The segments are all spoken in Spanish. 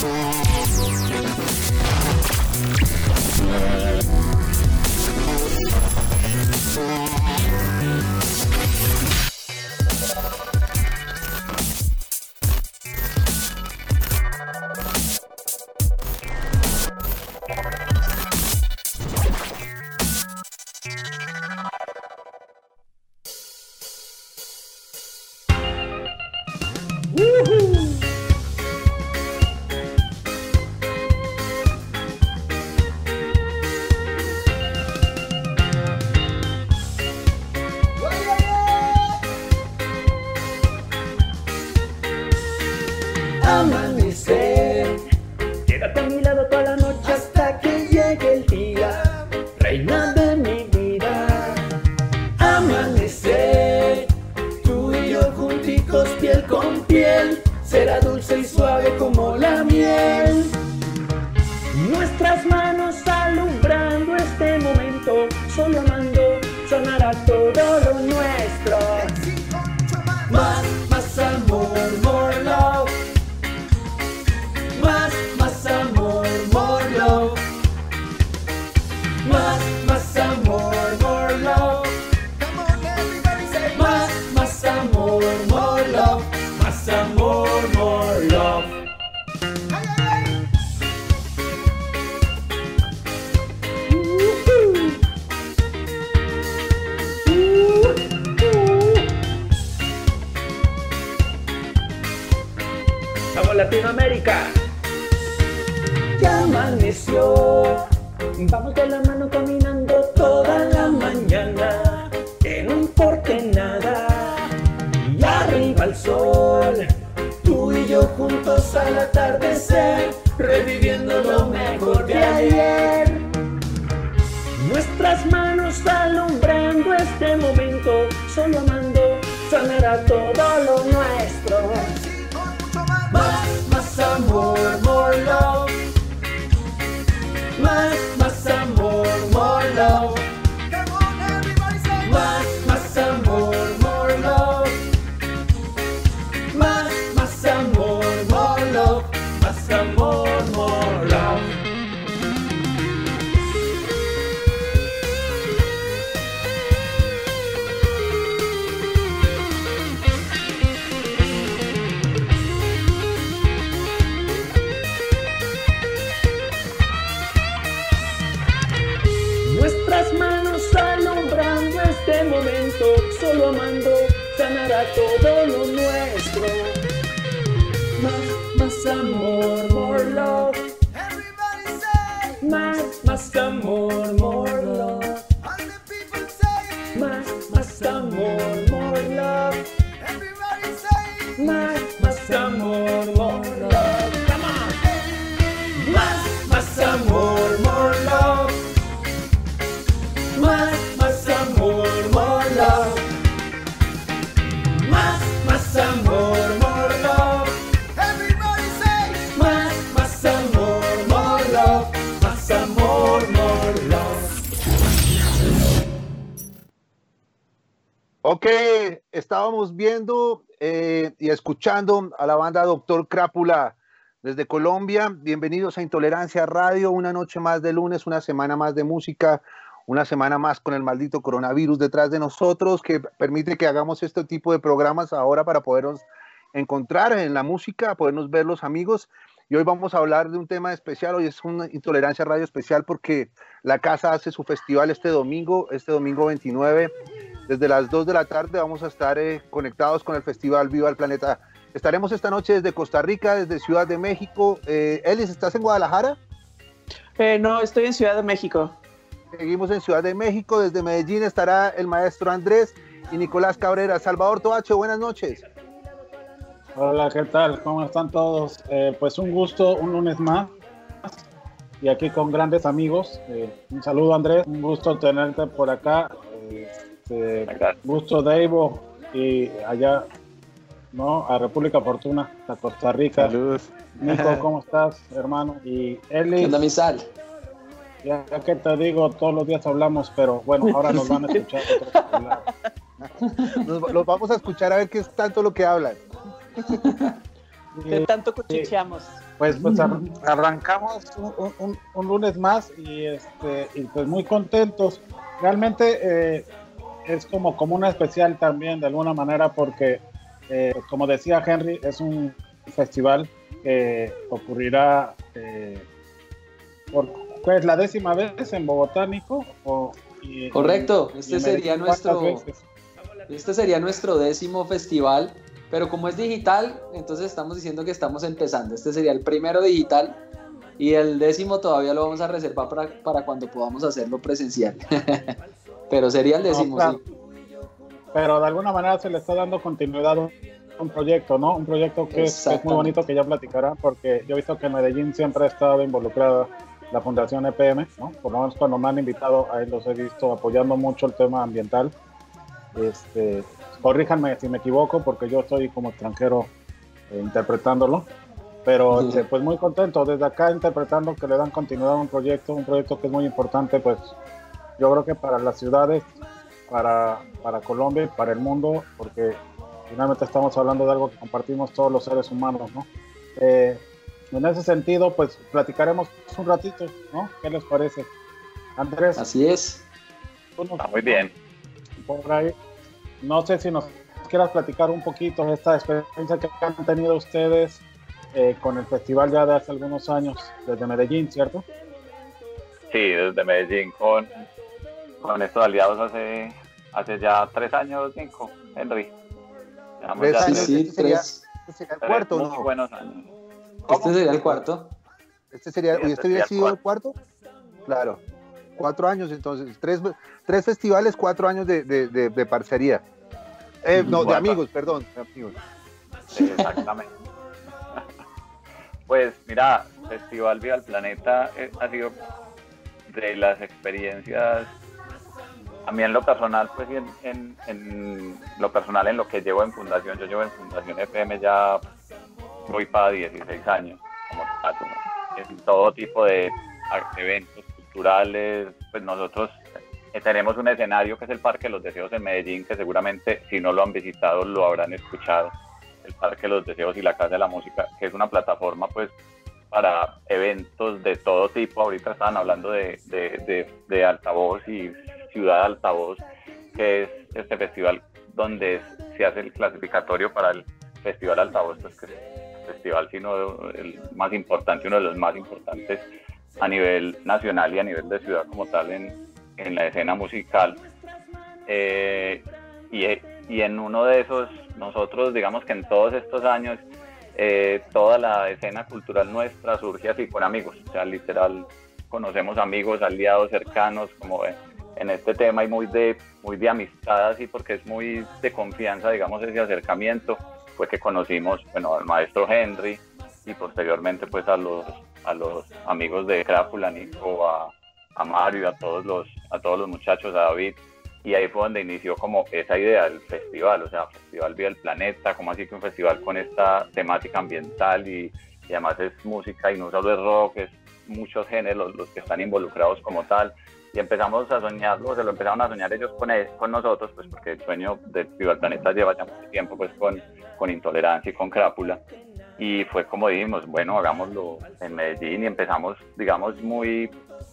Amanecer, quédate a mi lado toda la noche hasta que llegue el día, reina de mi vida. Amanecer, tú y yo juntitos piel con piel, será dulce y suave como la miel. Nuestras manos alumbrando este momento, solo amando sonará todo lo nuestro. Más amor, more love. Más amor, more love. Más amor, more love. Come on, everybody say más amor, more love. Más amor, more love. ¡Vamos, Latinoamérica! Ya amaneció, vamos de la mano caminando toda la mañana, que no importe nada. Y arriba el sol, tú y yo juntos al atardecer, reviviendo lo mejor de ayer. Nuestras manos alumbrando este momento, solo amando sonará todo lo nuestro. Más amor, more love. Más amor, more love. Come on, everybody say más amor, more love. Más amor, more love. Más amor, more love. Nuestras manos alumbrando este momento, solo amando sanará todo lo nuestro. Más amor, more love. Everybody say más amor, more love. All the people say más amor, more love. Everybody say más amor, more love. Come on. Más amor, more love. Más amor, more love. Más amor, more love. Everybody say más amor, more love. Más amor, more love. Ok, estábamos viendo y escuchando a la banda Doctor Crápula desde Colombia. Bienvenidos a Intolerancia Radio, una noche más de lunes, una semana más de música, una semana más con el maldito coronavirus detrás de nosotros, que permite que hagamos este tipo de programas ahora para podernos encontrar en la música, podernos ver los amigos. Y hoy vamos a hablar de un tema especial. Hoy es una Intolerancia Radio especial porque la casa hace su festival este domingo 29, desde las 2 de la tarde vamos a estar conectados con el festival Viva el Planeta. Estaremos esta noche desde Costa Rica, desde Ciudad de México. Elis, ¿estás en Guadalajara? No, estoy en Ciudad de México. Seguimos en Ciudad de México. Desde Medellín estará el maestro Andrés y Nicolás Cabrera. Salvador Toache, buenas noches. Hola, ¿qué tal? ¿Cómo están todos? Pues un gusto, un lunes más. Y aquí con grandes amigos. Un saludo, Andrés. Un gusto tenerte por acá. Gusto, Dave. Y allá, ¿no? A República Fortuna, a Costa Rica. Saludos. Nico, ¿cómo estás, hermano? Y Eli. ¿Qué onda, mi sal? Ya que te digo, todos los días hablamos, pero bueno, ahora nos van a escuchar otros hablar. Los vamos a escuchar a ver qué es tanto lo que hablan. ¿Qué tanto cuchicheamos? Pues arrancamos un lunes más y pues muy contentos. Realmente es como una especial también de alguna manera porque como decía Henry, es un festival que ocurrirá por pues, la 10ª vez en Bogotánico. Correcto, este sería nuestro 10º festival, pero como es digital, entonces estamos diciendo que estamos empezando. Este sería el primero digital y el 10º todavía lo vamos a reservar para cuando podamos hacerlo presencial. Pero sería el 10º, claro. sí. Pero de alguna manera se le está dando continuidad a un proyecto, ¿no? Un proyecto que es muy bonito, que ya platicará, porque yo he visto que en Medellín siempre ha estado involucrada la Fundación EPM, ¿no? Por lo menos cuando me han invitado, ahí los he visto apoyando mucho el tema ambiental. Corríjanme si me equivoco, porque yo estoy como extranjero interpretándolo, pero pues muy contento desde acá interpretando que le dan continuidad a un proyecto que es muy importante, pues yo creo que para las ciudades, para Colombia y para el mundo, porque finalmente estamos hablando de algo que compartimos todos los seres humanos, ¿no? En ese sentido, pues platicaremos un ratito, ¿no? ¿Qué les parece? Andrés. Así es. Muy bien. Por ahí, no sé si nos quieras platicar un poquito de esta experiencia que han tenido ustedes con el festival ya de hace algunos años, desde Medellín, ¿cierto? Sí, desde Medellín con estos aliados hace ya 3 años, 5, Henry. ¿3 años? Sí, ¿Este sería el cuarto, muy no? buenos años. Este sería el cuarto. ¿Este hubiera sido el cuarto? Claro. 4 años, entonces. 3 festivales, 4 años de parcería. No, de amigos, perdón. De amigos. Exactamente. Pues mira, Festival Viva el Planeta ha sido de las experiencias, a mí en lo personal, pues en lo personal, en lo que llevo en Fundación, yo llevo en Fundación FM ya voy para 16 años, como tal, en todo tipo de eventos culturales. Pues nosotros tenemos un escenario que es el Parque de los Deseos en Medellín, que seguramente si no lo han visitado lo habrán escuchado, el Parque de los Deseos y la Casa de la Música, que es una plataforma pues para eventos de todo tipo. Ahorita estaban hablando de Altavoz y Ciudad Altavoz, que es este festival donde se hace el clasificatorio para el Festival Altavoz, pues que es el festival, sino el más importante, uno de los más importantes a nivel nacional y a nivel de ciudad como tal en la escena musical. Y en uno de esos, nosotros digamos que en todos estos años toda la escena cultural nuestra surge así con amigos, o sea, literal conocemos amigos, aliados cercanos, como en este tema, y muy de amistad, así, porque es muy de confianza, digamos, ese acercamiento. Fue que conocimos, bueno, al maestro Henry y posteriormente pues a los amigos de Crápula, Nico, a Mario, a todos los muchachos, a David. Y ahí fue donde inició como esa idea del festival, o sea, Festival Viva el Planeta, como así que un festival con esta temática ambiental y además es música y no solo es rock, es muchos géneros los que están involucrados como tal. Y empezamos a soñarlo, se lo empezaron a soñar ellos con nosotros, pues porque el sueño del Viva el Planeta lleva ya mucho tiempo pues con Intolerancia y con Crápula. Y fue como dijimos, bueno, hagámoslo en Medellín, y empezamos, digamos, muy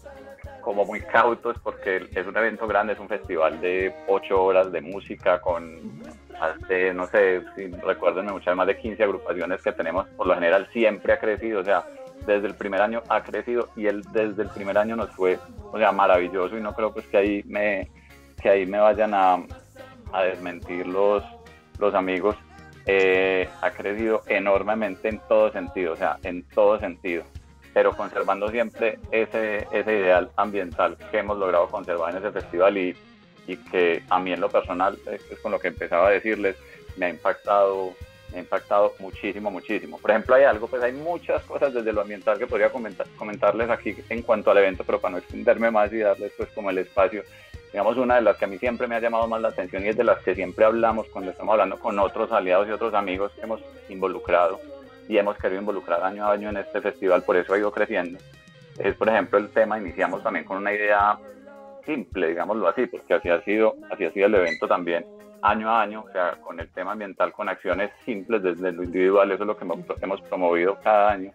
cautos, porque es un evento grande, es un festival de 8 horas de música con, no sé, si recuerden, muchas más de 15 agrupaciones que tenemos. Por lo general siempre ha crecido, o sea, desde el primer año ha crecido, y desde el primer año nos fue, o sea, maravilloso, y no creo pues que ahí me vayan a desmentir los amigos. Ha crecido enormemente en todo sentido, o sea, en todo sentido, pero conservando siempre ese ideal ambiental que hemos logrado conservar en ese festival, y que a mí en lo personal, es con lo que empezaba a decirles, me ha impactado muchísimo. Por ejemplo, hay muchas cosas desde lo ambiental que podría comentarles aquí en cuanto al evento, pero para no extenderme más y darles pues como el espacio. Digamos, una de las que a mí siempre me ha llamado más la atención, y es de las que siempre hablamos cuando estamos hablando con otros aliados y otros amigos que hemos involucrado y hemos querido involucrar año a año en este festival, por eso ha ido creciendo, es por ejemplo el tema. Iniciamos también con una idea simple, digámoslo así, porque así ha sido el evento también año a año, o sea, con el tema ambiental, con acciones simples desde lo individual. Eso es lo que hemos promovido cada año,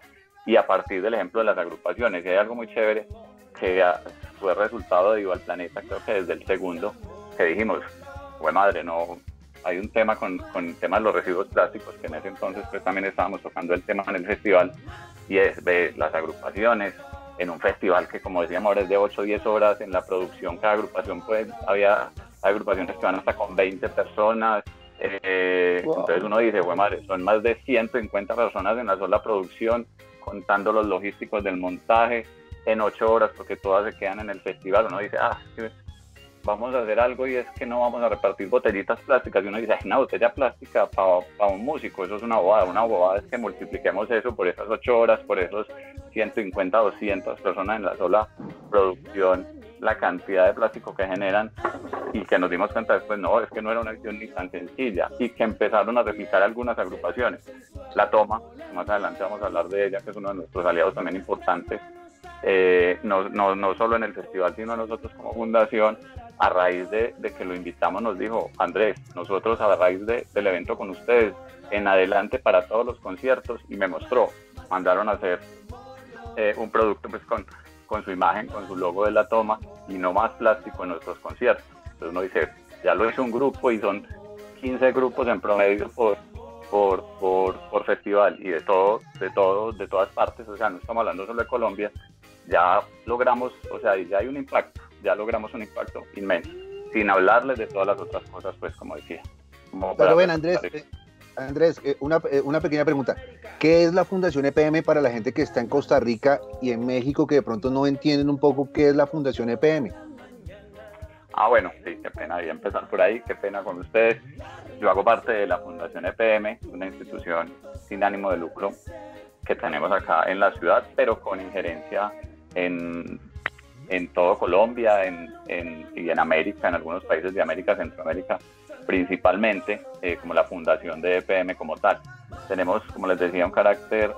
y a partir del ejemplo de las agrupaciones. Y hay algo muy chévere que fue resultado de Viva el Planeta, creo que desde el segundo, que dijimos, güey madre, no, hay un tema con el tema de los residuos plásticos, que en ese entonces pues también estábamos tocando el tema en el festival, y es de las agrupaciones, en un festival que, como decíamos, ahora es de 8 o 10 horas en la producción. Cada agrupación, pues, había agrupaciones que van hasta con 20 personas. Wow. Entonces uno dice, güey madre, son más de 150 personas en la sola producción, contando los logísticos del montaje, en 8 horas, porque todas se quedan en el festival. Uno dice, vamos a hacer algo y es que no vamos a repartir botellitas plásticas. Y uno dice, una botella plástica para un músico, eso es una bobada. Una bobada es que multipliquemos eso por esas 8 horas, por esos 150, 200 personas en la sola producción, la cantidad de plástico que generan, y que nos dimos cuenta después, no, es que no era una acción ni tan sencilla, y que empezaron a replicar algunas agrupaciones. La Toma, más adelante vamos a hablar de ella, que es uno de nuestros aliados también importantes, no solo en el festival, sino nosotros como fundación, a raíz de que lo invitamos, nos dijo, Andrés, nosotros a raíz del evento con ustedes, en adelante para todos los conciertos, y me mostró, mandaron a hacer un producto pues con su imagen, con su logo de La Toma, y no más plástico en nuestros conciertos. Entonces uno dice, ya lo hizo un grupo, y son 15 grupos en promedio por festival, y de todas partes, o sea, no estamos hablando solo de Colombia. Ya logramos, o sea, ya hay un impacto, ya logramos un impacto inmenso, sin hablarles de todas las otras cosas, pues, como decía. Pero ven, Andrés, una pequeña pregunta. ¿Qué es la Fundación EPM para la gente que está en Costa Rica y en México, que de pronto no entienden un poco qué es la Fundación EPM? Bueno, sí, qué pena ahí empezar por ahí, qué pena con ustedes. Yo hago parte de la Fundación EPM, una institución sin ánimo de lucro que tenemos acá en la ciudad, pero con injerencia en todo Colombia, y en América, en algunos países de América, Centroamérica, principalmente, como la fundación de EPM como tal. Tenemos, como les decía, un carácter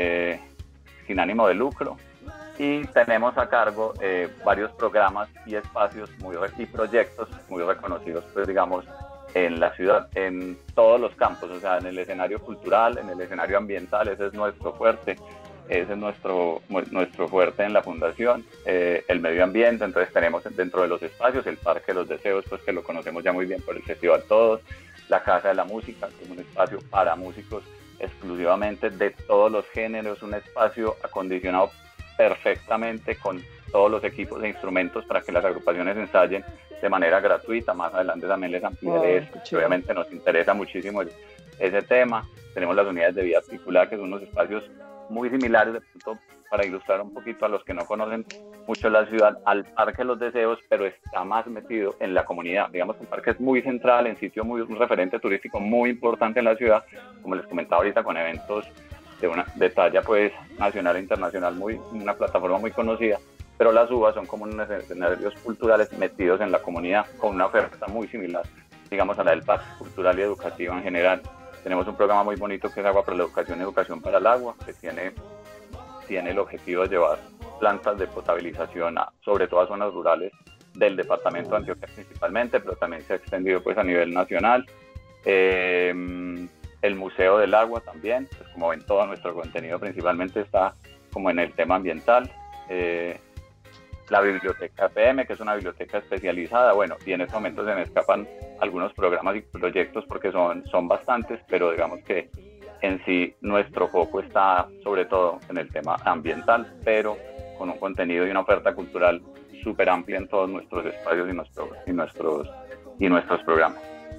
sin ánimo de lucro, y tenemos a cargo varios programas y espacios y proyectos muy reconocidos, pues, digamos, en la ciudad, en todos los campos, o sea, en el escenario cultural, en el escenario ambiental. Ese es nuestro fuerte. Ese es nuestro fuerte en la fundación, el medio ambiente. Entonces tenemos dentro de los espacios el Parque de los Deseos, pues, que lo conocemos ya muy bien por el Festival Todos, la Casa de la Música, que es un espacio para músicos exclusivamente de todos los géneros, un espacio acondicionado perfectamente con todos los equipos e instrumentos para que las agrupaciones ensayen de manera gratuita. Más adelante también les ampliaré esto, que obviamente nos interesa muchísimo ese tema. Tenemos las unidades de vida articulada, que son unos espacios muy similares, de pronto, para ilustrar un poquito a los que no conocen mucho la ciudad, al Parque de los Deseos, pero está más metido en la comunidad. Digamos que el parque es muy central, en sitio un referente turístico muy importante en la ciudad, como les comentaba ahorita, con eventos de talla, pues, nacional e internacional, una plataforma muy conocida. Pero las uvas son como unos escenarios culturales metidos en la comunidad, con una oferta muy similar, digamos, a la del Parque Cultural y Educativo en general. Tenemos un programa muy bonito que es Agua para la Educación y Educación para el Agua, que tiene el objetivo de llevar plantas de potabilización sobre todo a zonas rurales del departamento de Antioquia principalmente, pero también se ha extendido, pues, a nivel nacional. El Museo del Agua también, pues, como ven, todo nuestro contenido principalmente está como en el tema ambiental. La Biblioteca EPM, que es una biblioteca especializada, bueno, y en estos momentos se me escapan algunos programas y proyectos porque son bastantes, pero digamos que en sí nuestro foco está sobre todo en el tema ambiental, pero con un contenido y una oferta cultural súper amplia en todos nuestros espacios y nuestros programas.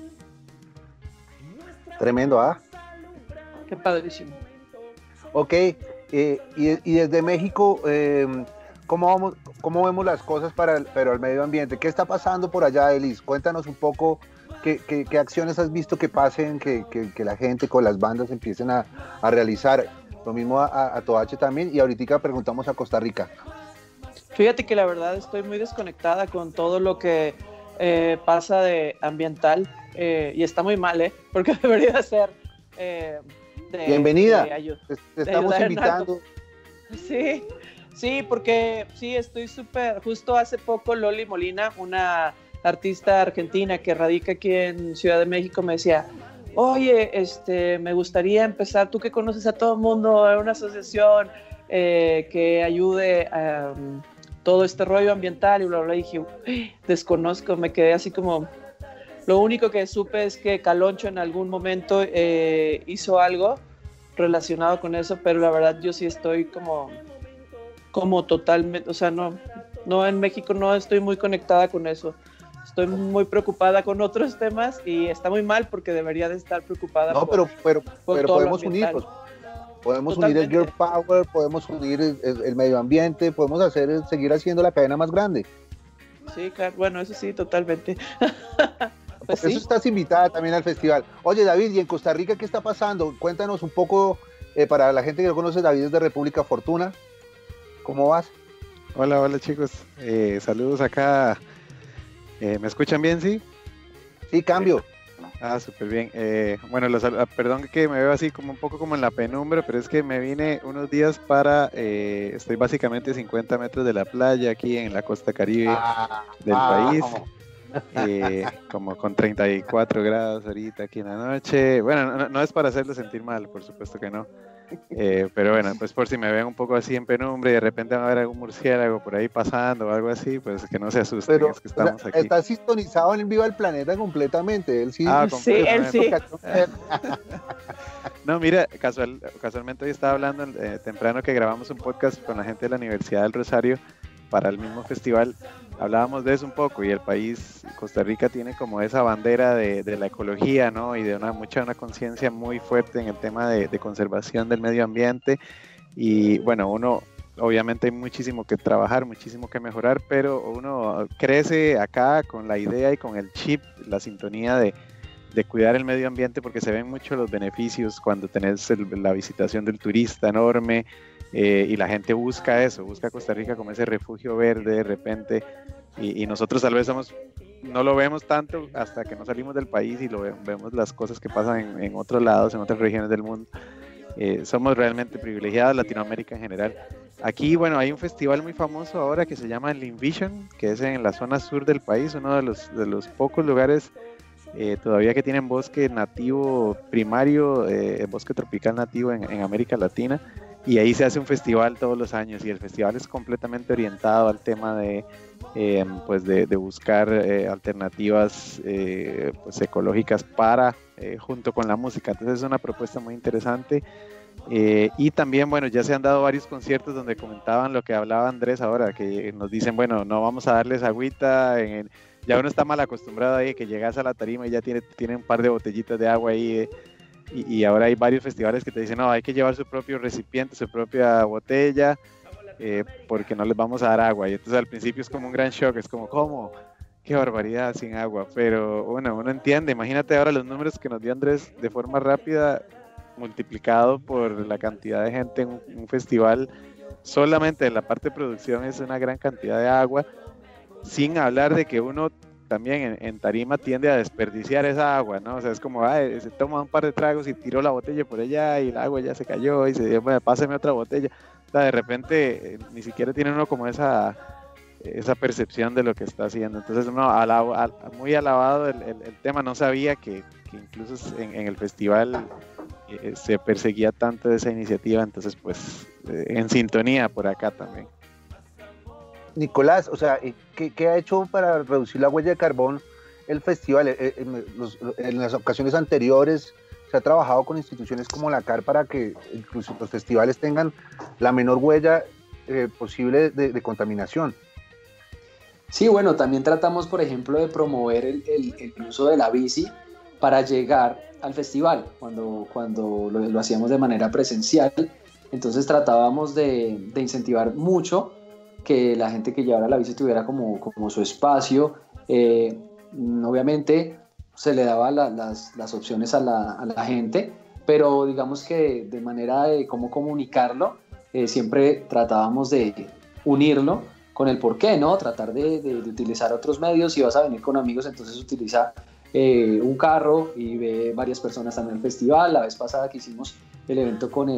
Tremendo, ¿ah? Qué padrísimo. Ok, y desde México, ¿cómo vemos las cosas pero el medio ambiente? ¿Qué está pasando por allá, Elis? Cuéntanos un poco qué acciones has visto que pasen, que la gente con las bandas empiecen a realizar. Lo mismo a Toache también, y ahorita preguntamos a Costa Rica. Fíjate que la verdad estoy muy desconectada con todo lo que pasa de ambiental, y está muy mal, porque debería ser bienvenida, te estamos invitando. Sí, porque sí, estoy súper, justo hace poco Loli Molina, una artista argentina que radica aquí en Ciudad de México, me decía, oye, me gustaría empezar, tú que conoces a todo el mundo, una asociación, que ayude a todo este rollo ambiental y bla, bla, bla. Y dije, desconozco, me quedé así como... Lo único que supe es que Caloncho en algún momento hizo algo relacionado con eso, pero la verdad yo sí estoy como totalmente, o sea, no en México no estoy muy conectada con eso. Estoy muy preocupada con otros temas y está muy mal porque debería de estar preocupada. No, pero podemos unirnos. Podemos unir el Girl Power, podemos unir el medio ambiente, podemos seguir haciendo la cadena más grande. Sí, claro, bueno, eso sí, totalmente. Pues por eso estás invitada también al festival. Oye, David, ¿y en Costa Rica qué está pasando? Cuéntanos un poco, para la gente que no conoce, David es de República Fortuna. ¿Cómo vas? Hola chicos. Saludos acá. ¿Me escuchan bien, sí? Sí, cambio. Súper bien. Bueno, perdón que me veo así como un poco como en la penumbra, pero es que me vine unos días estoy básicamente 50 metros de la playa aquí en la costa caribe del país. Como con 34 grados ahorita aquí en la noche. Bueno, no es para hacerlo sentir mal, por supuesto que no. Pero bueno, pues por si me ven un poco así en penumbra y de repente va a haber algún murciélago por ahí pasando o algo así, pues que no se asusten, pero, es que estamos aquí. Está sintonizado en Viva el Planeta completamente, él sí. Sí, él sí. No, mira, casualmente hoy estaba hablando temprano que grabamos un podcast con la gente de la Universidad del Rosario para el mismo festival. Hablábamos de eso un poco y el país, Costa Rica, tiene como esa bandera de la ecología, ¿no? Y de una conciencia muy fuerte en el tema de conservación del medio ambiente. Y bueno, obviamente hay muchísimo que trabajar, muchísimo que mejorar, pero uno crece acá con la idea y con el chip, la sintonía de cuidar el medio ambiente, porque se ven mucho los beneficios cuando tenés la visitación del turista enorme. Y la gente busca Costa Rica como ese refugio verde de repente, y nosotros tal vez no lo vemos tanto hasta que no salimos del país y vemos las cosas que pasan en otros lados, en otras regiones del mundo. Somos realmente privilegiados, Latinoamérica en general. Aquí, bueno, hay un festival muy famoso ahora que se llama el Invision, que es en la zona sur del país, uno de los pocos lugares todavía que tienen bosque nativo primario, bosque tropical nativo en América Latina. Y ahí se hace un festival todos los años y el festival es completamente orientado al tema de buscar alternativas pues ecológicas junto con la música. Entonces es una propuesta muy interesante. Y también, bueno, ya se han dado varios conciertos donde comentaban lo que hablaba Andrés ahora, que nos dicen, bueno, no vamos a darles agüita, ya uno está mal acostumbrado ahí, que llegas a la tarima y ya tiene un par de botellitas de agua ahí, y ahora hay varios festivales que te dicen, no, hay que llevar su propio recipiente, su propia botella, porque no les vamos a dar agua. Y entonces al principio es como un gran shock, es como, ¿cómo? Qué barbaridad sin agua. Pero bueno, uno entiende, imagínate ahora los números que nos dio Andrés de forma rápida, multiplicado por la cantidad de gente en un festival. Solamente en la parte de producción es una gran cantidad de agua, sin hablar de que uno también en tarima tiende a desperdiciar esa agua, ¿no? O sea, es como, se toma un par de tragos y tiró la botella por allá y el agua ya se cayó y se dio, bueno, pásame otra botella. O sea, de repente ni siquiera tiene uno como esa percepción de lo que está haciendo. Entonces uno muy alabado el tema. No sabía que incluso en el festival se perseguía tanto esa iniciativa, entonces pues en sintonía por acá también. Nicolás, o sea, ¿qué ha hecho para reducir la huella de carbón el festival? En las ocasiones anteriores se ha trabajado con instituciones como la CAR para que incluso los festivales tengan la menor huella posible de contaminación. Sí, bueno, también tratamos, por ejemplo, de promover el uso de la bici para llegar al festival, cuando lo hacíamos de manera presencial. Entonces tratábamos de incentivar mucho que la gente que llevara la bici tuviera como su espacio. Obviamente se le daba las opciones a la gente, pero digamos que de manera de cómo comunicarlo, siempre tratábamos de unirlo con el porqué, ¿no? Tratar de utilizar otros medios. Si vas a venir con amigos, entonces utiliza un carro y ve varias personas también en el festival. La vez pasada que hicimos el evento con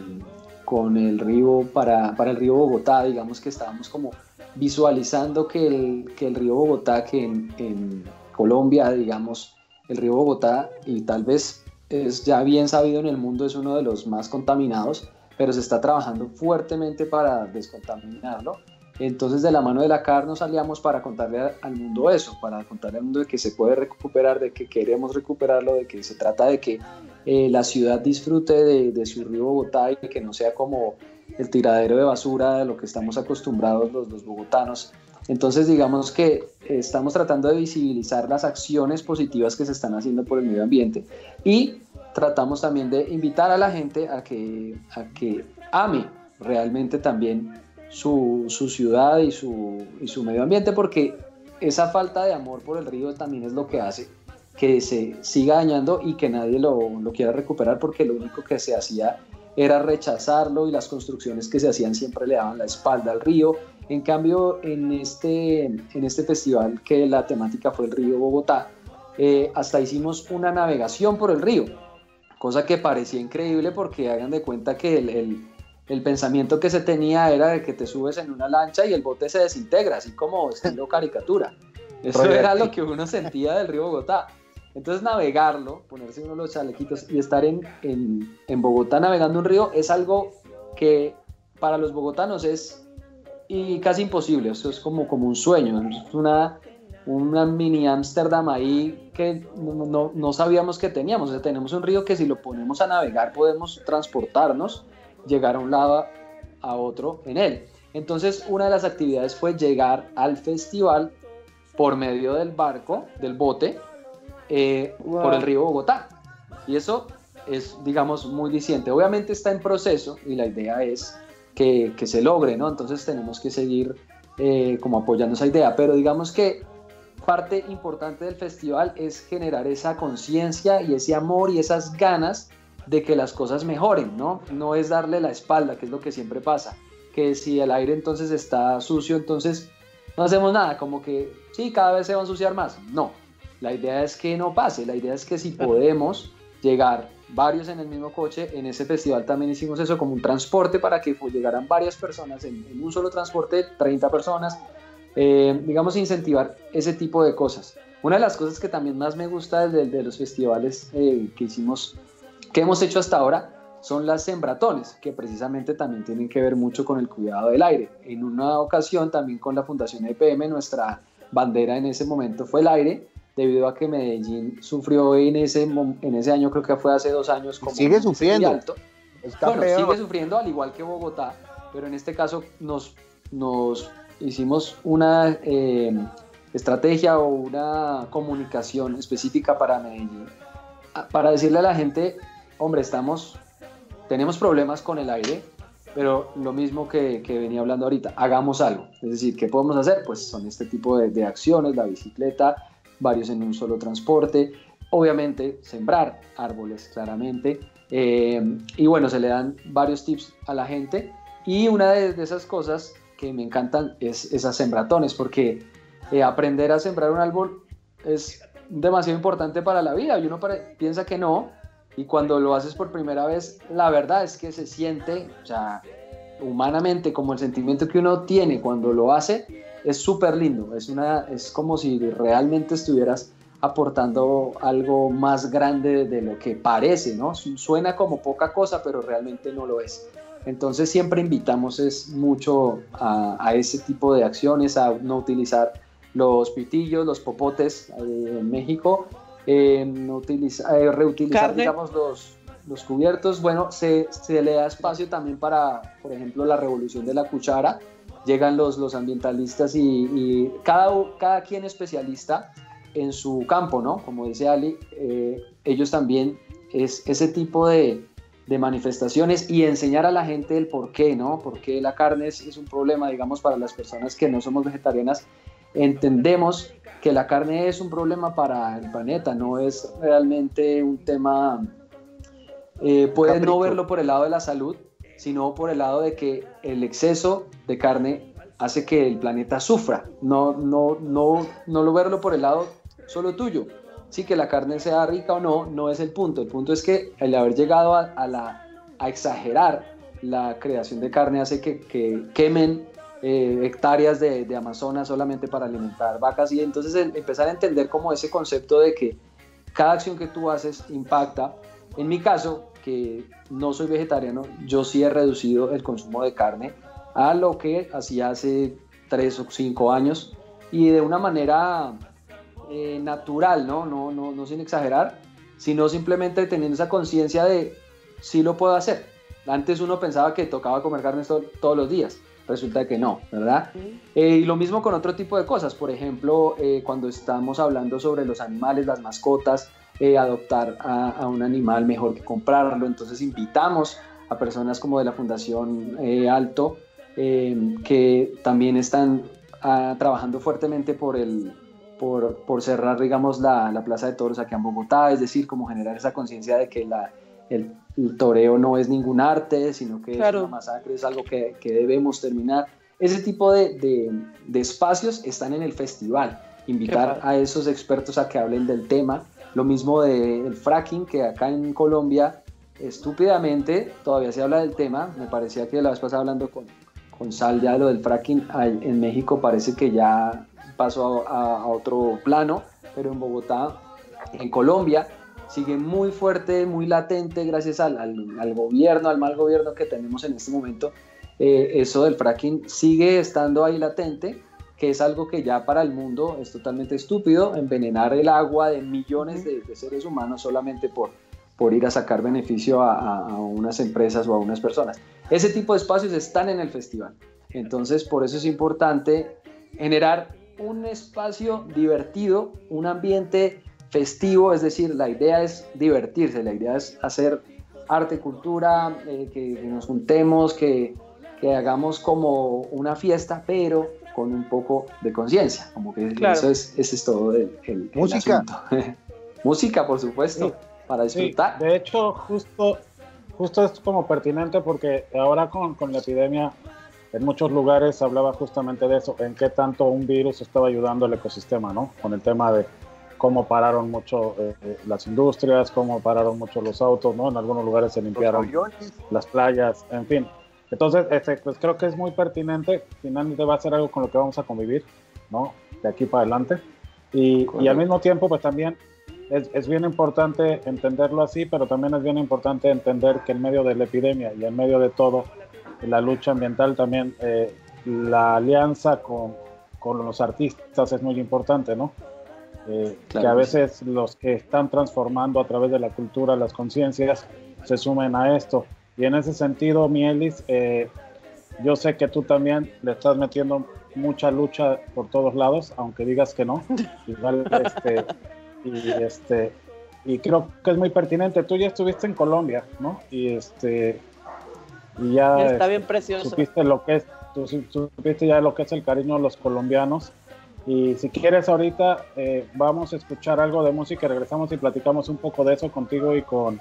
el río, para el río Bogotá, digamos que estábamos como visualizando que el río Bogotá, que en Colombia, digamos, el río Bogotá, y tal vez es ya bien sabido en el mundo, es uno de los más contaminados, pero se está trabajando fuertemente para descontaminarlo. Entonces, de la mano de la CAR nos aliamos para contarle al mundo eso, para contarle al mundo de que se puede recuperar, de que queremos recuperarlo, de que se trata de que la ciudad disfrute de su río Bogotá y que no sea como el tiradero de basura de lo que estamos acostumbrados los bogotanos. Entonces, digamos que estamos tratando de visibilizar las acciones positivas que se están haciendo por el medio ambiente y tratamos también de invitar a la gente a que ame realmente también su ciudad y su medio ambiente, porque esa falta de amor por el río también es lo que hace que se siga dañando y que nadie lo quiera recuperar, porque lo único que se hacía era rechazarlo y las construcciones que se hacían siempre le daban la espalda al río. En cambio, en este festival, que la temática fue el río Bogotá, hasta hicimos una navegación por el río, cosa que parecía increíble, porque hagan de cuenta que el pensamiento que se tenía era de que te subes en una lancha y el bote se desintegra, así como estilo caricatura. Eso era lo que uno sentía del río Bogotá. Entonces, navegarlo, ponerse uno los chalequitos y estar en Bogotá navegando un río es algo que para los bogotanos es casi imposible. Eso es como un sueño, es una mini Ámsterdam ahí que no sabíamos que teníamos. O sea, tenemos un río que si lo ponemos a navegar podemos transportarnos, llegar a un lado a otro en él. Entonces, una de las actividades fue llegar al festival por medio del barco, del bote, por el río Bogotá. Y eso es, digamos, muy diciente. Obviamente está en proceso y la idea es que se logre, ¿no? Entonces tenemos que seguir como apoyando esa idea. Pero digamos que parte importante del festival es generar esa conciencia y ese amor y esas ganas de que las cosas mejoren, ¿no? No es darle la espalda, que es lo que siempre pasa, que si el aire entonces está sucio, entonces no hacemos nada, como que sí, cada vez se va a ensuciar más. No, la idea es que no pase, la idea es que si podemos llegar varios en el mismo coche, en ese festival también hicimos eso como un transporte para que llegaran varias personas en un solo transporte, 30 personas, digamos, incentivar ese tipo de cosas. Una de las cosas que también más me gusta de los festivales que hemos hecho hasta ahora son las sembratones, que precisamente también tienen que ver mucho con el cuidado del aire. En una ocasión también con la Fundación EPM, nuestra bandera en ese momento fue el aire, debido a que Medellín sufrió en ese año, creo que fue hace 2 años, como sigue sufriendo. Alto. Sigue sufriendo al igual que Bogotá, pero en este caso nos hicimos una estrategia o una comunicación específica para Medellín, para decirle a la gente, hombre, tenemos problemas con el aire, pero lo mismo que venía hablando ahorita, hagamos algo. Es decir, ¿qué podemos hacer? Pues son este tipo de acciones, la bicicleta, varios en un solo transporte, obviamente sembrar árboles claramente, y bueno, se le dan varios tips a la gente, y una de esas cosas que me encantan es esas sembratones, porque aprender a sembrar un árbol es demasiado importante para la vida, y uno piensa que no, y cuando lo haces por primera vez, la verdad es que se siente, o sea, humanamente, como el sentimiento que uno tiene cuando lo hace, es súper lindo, es como si realmente estuvieras aportando algo más grande de lo que parece, ¿no? Suena como poca cosa, pero realmente no lo es. Entonces siempre invitamos mucho a ese tipo de acciones, a no utilizar los pitillos, los popotes en México, reutilizar, digamos, los cubiertos. Bueno, se le da espacio también para, por ejemplo, la revolución de la cuchara. Llegan los ambientalistas y cada quien especialista en su campo, ¿no? Como dice Ali, ellos también es ese tipo de manifestaciones y enseñar a la gente el por qué, ¿no? Por qué la carne es un problema, digamos, para las personas que no somos vegetarianas. Entendemos que la carne es un problema para el planeta, no es realmente un tema, puedes no verlo por el lado de la salud, sino por el lado de que el exceso de carne hace que el planeta sufra, no lo verlo por el lado solo tuyo. Sí, que la carne sea rica o no es el punto es que el haber llegado a exagerar la creación de carne hace que quemen hectáreas de Amazonas solamente para alimentar vacas, y entonces empezar a entender como ese concepto de que cada acción que tú haces impacta. En mi caso, que no soy vegetariano, yo sí he reducido el consumo de carne a lo que hacía hace 3 o 5 años y de una manera natural, no sin exagerar, sino simplemente teniendo esa conciencia de sí lo puedo hacer. Antes uno pensaba que tocaba comer carne todos los días, resulta que no, ¿verdad? Y lo mismo con otro tipo de cosas, por ejemplo, cuando estamos hablando sobre los animales, las mascotas, adoptar a un animal mejor que comprarlo, entonces invitamos a personas como de la Fundación Alto, que también están trabajando fuertemente por cerrar, digamos, la Plaza de Toros aquí en Bogotá, es decir, como generar esa conciencia de que el toreo no es ningún arte, sino que Claro. es una masacre, es algo que debemos terminar. Ese tipo de espacios están en el festival. Invitar a esos expertos a que hablen del tema. Lo mismo del fracking, que acá en Colombia, estúpidamente, todavía se habla del tema. Me parecía que la vez pasada hablando con Sal ya de lo del fracking, en México parece que ya pasó a otro plano, pero en Bogotá, en Colombia, sigue muy fuerte, muy latente gracias al gobierno, al mal gobierno que tenemos en este momento. Eso del fracking sigue estando ahí latente, que es algo que ya para el mundo es totalmente estúpido, envenenar el agua de millones de seres humanos solamente por ir a sacar beneficio a unas empresas o a unas personas. Ese tipo de espacios están en el festival. Entonces, por eso es importante generar un espacio divertido, un ambiente festivo, es decir, la idea es divertirse, la idea es hacer arte, cultura, que nos juntemos, que hagamos como una fiesta, pero con un poco de conciencia, como que Claro. eso es todo el Música. asunto. Música, por supuesto, Sí. para disfrutar. Sí, de hecho, justo es como pertinente porque ahora con la epidemia en muchos lugares se hablaba justamente de eso, en qué tanto un virus estaba ayudando al ecosistema, ¿no? Con el tema de cómo pararon mucho las industrias, cómo pararon mucho los autos, ¿no? En algunos lugares se limpiaron las playas, en fin. Entonces, pues creo que es muy pertinente, finalmente va a ser algo con lo que vamos a convivir, ¿no? De aquí para adelante. Y al mismo tiempo, pues también es bien importante entenderlo así, pero también es bien importante entender que en medio de la epidemia y en medio de todo, la lucha ambiental también, la alianza con los artistas es muy importante, ¿no? Claro que a que sí. veces los que están transformando a través de la cultura las conciencias se sumen a esto. Y en ese sentido, Mielis, yo sé que tú también le estás metiendo mucha lucha por todos lados, aunque digas que no. Igual, y creo que es muy pertinente. Tú ya estuviste en Colombia, ¿no? Y ya Está bien precioso. supiste supiste ya lo que es el cariño de los colombianos. Y si quieres ahorita vamos a escuchar algo de música y regresamos y platicamos un poco de eso contigo y con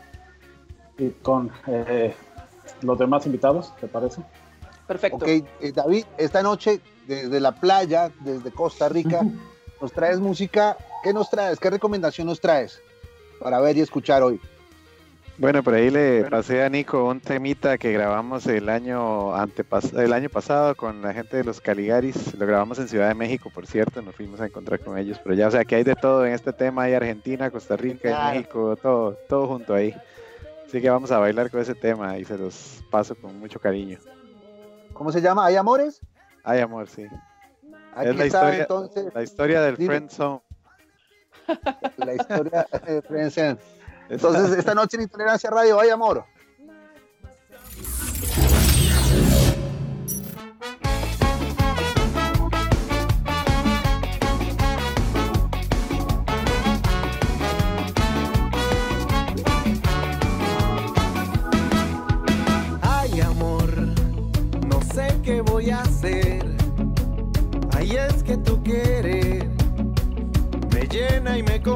los demás invitados, ¿te parece? Perfecto. Ok, David, esta noche desde la playa, desde Costa Rica, nos traes música. ¿Qué nos traes? ¿Qué recomendación nos traes para ver y escuchar hoy? Bueno, por ahí le pasé a Nico un temita que grabamos el año pasado con la gente de los Caligaris. Lo grabamos en Ciudad de México, por cierto, nos fuimos a encontrar con ellos, pero ya, o sea, que hay de todo en este tema, hay Argentina, Costa Rica, Claro. México, todo junto ahí. Así que vamos a bailar con ese tema y se los paso con mucho cariño. ¿Cómo se llama? ¿Hay amores? Ay, amor, sí. Aquí Es la está historia, entonces la historia del Dime. Friend Zone. la historia de Friends. Entonces, esta noche en Intolerancia Radio, ¿hay amor? Ay, amor, no sé qué voy a hacer. Ay, es que tu querer me llena y me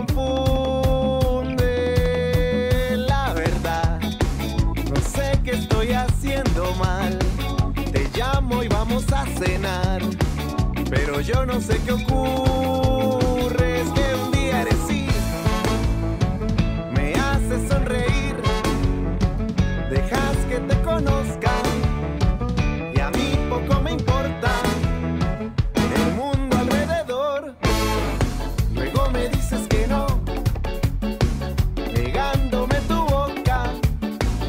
confunde. La verdad, no sé qué estoy haciendo mal. Te llamo y vamos a cenar, pero yo no sé qué ocurre. Es que un día eres sí, me haces sonreír, dejas que te conozcan y a mí poco me importa el mundo alrededor. Luego me dices que no, negándome tu boca,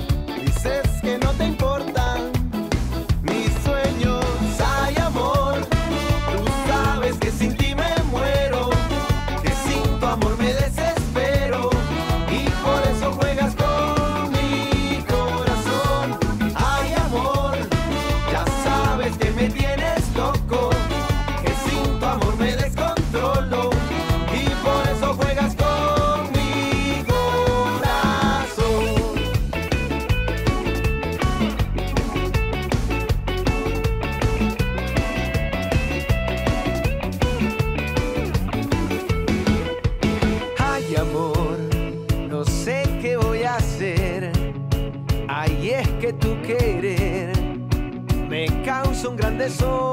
me causa un gran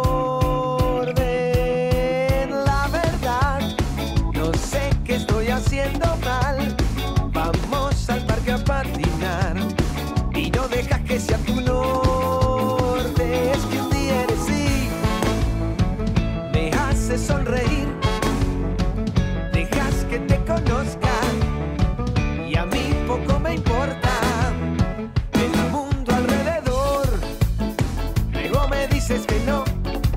desorden. La verdad, no sé qué estoy haciendo mal. Vamos al parque a patinar y no dejas que sea tu norte. Es que un día eres sí, me haces sonreír, dejas que te conozcan y a mí poco me importa el mundo alrededor. Luego me dices que no,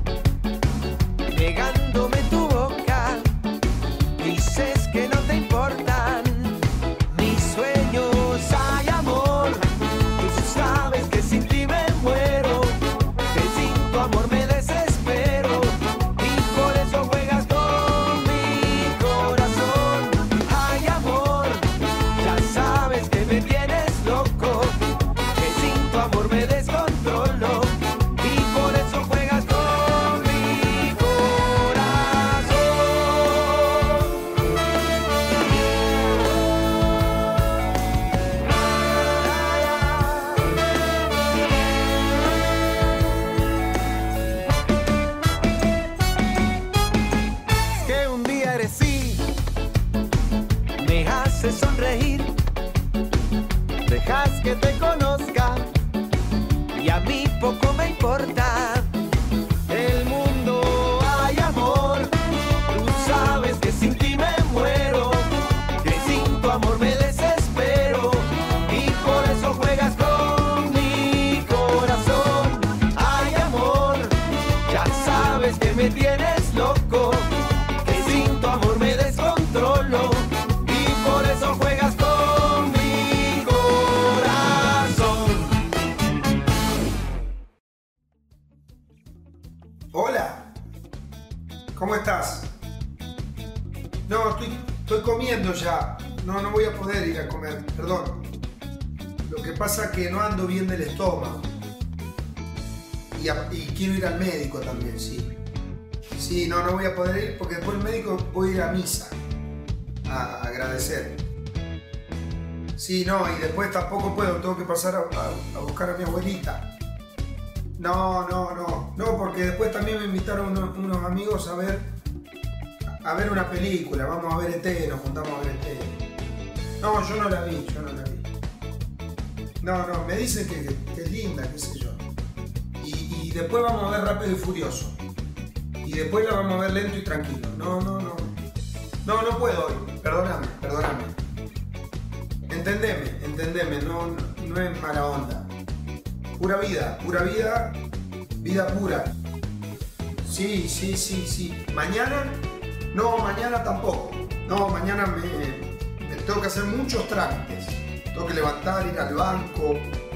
negándome tu boca, dices que no te importan mis sueños. Ay, amor, tú sabes que sin ti me muero, que sin tu amor me desespero y por eso juegas con mi corazón. Ay, amor, ya sabes que me tienes loco, que sin tu amor me descontrolo y por eso juegas con mi corazón. Es que un día eres sí, me haces sonreír, dejas que te conozca y a mí poco me importa el mundo. Ay, amor, tú sabes que sin ti me muero, que sin tu amor me desespero y por eso juegas con mi corazón. Ay, amor, ya sabes que me tienes loco, que sin tu amor me descontrolo y por eso juegas con mi corazón. Hola, ¿cómo estás? No, estoy comiendo ya. No voy a poder ir a comer, perdón. Lo que pasa es que no ando bien del estómago. Y quiero ir al médico también, sí. Sí, no voy a poder ir porque después el médico voy a ir a misa a agradecer. Sí, no, y después tampoco puedo, tengo que pasar a buscar a mi abuelita. No, porque después también me invitaron unos amigos a ver una película, vamos a ver ET, nos juntamos a ver ET. No, yo no la vi. No, me dicen que es linda, qué sé yo. Y después vamos a ver Rápido y Furioso. Y después la vamos a ver lento y tranquilo. No puedo hoy, perdóname. Entendeme, no es mala onda. Pura vida, vida pura. Sí. Mañana tampoco. No, mañana me tengo que hacer muchos trámites. Tengo que levantar, ir al banco,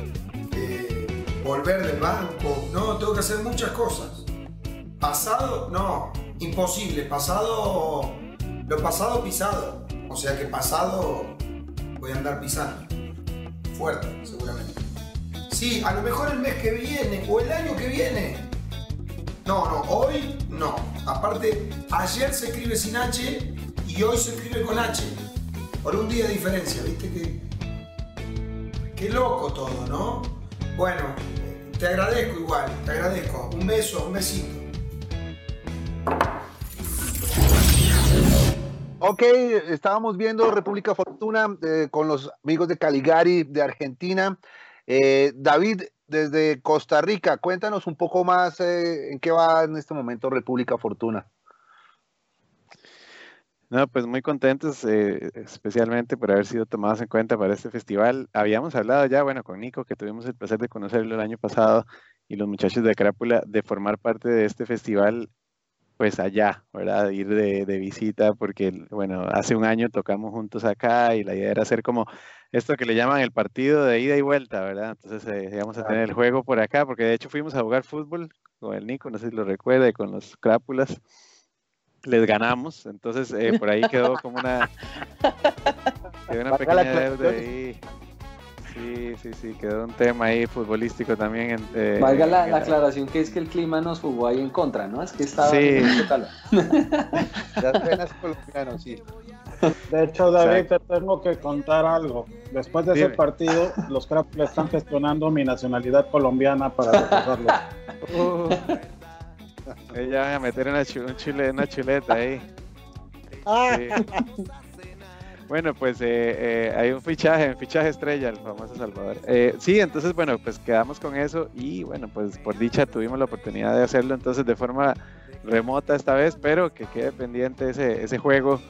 volver del banco. No, tengo que hacer muchas cosas. Pasado, no, imposible. Lo pasado pisado. O sea que pasado voy a andar pisando. Fuerte, seguramente. Sí, a lo mejor el mes que viene o el año que viene. No, hoy no. Aparte, ayer se escribe sin H y hoy se escribe con H. Por un día de diferencia, ¿viste? Qué loco todo, ¿no? Bueno, te agradezco igual, te agradezco. Un beso, un besito. Ok, estábamos viendo República Fortuna con los amigos de Caligari de Argentina. David, desde Costa Rica, cuéntanos un poco más en qué va en este momento República Fortuna. No, pues muy contentos, especialmente por haber sido tomados en cuenta para este festival. Habíamos hablado ya, bueno, con Nico, que tuvimos el placer de conocerlo el año pasado, y los muchachos de Crápula, de formar parte de este festival, pues allá, ¿verdad? Ir de visita, porque, bueno, hace un año tocamos juntos acá y la idea era hacer como esto que le llaman el partido de ida y vuelta, ¿verdad? Entonces íbamos a tener el juego por acá, porque de hecho fuimos a jugar fútbol con el Nico, no sé si lo recuerda, y con los Crápulas. Les ganamos, entonces por ahí quedó como una pequeña deuda ahí. Sí, quedó un tema ahí futbolístico también. Valga la aclaración, que es que el clima nos jugó ahí en contra, ¿no? Es que estaba sí. mucho calor. Las penas colombianos, sí. De hecho, David, te tengo que contar algo. Después de ese partido, los Crápula están gestionando mi nacionalidad colombiana para reforzarlo. Ya van a meter una chuleta ahí. Sí. Bueno, pues hay un fichaje estrella, el famoso Salvador. Sí, entonces, bueno, pues quedamos con eso y bueno, pues por dicha tuvimos la oportunidad de hacerlo entonces de forma remota esta vez, pero que quede pendiente ese juego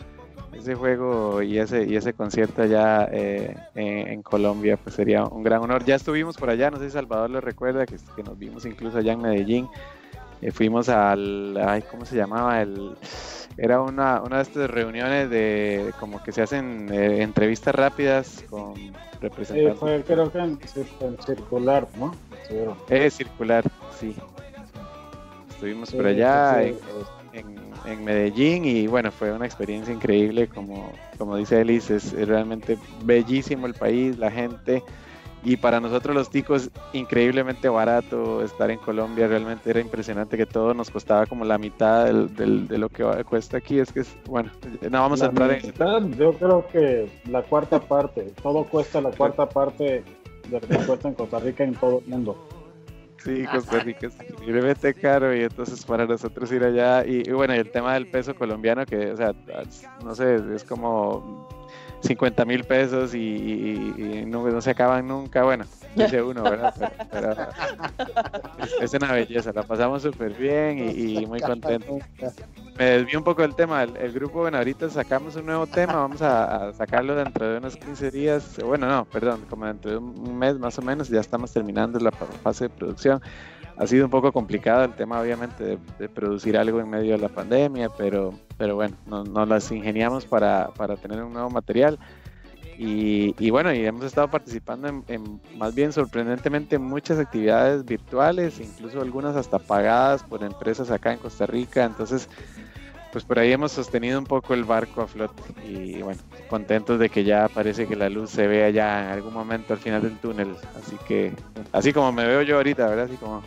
y ese concierto allá en Colombia, pues sería un gran honor. Ya estuvimos por allá, no sé si Salvador lo recuerda, que nos vimos incluso allá en Medellín. Fuimos ¿cómo se llamaba? Era una de estas reuniones de como que se hacen entrevistas rápidas con representantes. Fue creo que en Circular, ¿no? Circular, sí. Estuvimos por allá en Medellín y bueno, fue una experiencia increíble, como dice Elis, es realmente bellísimo el país, la gente. Y para nosotros los ticos, increíblemente barato estar en Colombia, realmente era impresionante que todo nos costaba como la mitad de lo que cuesta aquí. Es que, bueno, no vamos a entrar en... Yo creo que la cuarta parte, todo cuesta la cuarta parte de lo que cuesta en Costa Rica en todo el mundo. Sí, Costa Rica es increíblemente caro y entonces para nosotros ir allá, y bueno, y el tema del peso colombiano, que, o sea, no sé, es como... 50,000 pesos y no se acaban nunca, bueno, dice uno, ¿verdad? Pero es una belleza, la pasamos súper bien y muy contentos. Me desvío un poco del tema, el grupo, bueno, ahorita sacamos un nuevo tema, vamos a sacarlo dentro de unos 15 días, bueno, no, perdón, como dentro de un mes más o menos, ya estamos terminando la fase de producción. Ha sido un poco complicado el tema, obviamente, de producir algo en medio de la pandemia, pero bueno, nos las ingeniamos para tener un nuevo material. Y bueno, y hemos estado participando en más bien sorprendentemente muchas actividades virtuales, incluso algunas hasta pagadas por empresas acá en Costa Rica. Entonces, pues por ahí hemos sostenido un poco el barco a flote. Y bueno, contentos de que ya parece que la luz se vea ya en algún momento al final del túnel. Así como me veo yo ahorita, ¿verdad? Así como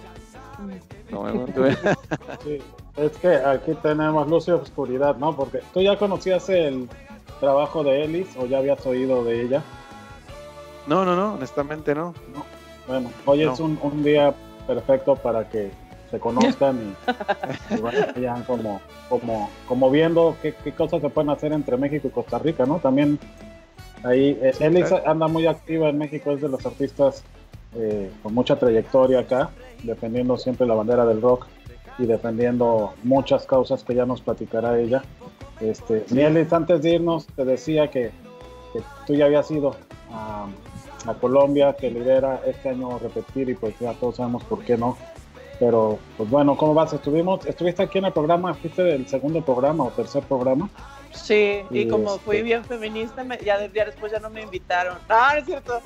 sí, es que aquí tenemos luz y oscuridad, ¿no? Porque tú ya conocías el trabajo de Elis o ya habías oído de ella. No, honestamente no. Bueno, hoy es un día perfecto para que se conozcan y vayan como viendo qué cosas se pueden hacer entre México y Costa Rica, ¿no? También ahí Elis anda muy activa en México, es de los artistas con mucha trayectoria acá, defendiendo siempre la bandera del rock y defendiendo muchas causas que ya nos platicará ella. Nielis, antes de irnos, te decía que tú ya habías ido a Colombia, que lidera este año repetir y pues ya todos sabemos por qué no. Pero pues bueno, ¿cómo vas? ¿Estuviste aquí en el programa? ¿Fuiste del segundo programa o tercer programa? Sí, y como fui bien feminista, ya después ya no me invitaron. No es cierto.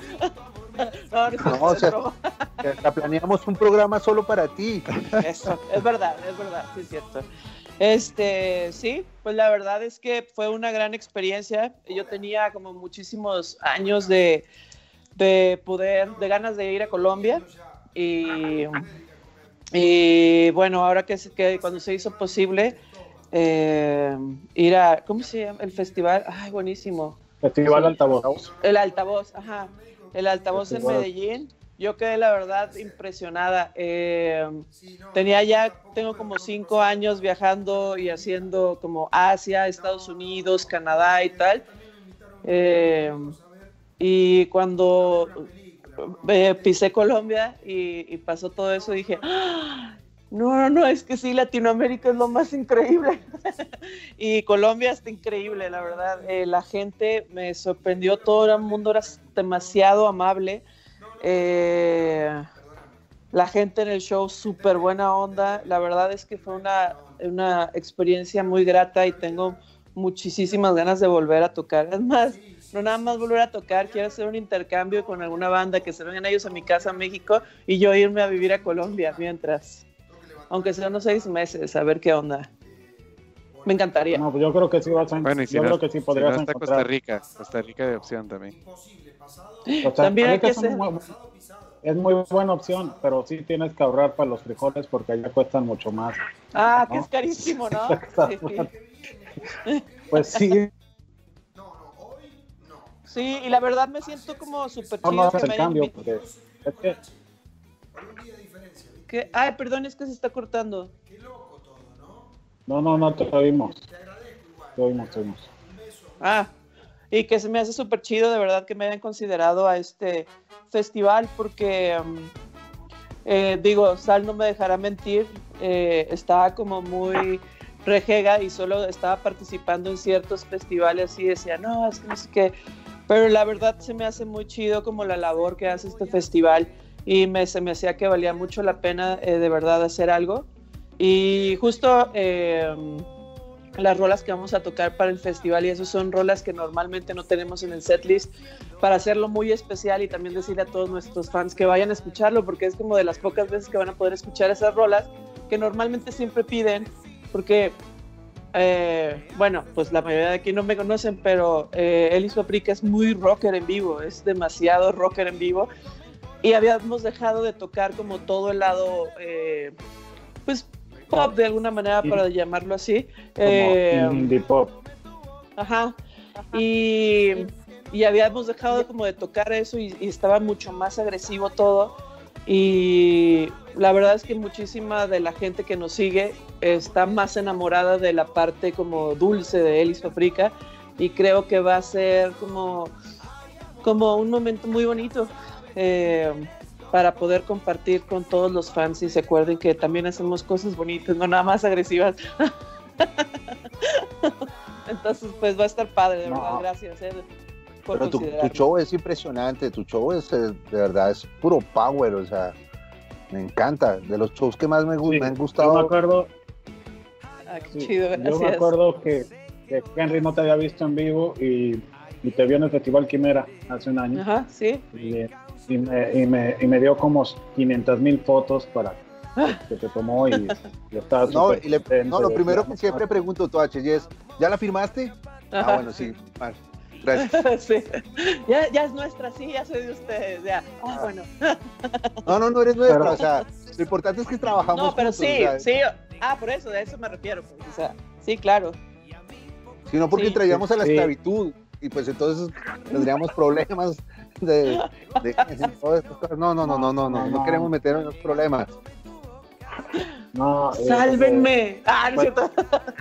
La planeamos un programa solo para ti. Eso, es verdad, sí es cierto. Sí, pues la verdad es que fue una gran experiencia. Yo tenía como muchísimos años de ganas de ir a Colombia y bueno, ahora que cuando se hizo posible ir a, ¿cómo se llama? El festival, ay, buenísimo. Festival Altavoz. El Altavoz, ajá. El Altavoz en Medellín. Yo quedé, la verdad, impresionada. Tengo como 5 años viajando y haciendo como Asia, Estados Unidos, Canadá y tal. Y cuando pisé Colombia y pasó todo eso, dije, ¡ah! No, es que sí, Latinoamérica es lo más increíble. Y Colombia está increíble, la verdad. La gente me sorprendió, todo el mundo era demasiado amable. La gente en el show, súper buena onda. La verdad es que fue una experiencia muy grata y tengo muchísimas ganas de volver a tocar. Es más, no nada más volver a tocar, quiero hacer un intercambio con alguna banda, que se vengan ellos a mi casa a México y yo irme a vivir a Colombia mientras. Aunque sean unos 6 meses, a ver qué onda. Me encantaría. No, pues yo creo que sí vas a bueno, y si yo no, creo que sí podrías si no está encontrar. Costa Rica de opción también. También hay que ser. Es muy buena opción, pero sí tienes que ahorrar para los frijoles porque allá cuestan mucho más. Ah, ¿no? Que es carísimo, ¿no? Sí. Pues sí, Sí, y la verdad me siento como súper chido. No hace que el me hayan cambio, invitado. porque es que Ay, perdón, es que se está cortando. no te oímos. Te oímos. Ah, y que se me hace súper chido, de verdad, que me hayan considerado a este festival, porque, digo, Sal no me dejará mentir, estaba como muy rejega y solo estaba participando en ciertos festivales y decía, no, es que no sé qué, pero la verdad se me hace muy chido como la labor que hace este festival y se me hacía que valía mucho la pena de verdad hacer algo. Y justo las rolas que vamos a tocar para el festival, y eso son rolas que normalmente no tenemos en el setlist, para hacerlo muy especial y también decirle a todos nuestros fans que vayan a escucharlo, porque es como de las pocas veces que van a poder escuchar esas rolas que normalmente siempre piden, porque bueno, pues la mayoría de aquí no me conocen, pero Elis Paprika es muy rocker en vivo, es demasiado rocker en vivo, y habíamos dejado de tocar como todo el lado pues pop de alguna manera, para llamarlo así, indie pop. Ajá. Y habíamos dejado como de tocar eso y estaba mucho más agresivo todo, y la verdad es que muchísima de la gente que nos sigue está más enamorada de la parte como dulce de Elis Paprika, y creo que va a ser como un momento muy bonito para poder compartir con todos los fans y se acuerden que también hacemos cosas bonitas, no nada más agresivas. Entonces pues va a estar padre, de verdad, gracias por pero tu considerarme. show es impresionante, tu show es de verdad, es puro power, o sea, me encanta, de los shows que más me han gustado. Yo me acuerdo, qué chido, gracias. yo me acuerdo que Henry no te había visto en vivo y te vio en el Festival Quimera hace un año. Ajá, sí. Y me dio como 500,000 fotos para que te tomó y estaba súper contento, lo primero que siempre pregunto, Toache, y es, ¿ya la firmaste? Ajá. Ah, bueno, sí, vale, gracias. Sí. Ya es nuestra, sí, ya soy de ustedes, ya. Bueno. No eres nuestra, o sea, lo importante es que trabajamos No, pero juntos, sí, o sea, sí. Por eso, de eso me refiero, pues, o sea, sí, claro. sino porque Sí. traíamos a la Sí. esclavitud, y pues entonces tendríamos problemas de todas estas cosas. No queremos meter en los problemas. No, ¡Sálvenme! No es cierto.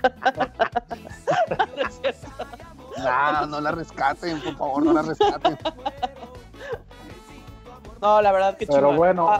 No es cierto. No la rescaten, por favor, no la rescaten. No, la verdad que chido. Pero bueno,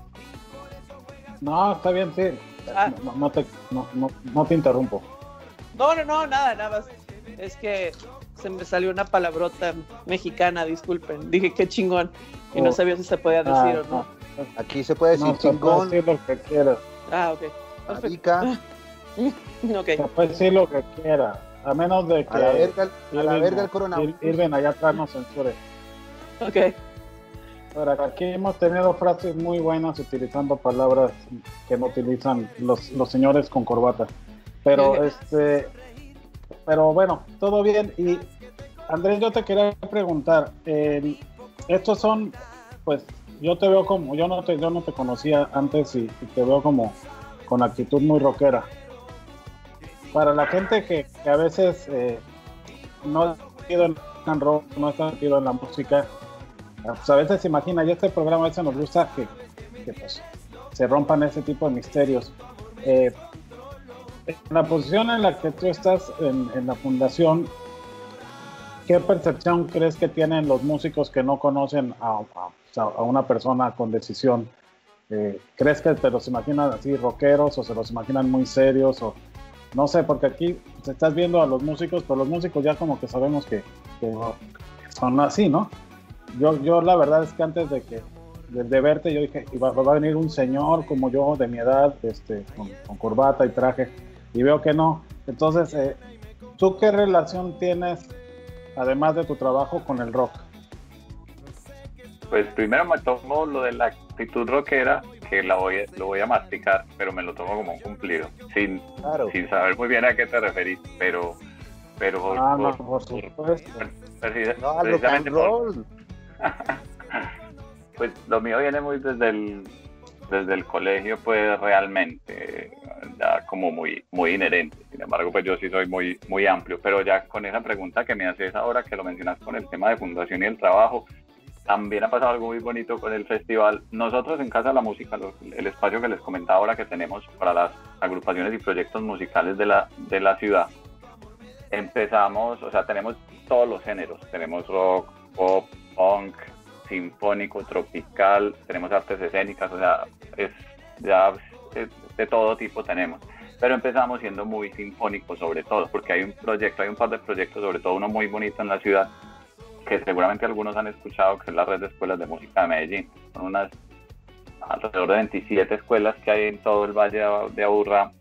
no, está bien, sí. Ah. No te interrumpo. No, nada más. Es que se me salió una palabrota mexicana, disculpen. Dije qué chingón. Y no sabía si se podía decir o no. Aquí se puede decir No, se puede chingón, decir lo que quieras. Ok. Perfecto. marica, Ok. Se puede decir lo que quiera. A menos de que a la verga el coronavirus. Irving allá atrás nos censure. Ok. Pero aquí hemos tenido frases muy buenas utilizando palabras que no utilizan los señores con corbata. Pero pero bueno, todo bien. Y Andrés, yo te quería preguntar, estos son, pues, yo te veo como, yo no te conocía antes y te veo como con actitud muy rockera. Para la gente que a veces no ha metido en el rock, no está metido en la música, pues a veces se imagina, y este programa a veces nos gusta que pues, se rompan ese tipo de misterios. En la posición en la que tú estás en la fundación, ¿qué percepción crees que tienen los músicos que no conocen a una persona con decisión? ¿Crees que te los imaginan así rockeros o se los imaginan muy serios? O no sé, porque aquí te estás viendo a los músicos, pero los músicos ya como que sabemos que son así, ¿no? Yo la verdad es que antes de verte yo dije, va a venir un señor como yo de mi edad, con corbata y traje, y veo que no. Entonces, ¿tú qué relación tienes, además de tu trabajo, con el rock? Pues primero me tomo lo de la actitud rockera, que lo voy a masticar, pero me lo tomo como un cumplido, sin saber muy bien a qué te referís, pero no, por supuesto. Precisamente pues lo mío viene muy desde el colegio, pues realmente ya como muy inherente. Sin embargo, pues yo sí soy muy, muy amplio, pero ya con esa pregunta que me haces ahora, que lo mencionas con el tema de fundación y el trabajo, también ha pasado algo muy bonito con el festival. Nosotros en Casa de la Música, el espacio que les comentaba ahora que tenemos para las agrupaciones y proyectos musicales de la ciudad, empezamos, o sea, tenemos todos los géneros, tenemos rock, pop, punk, sinfónico, tropical, tenemos artes escénicas, o sea, de todo tipo tenemos. Pero empezamos siendo muy sinfónicos sobre todo, porque hay un par de proyectos, sobre todo uno muy bonito en la ciudad, que seguramente algunos han escuchado, que es la red de escuelas de música de Medellín. Son alrededor de 27 escuelas que hay en todo el Valle de Aburrá,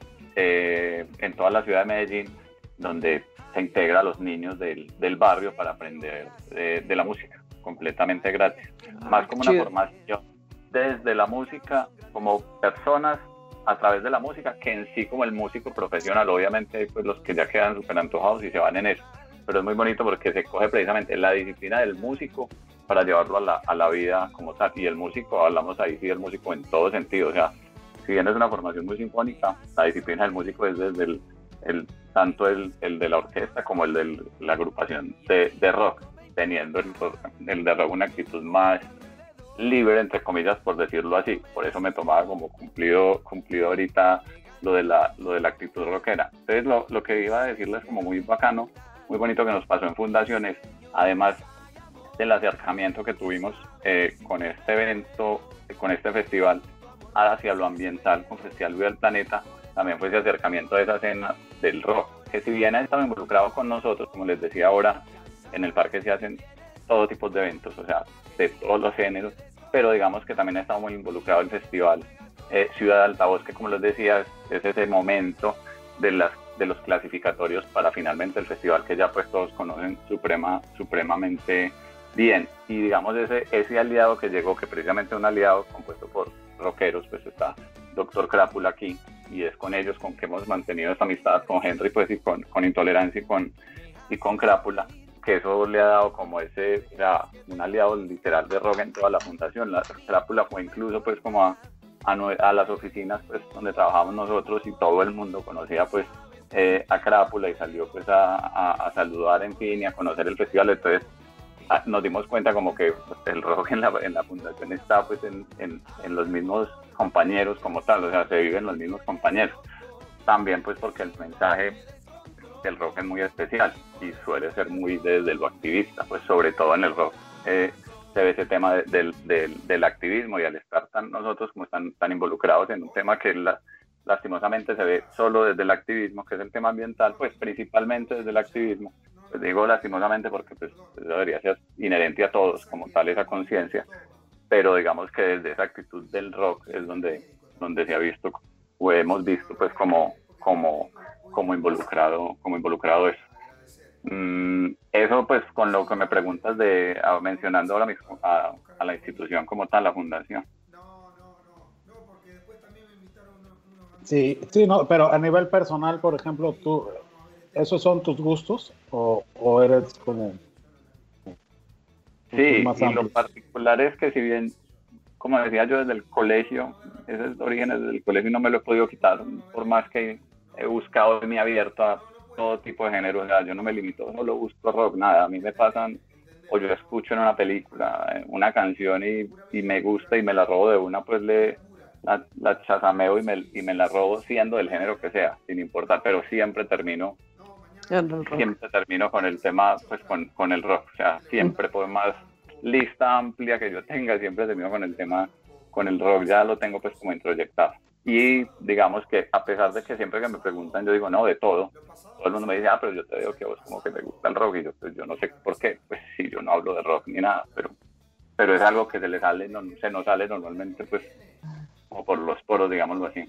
en toda la ciudad de Medellín, donde se integra a los niños del barrio para aprender de la música, completamente gratis. Más como una formación desde la música, como personas a través de la música, que en sí como el músico profesional. Obviamente pues los que ya quedan súper antojados y se van en eso, pero es muy bonito porque se coge precisamente la disciplina del músico para llevarlo a la vida como tal. Y el músico, hablamos ahí sí del músico en todo sentido, o sea, si bien es una formación muy sinfónica, la disciplina del músico es desde tanto el de la orquesta como el de la agrupación de rock, teniendo el de rock una actitud más libre, entre comillas, por decirlo así. Por eso me tomaba como cumplido ahorita lo de la actitud rockera. Entonces lo que iba a decirles como muy bacano, muy bonito que nos pasó en Fundaciones, además del acercamiento que tuvimos con este evento, con este festival hacia lo ambiental, con Festival Viva el Planeta, también fue ese acercamiento a esa escena del rock, que si bien ha estado involucrado con nosotros, como les decía ahora, en el parque se hacen todo tipo de eventos, o sea, de todos los géneros, pero digamos que también ha estado muy involucrado el festival Ciudad de Altavoz, que como les decía, es ese momento de los clasificatorios para finalmente el festival que ya pues todos conocen supremamente bien. Y digamos ese aliado que llegó, que precisamente un aliado compuesto por rockeros, pues está Dr. Crápula aquí, y es con ellos con que hemos mantenido esta amistad con Henry, pues, y con Intolerancia y con Crápula, que eso le ha dado como un aliado literal de rock en toda la fundación. La Crápula fue incluso pues como a las oficinas pues donde trabajamos nosotros, y todo el mundo conocía pues a Crápula, y salió pues a saludar, en fin, y a conocer el festival. Entonces nos dimos cuenta como que el rock en la fundación está pues en los mismos compañeros como tal, o sea, se viven los mismos compañeros. También pues porque el mensaje del rock es muy especial y suele ser muy desde lo activista, pues sobre todo en el rock se ve ese tema del activismo, y al estar nosotros como tan involucrados en un tema que lastimosamente se ve solo desde el activismo, que es el tema ambiental, pues principalmente desde el activismo. Pues digo lastimosamente porque pues debería ser inherente a todos como tal esa conciencia, pero digamos que desde esa actitud del rock es donde se ha visto o hemos visto pues como involucrado eso. Eso pues con lo que me preguntas mencionando ahora mismo a la institución como tal, la fundación. Sí, no, pero a nivel personal, por ejemplo, tú, ¿esos son tus gustos o eres como... Sí, y lo particular es que si bien, como decía yo, desde el colegio, esos orígenes del colegio no me lo he podido quitar, por más que he buscado y me he abierto a todo tipo de género. O sea, yo no me limito, solo busco rock, nada. A mí me pasan, o yo escucho en una película una canción y me gusta y me la robo de una, pues la chazameo y me la robo, siendo del género que sea, sin importar, pero siempre termino con el tema, pues con el rock. O sea, siempre por más lista amplia que yo tenga, siempre termino con el tema, con el rock, ya lo tengo pues como introyectado. Y digamos que a pesar de que siempre que me preguntan yo digo no, de todo el mundo me dice, pero yo te veo que vos como que me gusta el rock, y yo no sé por qué, pues sí, yo no hablo de rock ni nada, pero es algo que se nos sale normalmente pues como por los poros, digámoslo así.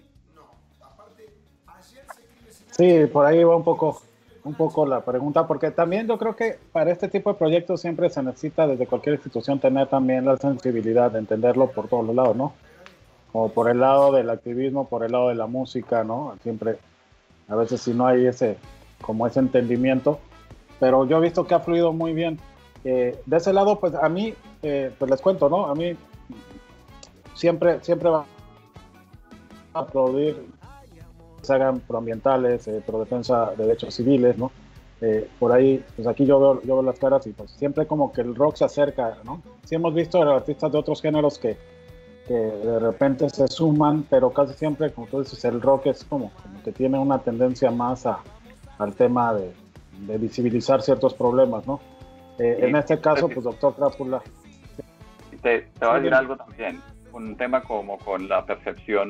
Sí, por ahí va un poco la pregunta, porque también yo creo que para este tipo de proyectos siempre se necesita desde cualquier institución tener también la sensibilidad de entenderlo por todos los lados, ¿no? Como por el lado del activismo, por el lado de la música, ¿no? Siempre, a veces si no hay ese entendimiento, pero yo he visto que ha fluido muy bien. De ese lado, pues a mí, pues les cuento, ¿no? A mí siempre va a aplaudir se hagan proambientales, pro defensa de derechos civiles, ¿no? Por ahí, pues aquí yo veo las caras y pues siempre como que el rock se acerca, ¿no? Sí hemos visto artistas de otros géneros que de repente se suman, pero casi siempre, como tú dices, el rock es como que tiene una tendencia más al tema de visibilizar ciertos problemas, ¿no? En este caso, pues doctor Crápula. Te voy a decir algo también, un tema como con la percepción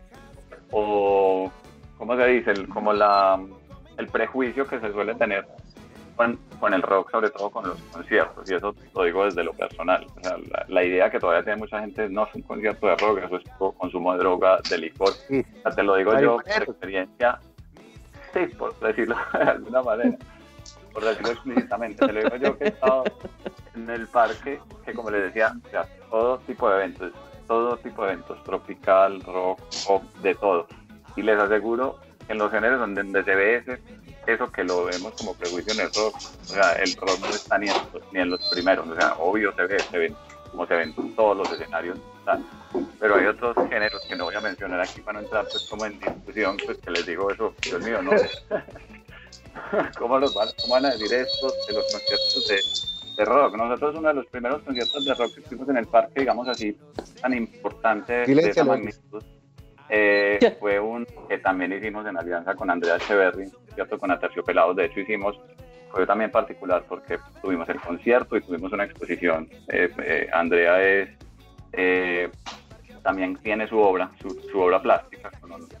o ¿cómo se dice? El prejuicio que se suele tener con el rock, sobre todo con los conciertos, y eso lo digo desde lo personal. O sea, la idea que todavía tiene mucha gente es no es un concierto de rock, eso es consumo de droga, de licor. Sí. O sea, te lo digo yo por experiencia, sí, por decirlo de alguna manera, por decirlo explícitamente. Te lo digo yo que he estado en el parque, que como les decía, o sea, todo tipo de eventos, tropical, rock, pop, de todo. Y les aseguro en los géneros donde se ve eso que lo vemos como prejuicio en el rock, o sea, el rock no está ni en los primeros, o sea, obvio se ven como se ven todos los escenarios, ¿sabes? Pero hay otros géneros que no voy a mencionar aquí para no entrar pues como en discusión, pues que les digo eso, Dios mío, no ¿cómo van a decir esto de los conciertos de rock? Nosotros uno de los primeros conciertos de rock que estuvimos en el parque, digamos así, tan importante de esa magnitud, fue un que también hicimos en alianza con Andrea Echeverry, ¿cierto? Con Aterciopelados. De hecho fue también particular porque tuvimos el concierto y tuvimos una exposición. Andrea también tiene su obra plástica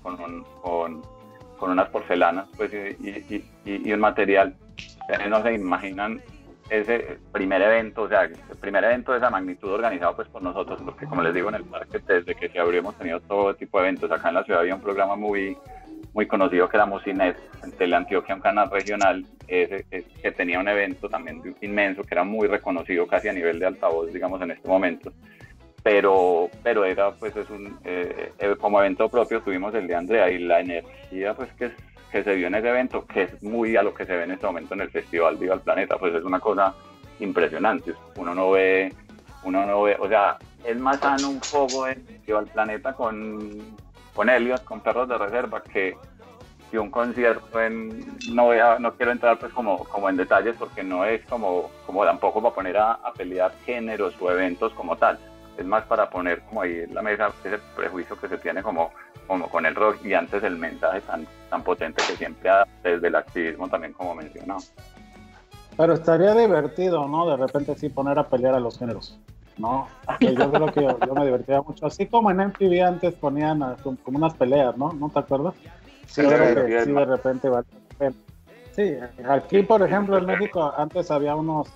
con unas porcelanas pues, y un material. Ustedes no se imaginan ese primer evento, o sea, el primer evento de esa magnitud organizado pues por nosotros, porque como les digo en el parque, desde que se abrió hemos tenido todo tipo de eventos. Acá en la ciudad había un programa muy conocido que era Mocinet, en Teleantioquia, un canal regional, que tenía un evento también inmenso, que era muy reconocido casi a nivel de altavoz, digamos, en este momento. Pero era pues como evento propio tuvimos el de Andrea, y la energía pues que se vio en ese evento, que es muy a lo que se ve en este momento en el Festival Viva el Planeta, pues es una cosa impresionante. Uno no ve, o sea, es más sano un poco en Viva el Planeta con Elliot, con Perros de Reserva, que un concierto no quiero entrar pues como en detalles, porque no es como tampoco para poner a pelear géneros o eventos como tal. Es más para poner como ahí en la mesa ese prejuicio que se tiene como con el rock, y antes el mensaje tan potente que siempre da desde el activismo también, como mencionaba. Pero estaría divertido, ¿no? De repente sí poner a pelear a los géneros, ¿no? Que yo creo que yo me divertía mucho. Así como en MTV antes ponían como unas peleas, ¿no? ¿No te acuerdas? Sí, yo creo que sí, de repente va a tener. Sí, aquí por ejemplo en México antes había unos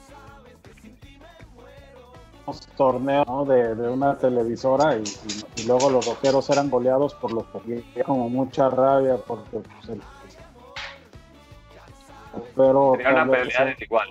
torneos, ¿no? de una televisora y luego los rockeros eran goleados por los que como mucha rabia porque pues, pero sería una pelea desigual.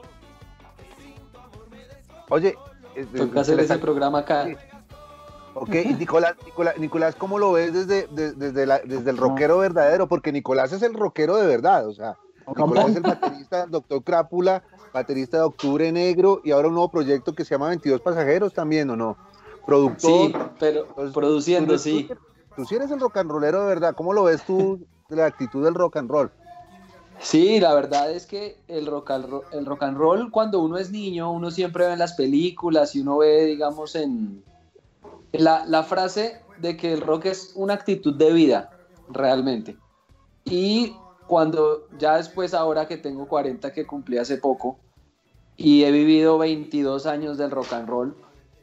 Oye, toca hacer ese programa acá. Ok, Nicolás, ¿cómo lo ves desde el rockero verdadero? Porque Nicolás es el rockero de verdad, o sea, Nicolás es el baterista del Doctor Crápula, baterista de Octubre Negro, y ahora un nuvo proyecto que se llama 22 Pasajeros también, ¿o no? Productor. Sí, pero produciendo, sí. Tú sí eres el rock and rollero de verdad. ¿Cómo lo ves tú, la actitud del rock and roll? Sí, la verdad es que el rock and roll, cuando uno es niño, uno siempre ve en las películas y uno ve, digamos, en la frase de que el rock es una actitud de vida, realmente. Y cuando ya después, ahora que tengo 40, que cumplí hace poco, y he vivido 22 años del rock and roll,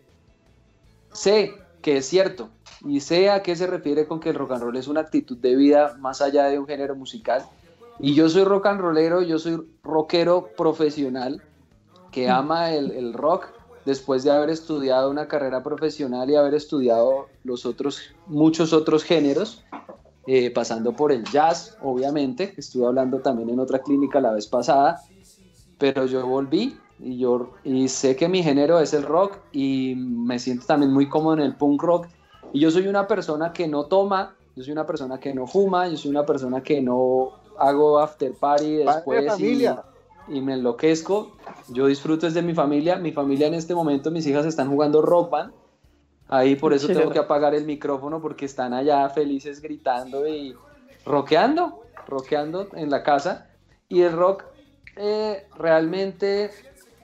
sé que es cierto, y sé a qué se refiere con que el rock and roll es una actitud de vida más allá de un género musical. Y yo soy rock and rollero, yo soy rockero profesional que ama el rock, después de haber estudiado una carrera profesional y haber estudiado muchos otros géneros, pasando por el jazz, obviamente, que estuve hablando también en otra clínica la vez pasada, pero yo volví y sé que mi género es el rock, y me siento también muy cómodo en el punk rock, y yo soy una persona que no toma, yo soy una persona que no fuma, yo soy una persona que no hago after party después y me enloquezco. Yo disfruto desde mi familia en este momento, mis hijas están jugando Rock Band, ahí por eso tengo que apagar el micrófono porque están allá felices gritando y rockeando en la casa. Y el rock realmente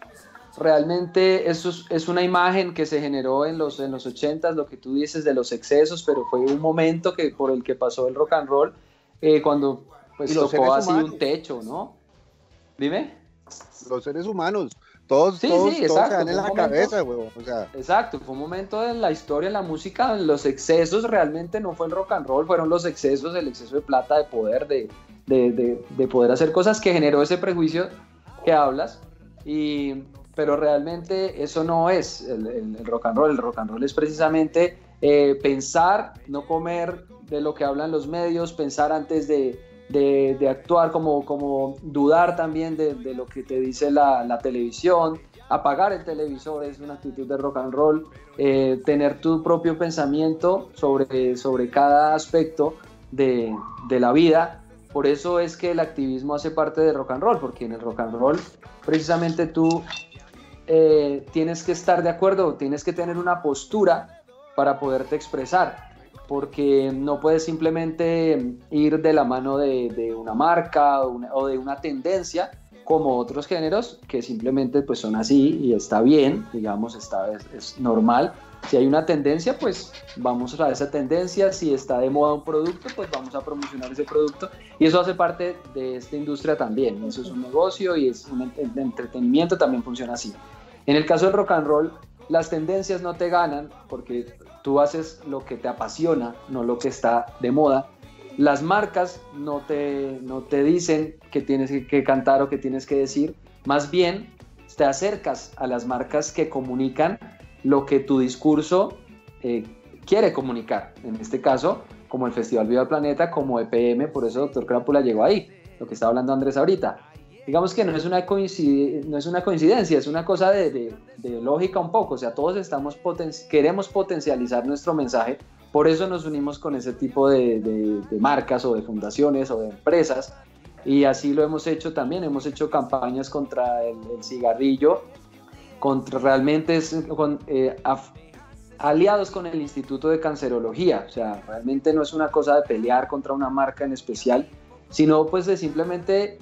eso es una imagen que se generó en los 80s, lo que tú dices de los excesos, pero fue un momento por el que pasó el rock and roll, cuando pues tocó así un techo, ¿no? Dime. Los seres humanos, todos se dan en la cabeza, huevón. O sea. Exacto, fue un momento en la historia, en la música, en los excesos. Realmente no fue el rock and roll, fueron los excesos, el exceso de plata, de poder, de poder hacer cosas que generó ese prejuicio que hablas. Pero realmente eso no es el rock and roll. El rock and roll es precisamente pensar, no comer de lo que hablan los medios, pensar antes de actuar, como dudar también de lo que te dice la televisión, apagar el televisor es una actitud de rock and roll, tener tu propio pensamiento sobre cada aspecto de la vida. Por eso es que el activismo hace parte del rock and roll, porque en el rock and roll precisamente tú tienes que estar de acuerdo, tienes que tener una postura para poderte expresar, porque no puedes simplemente ir de la mano de una marca o de una tendencia como otros géneros que simplemente pues son así y está bien, digamos, es normal. Si hay una tendencia, pues vamos a esa tendencia. Si está de moda un producto, pues vamos a promocionar ese producto. Y eso hace parte de esta industria también. Eso es un negocio y es un entretenimiento, también funciona así. En el caso del rock and roll, las tendencias no te ganan porque tú haces lo que te apasiona, no lo que está de moda. Las marcas no te dicen que tienes que cantar o que tienes que decir. Más bien, te acercas a las marcas que comunican lo que tu discurso quiere comunicar. En este caso, como el Festival Viva el Planeta, como EPM, por eso Dr. Crápula llegó ahí, lo que estaba hablando Andrés ahorita. Digamos que no es una coincidencia, es una cosa de lógica un poco. O sea, todos queremos potencializar nuestro mensaje, por eso nos unimos con ese tipo de marcas o de fundaciones o de empresas, y así lo hemos hecho también. Hemos hecho campañas contra el cigarrillo, aliados con el Instituto de Cancerología. O sea, realmente no es una cosa de pelear contra una marca en especial, sino pues de simplemente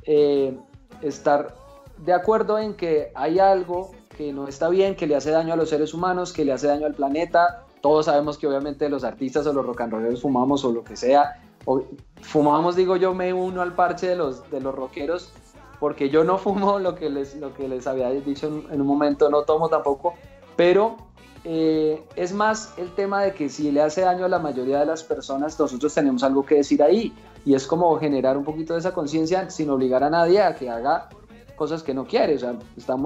estar de acuerdo en que hay algo que no está bien, que le hace daño a los seres humanos, que le hace daño al planeta. Todos sabemos que obviamente los artistas o los rock and rolleros fumamos o lo que sea, fumamos, digo yo, me uno al parche de los rockeros, porque yo no fumo, lo que les había dicho en un momento, no tomo tampoco, pero es más el tema de que si le hace daño a la mayoría de las personas, nosotros tenemos algo que decir ahí, y es como generar un poquito de esa conciencia sin obligar a nadie a que haga cosas que no quiere. O sea,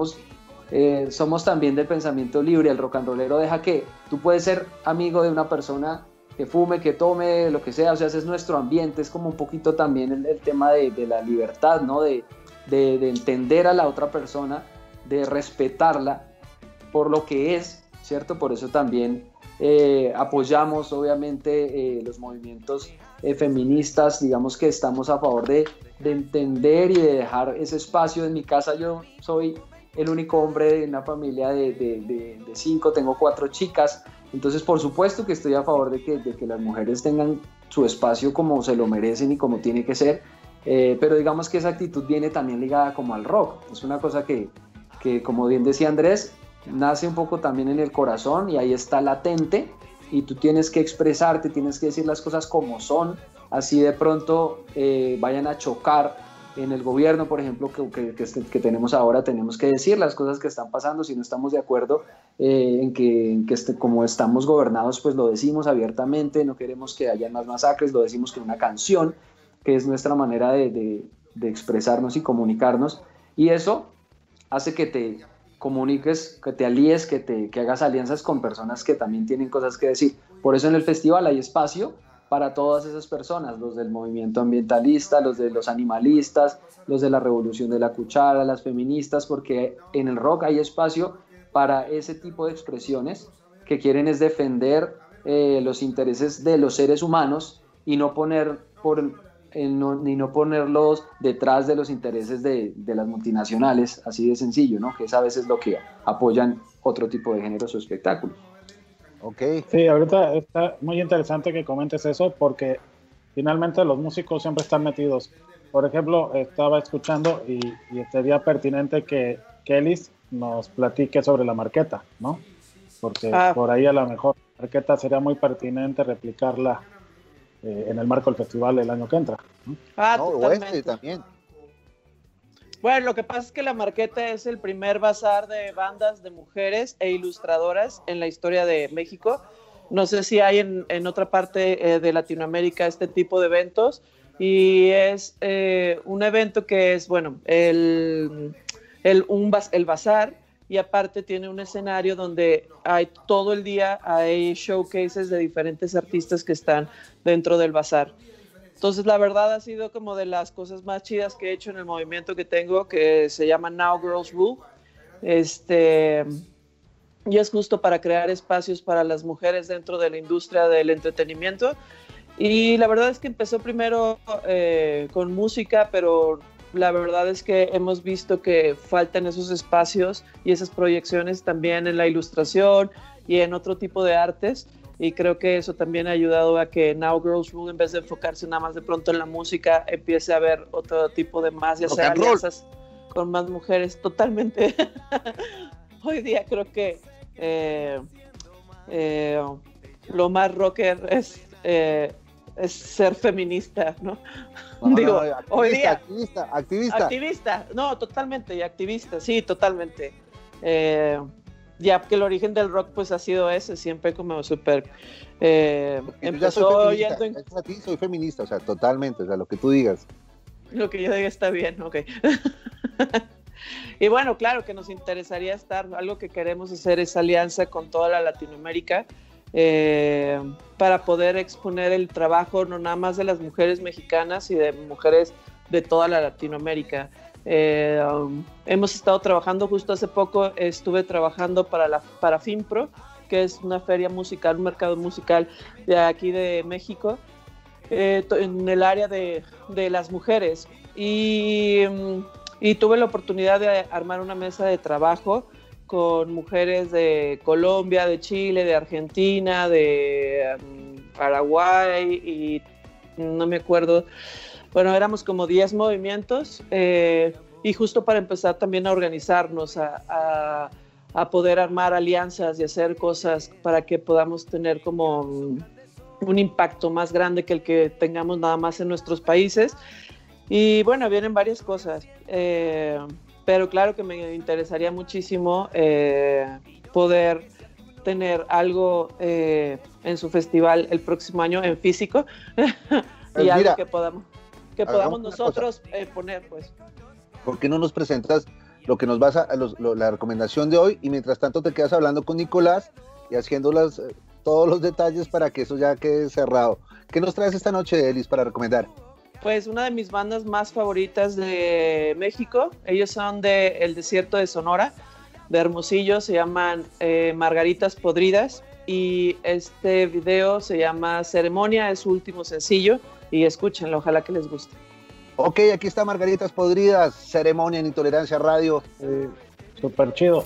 somos también del pensamiento libre. El rock and rollero deja que tú puedes ser amigo de una persona que fume, que tome, lo que sea. O sea, ese es nuestro ambiente. Es como un poquito también el tema de la libertad, ¿no? De entender a la otra persona, de respetarla por lo que es, ¿cierto? Por eso también apoyamos obviamente los movimientos feministas. Digamos que estamos a favor de entender y de dejar ese espacio. En mi casa yo soy el único hombre de una familia de 5, tengo 4 chicas, entonces por supuesto que estoy a favor de que las mujeres tengan su espacio como se lo merecen y como tiene que ser, pero digamos que esa actitud viene también ligada como al rock. Es una cosa que como bien decía Andrés, nace un poco también en el corazón y ahí está latente, y tú tienes que expresarte, tienes que decir las cosas como son, así de pronto vayan a chocar en el gobierno, por ejemplo, que tenemos ahora. Tenemos que decir las cosas que están pasando. Si no estamos de acuerdo en que como estamos gobernados, pues lo decimos abiertamente. No queremos que haya más masacres, lo decimos con una canción, que es nuestra manera de expresarnos y comunicarnos, y eso hace que te comuniques, que te alíes, que hagas alianzas con personas que también tienen cosas que decir. Por eso en el festival hay espacio para todas esas personas, los del movimiento ambientalista, los de los animalistas, los de la revolución de la cuchara, las feministas, porque en el rock hay espacio para ese tipo de expresiones que quieren es defender los intereses de los seres humanos y no ponerlos detrás de los intereses de las multinacionales, así de sencillo, ¿no? Que es a veces lo que apoyan otro tipo de géneros o espectáculos. Okay. Sí, ahorita está muy interesante que comentes eso, porque finalmente los músicos siempre están metidos. Por ejemplo, estaba escuchando y sería pertinente que Kelis nos platique sobre la Marqueta, ¿no? Porque por ahí a lo mejor la Marqueta sería muy pertinente replicarla en el marco del festival el año que entra, ¿no? Oeste también. Bueno, lo que pasa es que la Marqueta es el primer bazar de bandas de mujeres e ilustradoras en la historia de México. No sé si hay en otra parte de Latinoamérica este tipo de eventos, y es un evento que es, bueno, el bazar, y aparte tiene un escenario donde hay todo el día, hay showcases de diferentes artistas que están dentro del bazar. Entonces, la verdad ha sido como de las cosas más chidas que he hecho en el movimiento que tengo, que se llama Now Girls Rule. Y es justo para crear espacios para las mujeres dentro de la industria del entretenimiento. Y la verdad es que empezó primero con música, pero la verdad es que hemos visto que faltan esos espacios y esas proyecciones también en la ilustración y en otro tipo de artes. Y creo que eso también ha ayudado a que Now Girls Rule, en vez de enfocarse nada más de pronto en la música, empiece a haber otro tipo de más, ya sea alianzas con más mujeres. Totalmente. Hoy día creo que lo más rocker es ser feminista, ¿no? Digo, activista, hoy día. Activista. No, totalmente, y activista, sí, totalmente. Ya que el origen del rock pues ha sido ese, siempre como súper empezó yendo en... Soy feminista, o sea, totalmente, o sea, lo que tú digas. Lo que yo diga está bien, ok. Y bueno, claro que nos interesaría algo que queremos hacer es alianza con toda la Latinoamérica para poder exponer el trabajo no nada más de las mujeres mexicanas y de mujeres de toda la Latinoamérica. Hemos estado trabajando, justo hace poco estuve trabajando para FinPro, que es una feria musical, un mercado musical de aquí de México, en el área de las mujeres, y tuve la oportunidad de armar una mesa de trabajo con mujeres de Colombia, de Chile, de Argentina, de Paraguay y no me acuerdo. Bueno, éramos como 10 movimientos y justo para empezar también a organizarnos, a poder armar alianzas y hacer cosas para que podamos tener como un impacto más grande que el que tengamos nada más en nuestros países. Y bueno, vienen varias cosas, pero claro que me interesaría muchísimo poder tener algo en su festival el próximo año en físico y algo que podamos nosotros poner, pues. ¿Por qué no nos presentas lo que nos vas la recomendación de hoy, y mientras tanto te quedas hablando con Nicolás y haciendo todos los detalles para que eso ya quede cerrado? ¿Qué nos traes esta noche, Elis, para recomendar? Pues una de mis bandas más favoritas de México, ellos son del desierto de Sonora, de Hermosillo, se llaman Margaritas Podridas, y este video se llama Ceremonia, es su último sencillo, y escúchenlo, ojalá que les guste. Ok, aquí está Margaritas Podridas, Ceremonia en Intolerancia Radio. Súper chido.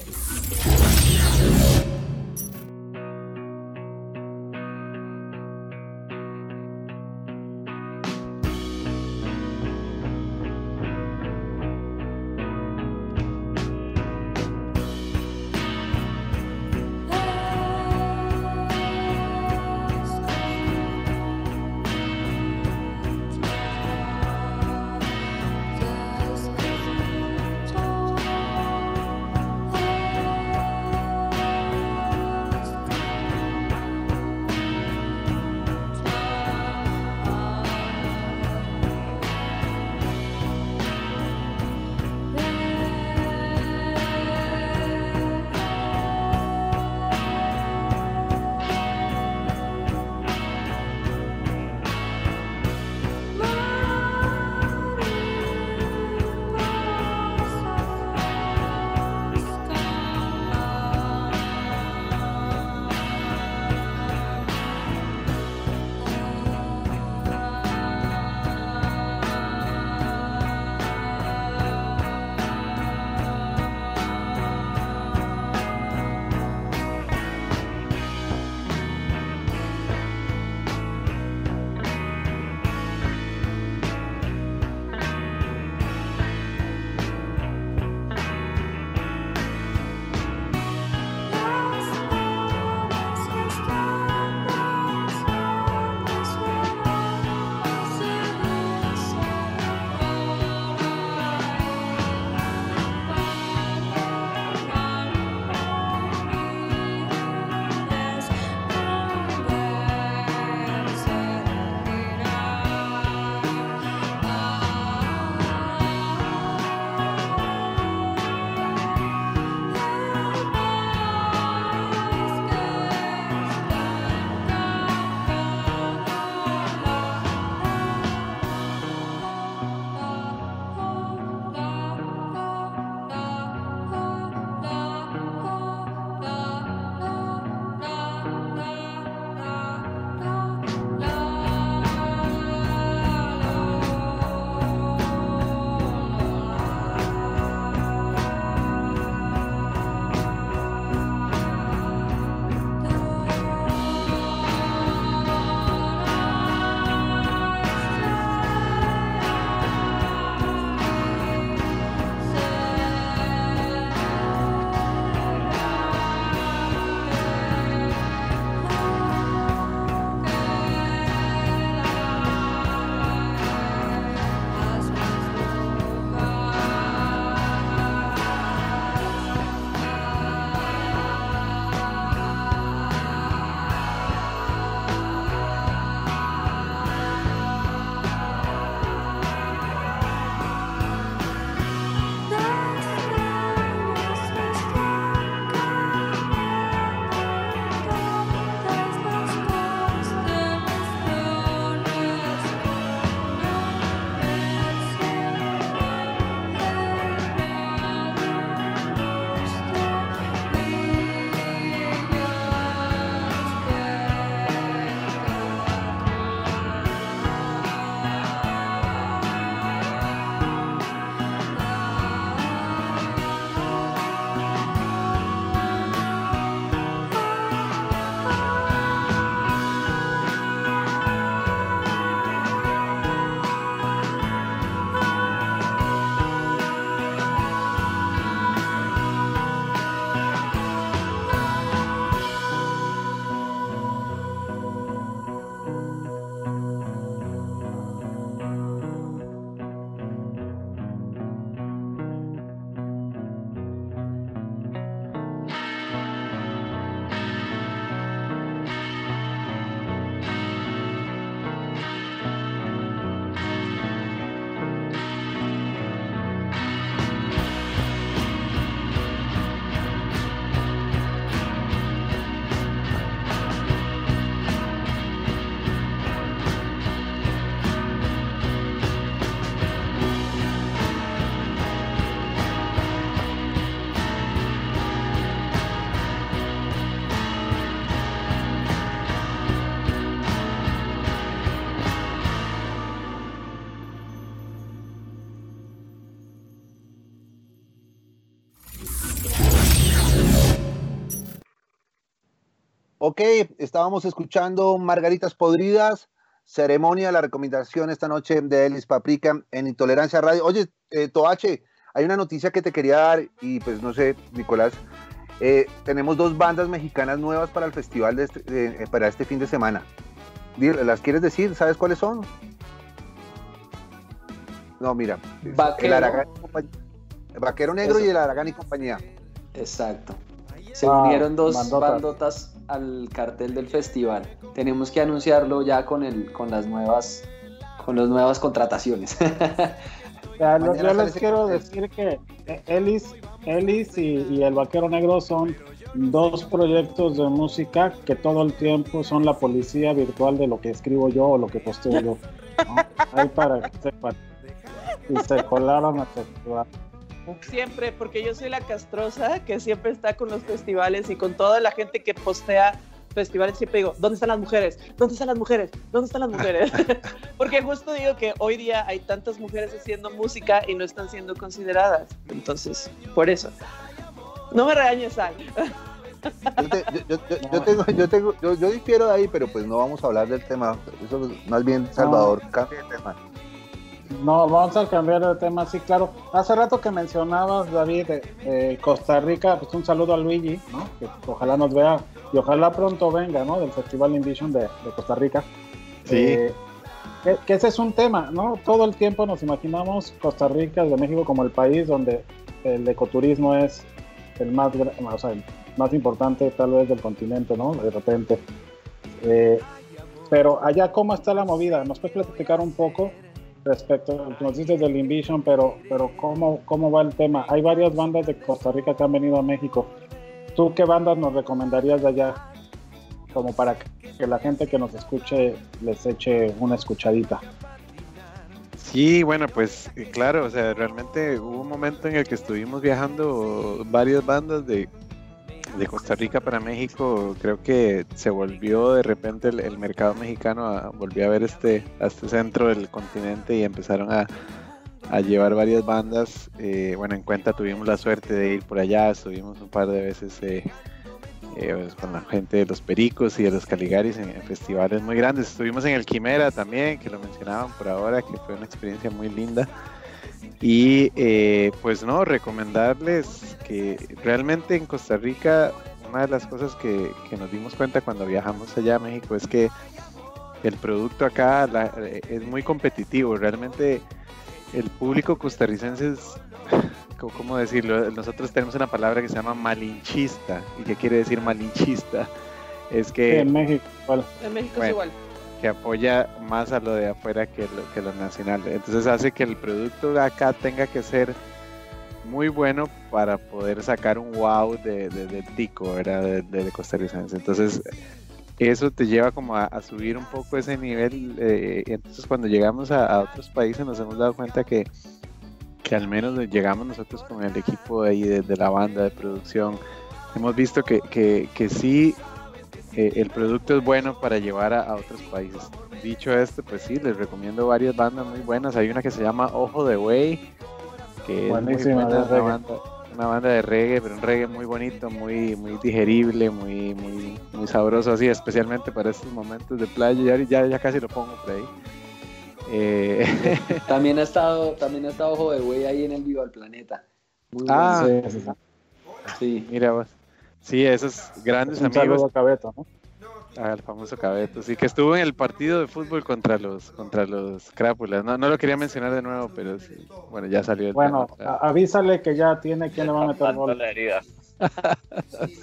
Ok, estábamos escuchando Margaritas Podridas, Ceremonia, la recomendación esta noche de Elis Paprika en Intolerancia Radio. Oye, Toache, hay una noticia que te quería dar y pues no sé, Nicolás, tenemos 2 bandas mexicanas nuevas para el festival para este fin de semana. ¿Las quieres decir? ¿Sabes cuáles son? No, mira. Vaquero Negro. Eso. Y el Aragán y compañía. Exacto. Se unieron 2 bandotas al cartel del festival. Tenemos que anunciarlo ya con las nuevas contrataciones. Yo les quiero decir que Elis y el Vaquero Negro son 2 proyectos de música que todo el tiempo son la policía virtual de lo que escribo yo o lo que posteo yo, ¿no? Ahí para que sepan. Y se colaron a festival. Siempre, porque yo soy la castrosa que siempre está con los festivales y con toda la gente que postea festivales. Siempre digo, ¿dónde están las mujeres? ¿Dónde están las mujeres? ¿Dónde están las mujeres? Porque justo digo que hoy día hay tantas mujeres haciendo música y no están siendo consideradas. Entonces, por eso. No me regañes, Sai. Yo difiero de ahí, pero pues no vamos a hablar del tema. Eso más bien, Salvador, cambia de tema. No, vamos a cambiar de tema, sí, claro. Hace rato que mencionabas, David, Costa Rica, pues un saludo a Luigi, ¿no? Que ojalá nos vea y ojalá pronto venga, ¿no? Del Festival Invision de Costa Rica. Sí. Que ese es un tema, ¿no? Todo el tiempo nos imaginamos Costa Rica de México como el país donde el ecoturismo es el más importante tal vez del continente, ¿no? De repente. Pero allá, ¿cómo está la movida? ¿Nos puedes platicar un poco respecto a lo que nos dices del Invision, pero ¿cómo va el tema? Hay varias bandas de Costa Rica que han venido a México. ¿Tú qué bandas nos recomendarías de allá? Como para que la gente que nos escuche les eche una escuchadita. Sí, bueno, pues claro, o sea, realmente hubo un momento en el que estuvimos viajando varias bandas de Costa Rica para México. Creo que se volvió de repente el mercado mexicano, volvió a ver este centro del continente y empezaron a llevar varias bandas. Bueno, en Cuenta tuvimos la suerte de ir por allá, estuvimos un par de veces pues, con la gente de los Pericos y de los Caligaris en festivales muy grandes. Estuvimos en el Quimera también, que lo mencionaban por ahora, que fue una experiencia muy linda. Y pues no, recomendarles que realmente en Costa Rica una de las cosas que nos dimos cuenta cuando viajamos allá a México es que el producto acá es muy competitivo. Realmente el público costarricense es, ¿cómo decirlo? Nosotros tenemos una palabra que se llama malinchista. ¿Y qué quiere decir malinchista? Es que sí, en México es igual. Que apoya más a lo de afuera que lo nacional. Entonces hace que el producto de acá tenga que ser muy bueno para poder sacar un wow de tico, ¿verdad? De costarricense. Entonces eso te lleva como a subir un poco ese nivel. Entonces cuando llegamos a otros países nos hemos dado cuenta que al menos llegamos nosotros con el equipo de ahí de la banda de producción. Hemos visto que sí, el producto es bueno para llevar a otros países. Dicho esto, pues sí, les recomiendo varias bandas muy buenas. Hay una que se llama Ojo de Buey, que buenísima, es muy buena, una banda de reggae, pero un reggae muy bonito, muy digerible, muy sabroso, así, especialmente para estos momentos de playa. Ya casi lo pongo por ahí. También ha estado Ojo de Buey ahí en el Viva el Planeta. Muy bueno. Sí, mira vos. Sí, esos grandes un amigos. Saludo a Cabeto, ¿no? El famoso Cabeto, sí, que estuvo en el partido de fútbol contra los Crápulas. No lo quería mencionar de nuevo, pero sí, bueno, ya salió el tema. Bueno, avísale que ya tiene quien le va a meter gol. Sí.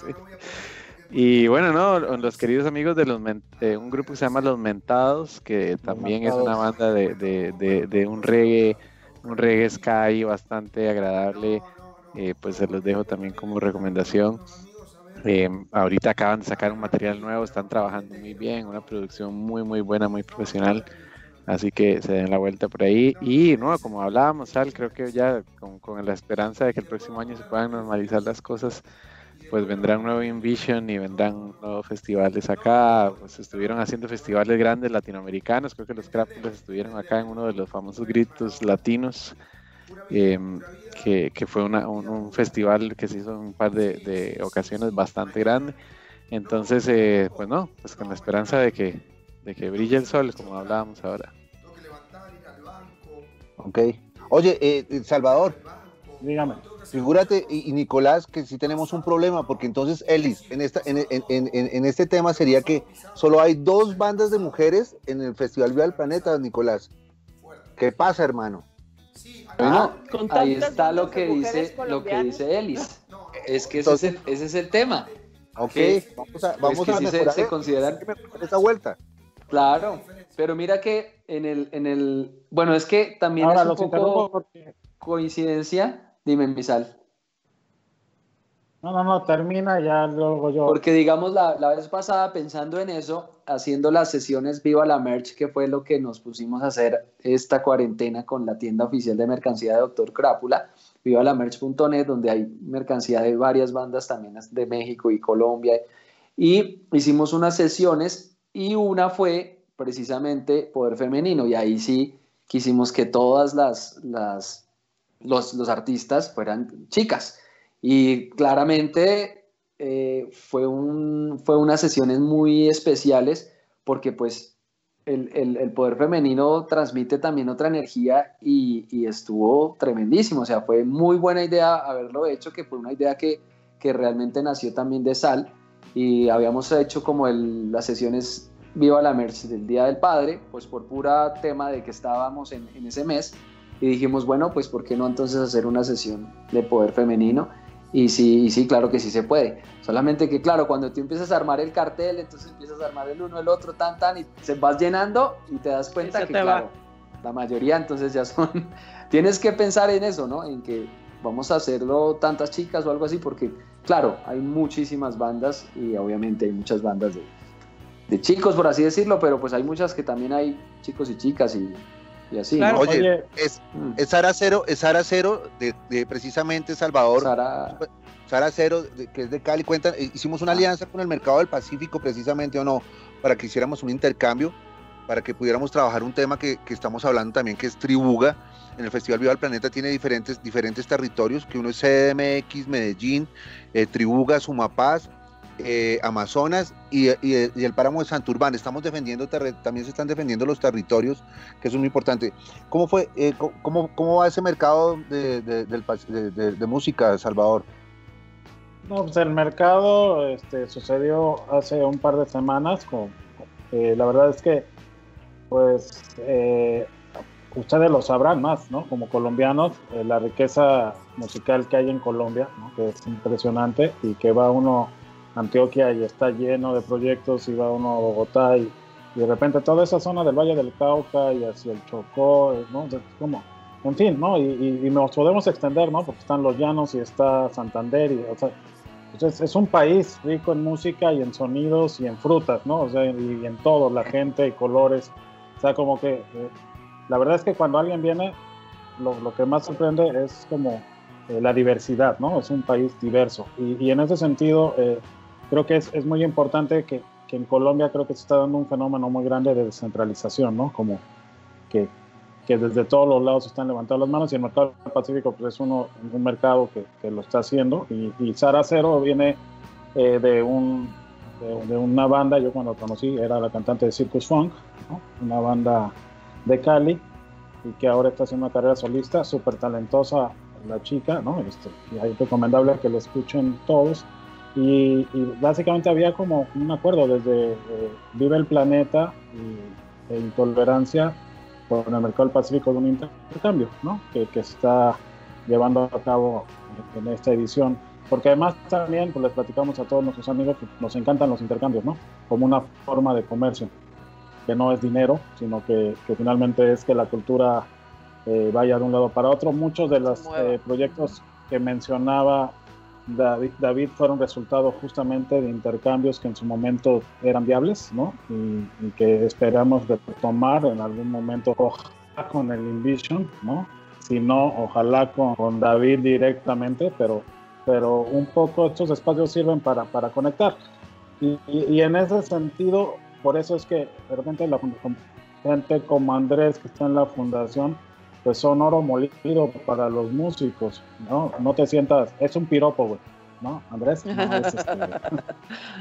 Y bueno, no, los queridos amigos de un grupo que se llama Los Mentados, que también es una banda de un reggae ska bastante agradable. Pues se los dejo también como recomendación. Ahorita acaban de sacar un material nuevo, están trabajando muy bien, una producción muy buena, muy profesional, así que se den la vuelta por ahí. Y no, como hablábamos, Sal, creo que ya con la esperanza de que el próximo año se puedan normalizar las cosas, pues vendrá un nuevo Invision y vendrán nuevos festivales acá. Pues estuvieron haciendo festivales grandes latinoamericanos, creo que los Crápulas estuvieron acá en uno de los famosos Gritos Latinos, que fue un festival que se hizo en un par de ocasiones bastante grande. Entonces, pues no, pues con la esperanza de que brille el sol, como hablábamos ahora. Ok. Oye, Salvador, Dígame. figúrate, y Nicolás, que sí tenemos un problema, porque entonces, Elis, en este tema sería que solo hay 2 bandas de mujeres en el Festival Viva el Planeta, Nicolás. ¿Qué pasa, hermano? Bueno, Con ahí tantas está lo bandas que de mujeres dice colombianas. Elis. Es que ese es el tema. Ok, que- vamos que a sí mejorar se consideran. esa vuelta. Claro, pero mira que bueno, es que también Ahora es un los interrumpo poco porque... coincidencia. Dime, Misal. No, termina, ya luego yo... Porque digamos, la vez pasada pensando en eso, haciendo las sesiones Viva la Merch, que fue lo que nos pusimos a hacer esta cuarentena con la tienda oficial de mercancía de Dr. Crápula, vivalamerch.net, donde hay mercancía de varias bandas también de México y Colombia, y hicimos unas sesiones y una fue precisamente Poder Femenino, y ahí sí quisimos que todas los artistas fueran chicas. Y claramente fue unas sesiones muy especiales porque pues el poder femenino transmite también otra energía y estuvo tremendísimo. O sea, fue muy buena idea haberlo hecho, que fue una idea que realmente nació también de Sal, y habíamos hecho como las sesiones Viva la Merch del Día del Padre, pues por pura tema de que estábamos en ese mes, y dijimos, bueno, pues ¿por qué no entonces hacer una sesión de poder femenino? Y sí, claro que sí se puede. Solamente que, claro, cuando tú empiezas a armar el cartel, entonces empiezas a armar el uno, el otro, y se vas llenando y te das cuenta que, claro, la mayoría entonces ya son... Tienes que pensar en eso, ¿no? En que vamos a hacerlo tantas chicas o algo así, porque, claro, hay muchísimas bandas y obviamente hay muchas bandas de chicos, por así decirlo, pero pues hay muchas que también hay chicos y chicas y así, Claro. ¿no? Oye, es Sara Cero de precisamente Salvador. Sara Cero, que es de Cali. Cuentan, hicimos una alianza con el Mercado del Pacífico precisamente, o no, para que hiciéramos un intercambio, para que pudiéramos trabajar un tema que estamos hablando también, que es Tribuga. En el Festival Viva el Planeta tiene diferentes territorios, que uno es CDMX, Medellín, Tribuga, Sumapaz, Amazonas y el páramo de Santurbán. Estamos defendiendo, también se están defendiendo los territorios, que eso es muy importante. ¿Cómo fue, cómo va ese mercado de música, Salvador? No, pues el mercado sucedió hace un par de semanas. La verdad es que, pues, ustedes lo sabrán más, ¿no? Como colombianos, la riqueza musical que hay en Colombia, ¿no? Que es impresionante, y que va uno a Antioquia y está lleno de proyectos, y va uno a Bogotá y de repente toda esa zona del Valle del Cauca y hacia el Chocó, ¿no? Es como, en fin, ¿no? Y nos podemos extender, ¿no? Porque están los llanos y está Santander, o sea, es un país rico en música y en sonidos y en frutas, ¿no? O sea, y en todo, la gente y colores. O sea, como que la verdad es que cuando alguien viene, lo que más sorprende es como la diversidad, ¿no? Es un país diverso. Y en ese sentido, creo que es muy importante que en Colombia creo que se está dando un fenómeno muy grande de descentralización, ¿no? Como que desde todos los lados están levantando las manos, y el mercado del Pacífico pues, es un mercado que lo está haciendo, y Sara Cero viene de una banda. Yo cuando conocí era la cantante de Circus Funk, ¿no? Una banda de Cali, y que ahora está haciendo una carrera solista, súper talentosa la chica, ¿no? Y es recomendable que lo escuchen todos, y básicamente había como un acuerdo desde Vive el Planeta e Intolerancia por el mercado del Pacífico, de un intercambio, ¿no? que está llevando a cabo en esta edición, porque además también pues, les platicamos a todos nuestros amigos que nos encantan los intercambios, ¿no? Como una forma de comercio, que no es dinero, sino que finalmente es que la cultura vaya de un lado para otro. Muchos de los proyectos que mencionaba David fueron resultado justamente de intercambios que en su momento eran viables, ¿no? Y que esperamos retomar en algún momento, ojalá con el Invision, ¿no? Si no, ojalá con David directamente, pero un poco estos espacios sirven para conectar. Y en ese sentido, por eso es que de repente la gente como Andrés, que está en la fundación, pues son oro molido para los músicos, ¿no? No te sientas, es un piropo, güey, ¿no, Andrés? No,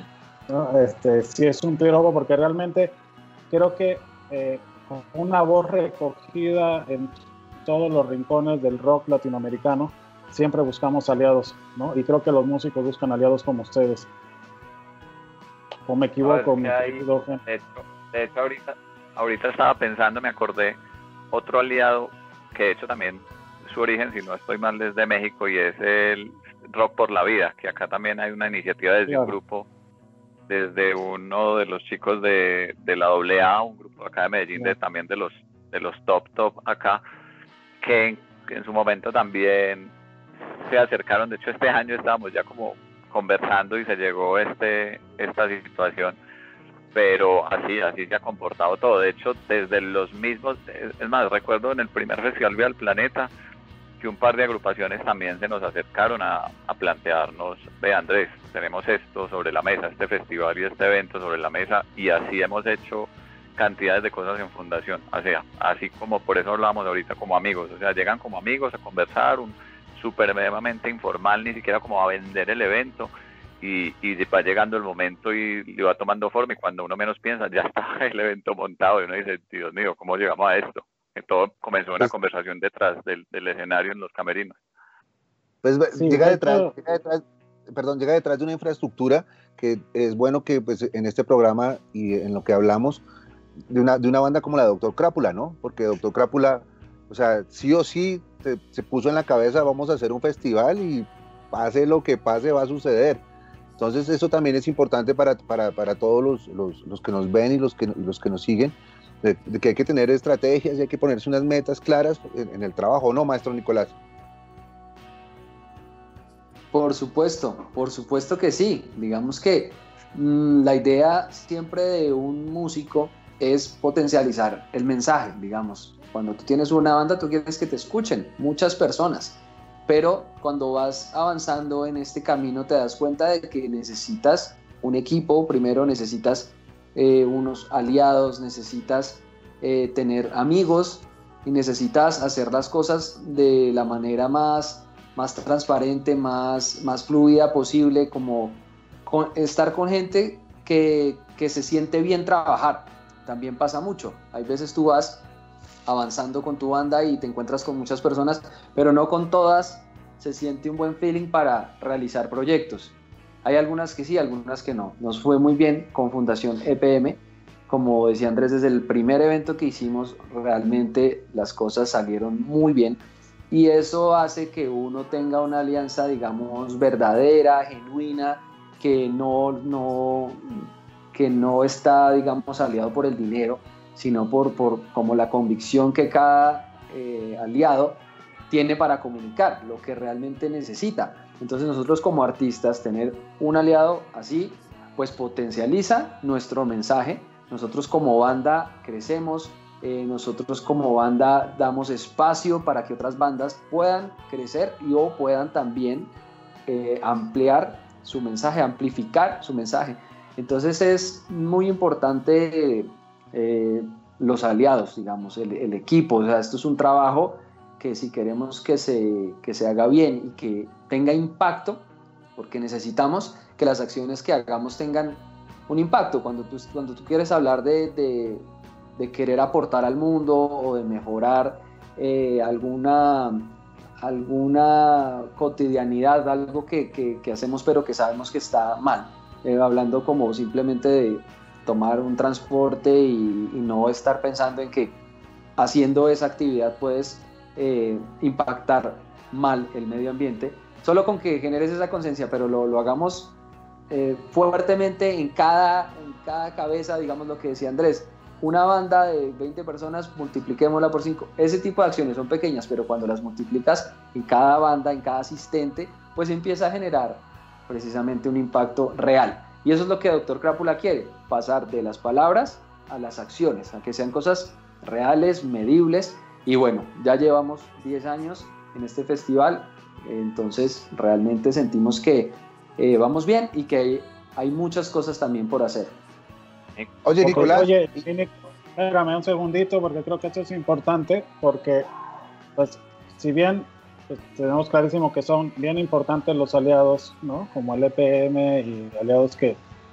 ¿no? Sí es un piropo porque realmente creo que con una voz recogida en todos los rincones del rock latinoamericano, siempre buscamos aliados, ¿no? Y creo que los músicos buscan aliados como ustedes. ¿O me equivoco? De hecho ahorita estaba pensando, me acordé, otro aliado que de hecho también su origen, si no estoy mal, es de México, y es el Rock por la Vida, que acá también hay una iniciativa desde un grupo, desde uno de los chicos de la AA, un grupo acá de Medellín, también de los top acá, que en su momento también se acercaron. De hecho, este año estábamos ya como conversando y se llegó esta situación, pero así se ha comportado todo. De hecho, desde los mismos, es más, recuerdo en el primer Festival Viva al Planeta que un par de agrupaciones también se nos acercaron a plantearnos: ve, Andrés, tenemos esto sobre la mesa, este festival y este evento sobre la mesa, y así hemos hecho cantidades de cosas en fundación. O sea, así como por eso hablamos ahorita como amigos, o sea, llegan como amigos a conversar, supremamente informal, ni siquiera como a vender el evento, y va llegando el momento y le va tomando forma, y cuando uno menos piensa ya está el evento montado y uno dice: Dios mío, ¿cómo llegamos a esto? Que todo comenzó una conversación detrás del escenario en los camerinos. Pues sí, llega detrás de una infraestructura que es bueno que pues en este programa y en lo que hablamos de una banda como la de Dr. Crápula, ¿no? Porque Dr. Crápula, o sea, sí o sí se puso en la cabeza: vamos a hacer un festival y pase lo que pase va a suceder. Entonces eso también es importante para todos los que nos ven y los que nos siguen, de que hay que tener estrategias y hay que ponerse unas metas claras en el trabajo, ¿no, maestro Nicolás? Por supuesto que sí. Digamos que la idea siempre de un músico es potencializar el mensaje. Digamos, cuando tú tienes una banda, tú quieres que te escuchen muchas personas, pero cuando vas avanzando en este camino te das cuenta de que necesitas un equipo. Primero necesitas unos aliados, necesitas tener amigos, y necesitas hacer las cosas de la manera más transparente, más fluida posible, como estar con gente que se siente bien trabajar. También pasa mucho. Hay veces tú vas avanzando con tu banda y te encuentras con muchas personas, pero no con todas se siente un buen feeling para realizar proyectos. Hay algunas que sí, algunas que no. Nos fue muy bien con Fundación EPM. Como decía Andrés, desde el primer evento que hicimos, realmente las cosas salieron muy bien. Y eso hace que uno tenga una alianza, digamos, verdadera, genuina, que no está, digamos, aliado por el dinero, sino por como la convicción que cada aliado tiene para comunicar lo que realmente necesita. Entonces nosotros como artistas, tener un aliado así, pues potencializa nuestro mensaje. Nosotros como banda crecemos, nosotros como banda damos espacio para que otras bandas puedan crecer o puedan también ampliar su mensaje, amplificar su mensaje. Entonces es muy importante los aliados, digamos, el equipo. O sea, esto es un trabajo que si queremos que se haga bien y que tenga impacto, porque necesitamos que las acciones que hagamos tengan un impacto. Cuando tú quieres hablar de querer aportar al mundo o de mejorar alguna cotidianidad, algo que hacemos pero que sabemos que está mal, hablando como simplemente de tomar un transporte y no estar pensando en que haciendo esa actividad puedes impactar mal el medio ambiente, solo con que generes esa conciencia, pero lo hagamos fuertemente en cada cabeza. Digamos lo que decía Andrés, una banda de 20 personas, multipliquémosla por 5. Ese tipo de acciones son pequeñas, pero cuando las multiplicas en cada banda, en cada asistente, pues empieza a generar precisamente un impacto real. Y eso es lo que Dr. Crápula quiere, pasar de las palabras a las acciones, a que sean cosas reales, medibles. Y bueno, ya llevamos 10 años en este festival, entonces realmente sentimos que vamos bien y que hay muchas cosas también por hacer. Oye, Nicolás. Oye, espérame un segundito, porque creo que esto es importante, porque pues si bien pues, tenemos clarísimo que son bien importantes los aliados, ¿no? Como el EPM y aliados que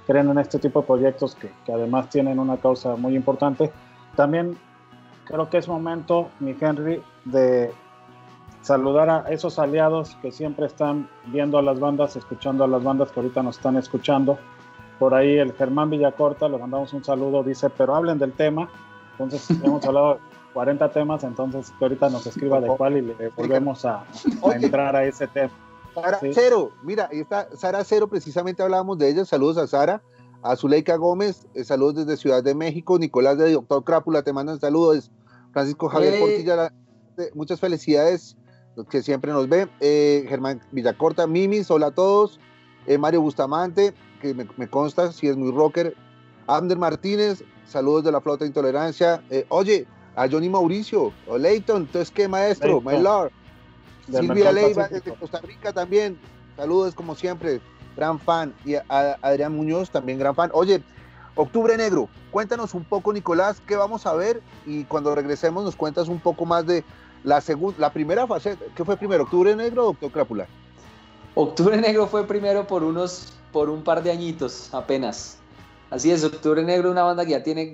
creen en este tipo de proyectos que además tienen una causa muy importante. También creo que es momento, mi Henry, de saludar a esos aliados que siempre están viendo a las bandas, escuchando a las bandas que ahorita nos están escuchando. Por ahí el Germán Villacorta, le mandamos un saludo, dice, pero hablen del tema. Entonces hemos hablado de 40 temas, entonces que ahorita nos escriba de cuál y le volvemos a entrar a ese tema. Sara Cero, mira, ahí está Sara Cero, precisamente hablábamos de ella. Saludos a Sara, a Zuleika Gómez, saludos desde Ciudad de México. Nicolás de Doctor Crápula te mandan saludos. Francisco Javier Portilla, muchas felicidades, que siempre nos ve. Germán Villacorta, Mimis, hola a todos. Mario Bustamante, que me consta, si es muy rocker. Abner Martínez, saludos de la Flota de Intolerancia. Oye, a Johnny Mauricio, o Leighton, entonces qué maestro, my lord. Silvia Leiva desde Costa Rica también, saludos como siempre, gran fan. Y a Adrián Muñoz también gran fan. Oye, Octubre Negro, cuéntanos un poco, Nicolás, qué vamos a ver, y cuando regresemos nos cuentas un poco más de la primera fase. ¿Qué fue primero, Octubre Negro o Doctor Crápula? Octubre Negro fue primero por un par de añitos apenas. Así es, Octubre Negro, una banda que ya tiene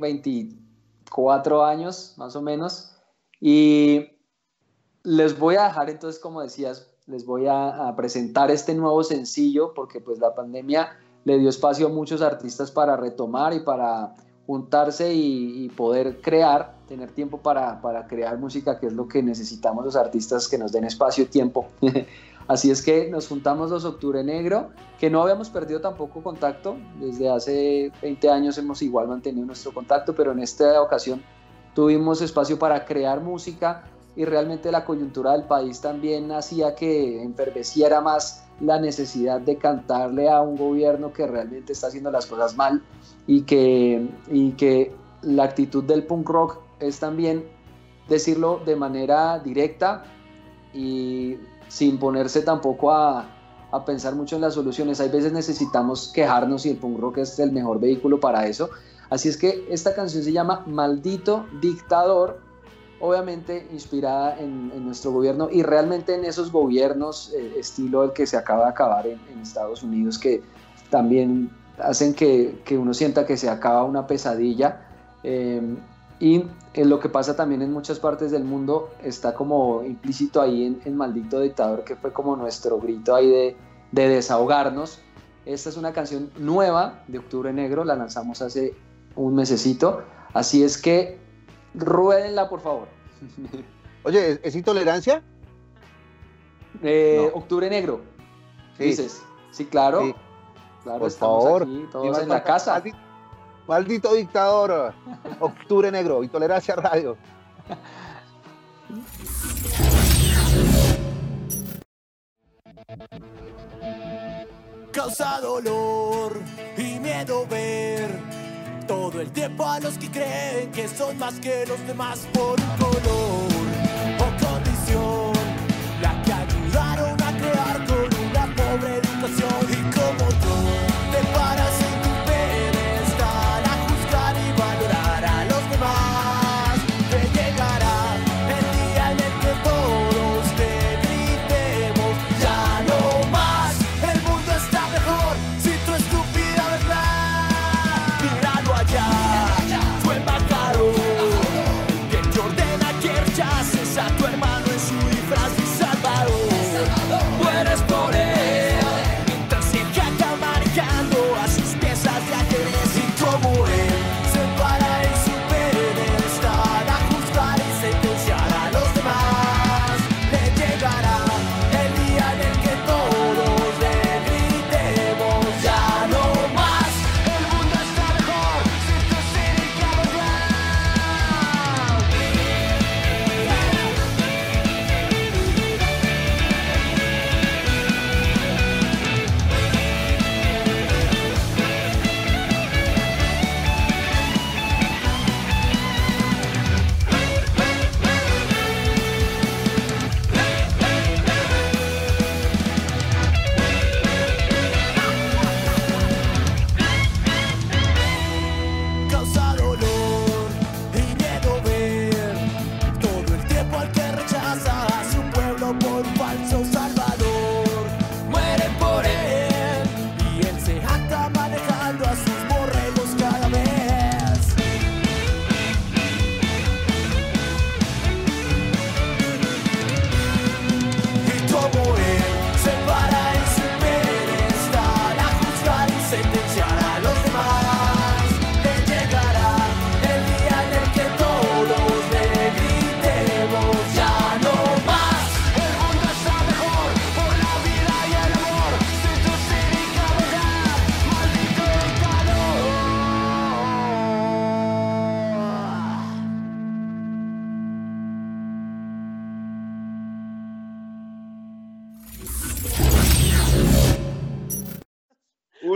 24 años más o menos, y les voy a dejar entonces, como decías, les voy a presentar este nuevo sencillo, porque pues la pandemia le dio espacio a muchos artistas para retomar y para juntarse y poder crear, tener tiempo para crear música, que es lo que necesitamos los artistas, que nos den espacio y tiempo. Así es que nos juntamos los Octubre Negro, que no habíamos perdido tampoco contacto, desde hace 20 años hemos igual mantenido nuestro contacto, pero en esta ocasión tuvimos espacio para crear música, y realmente la coyuntura del país también hacía que enferveciera más la necesidad de cantarle a un gobierno que realmente está haciendo las cosas mal, y que la actitud del punk rock es también decirlo de manera directa y sin ponerse tampoco a pensar mucho en las soluciones. Hay veces necesitamos quejarnos y el punk rock es el mejor vehículo para eso. Así es que esta canción se llama Maldito Dictador, obviamente inspirada en nuestro gobierno y realmente en esos gobiernos estilo el que se acaba de acabar en Estados Unidos, que también hacen que uno sienta que se acaba una pesadilla, y lo que pasa también en muchas partes del mundo está como implícito ahí en Maldito Dictador, que fue como nuestro grito ahí de desahogarnos. Esta es una canción nueva de Octubre Negro, la lanzamos hace un mesecito, así es que ruédenla, por favor. Oye, ¿es Intolerancia? No. Octubre Negro, sí. Dices. Sí, claro. Sí. Claro, por estamos favor. Aquí todos en la casa. Maldito Dictador. Octubre Negro, Intolerancia Radio. Causa dolor y miedo ver todo el tiempo a los que creen que son más que los demás por un color o condición, la que ayudaron a crear con una pobre educación. Y como tú te paras en tu pedestal a juzgar y valorar a los demás, te llegará el día en el que todos te gritemos ya no más, el mundo está mejor si tu estúpida verdad. Míralo allá, fue Macaron, que te ordena que ya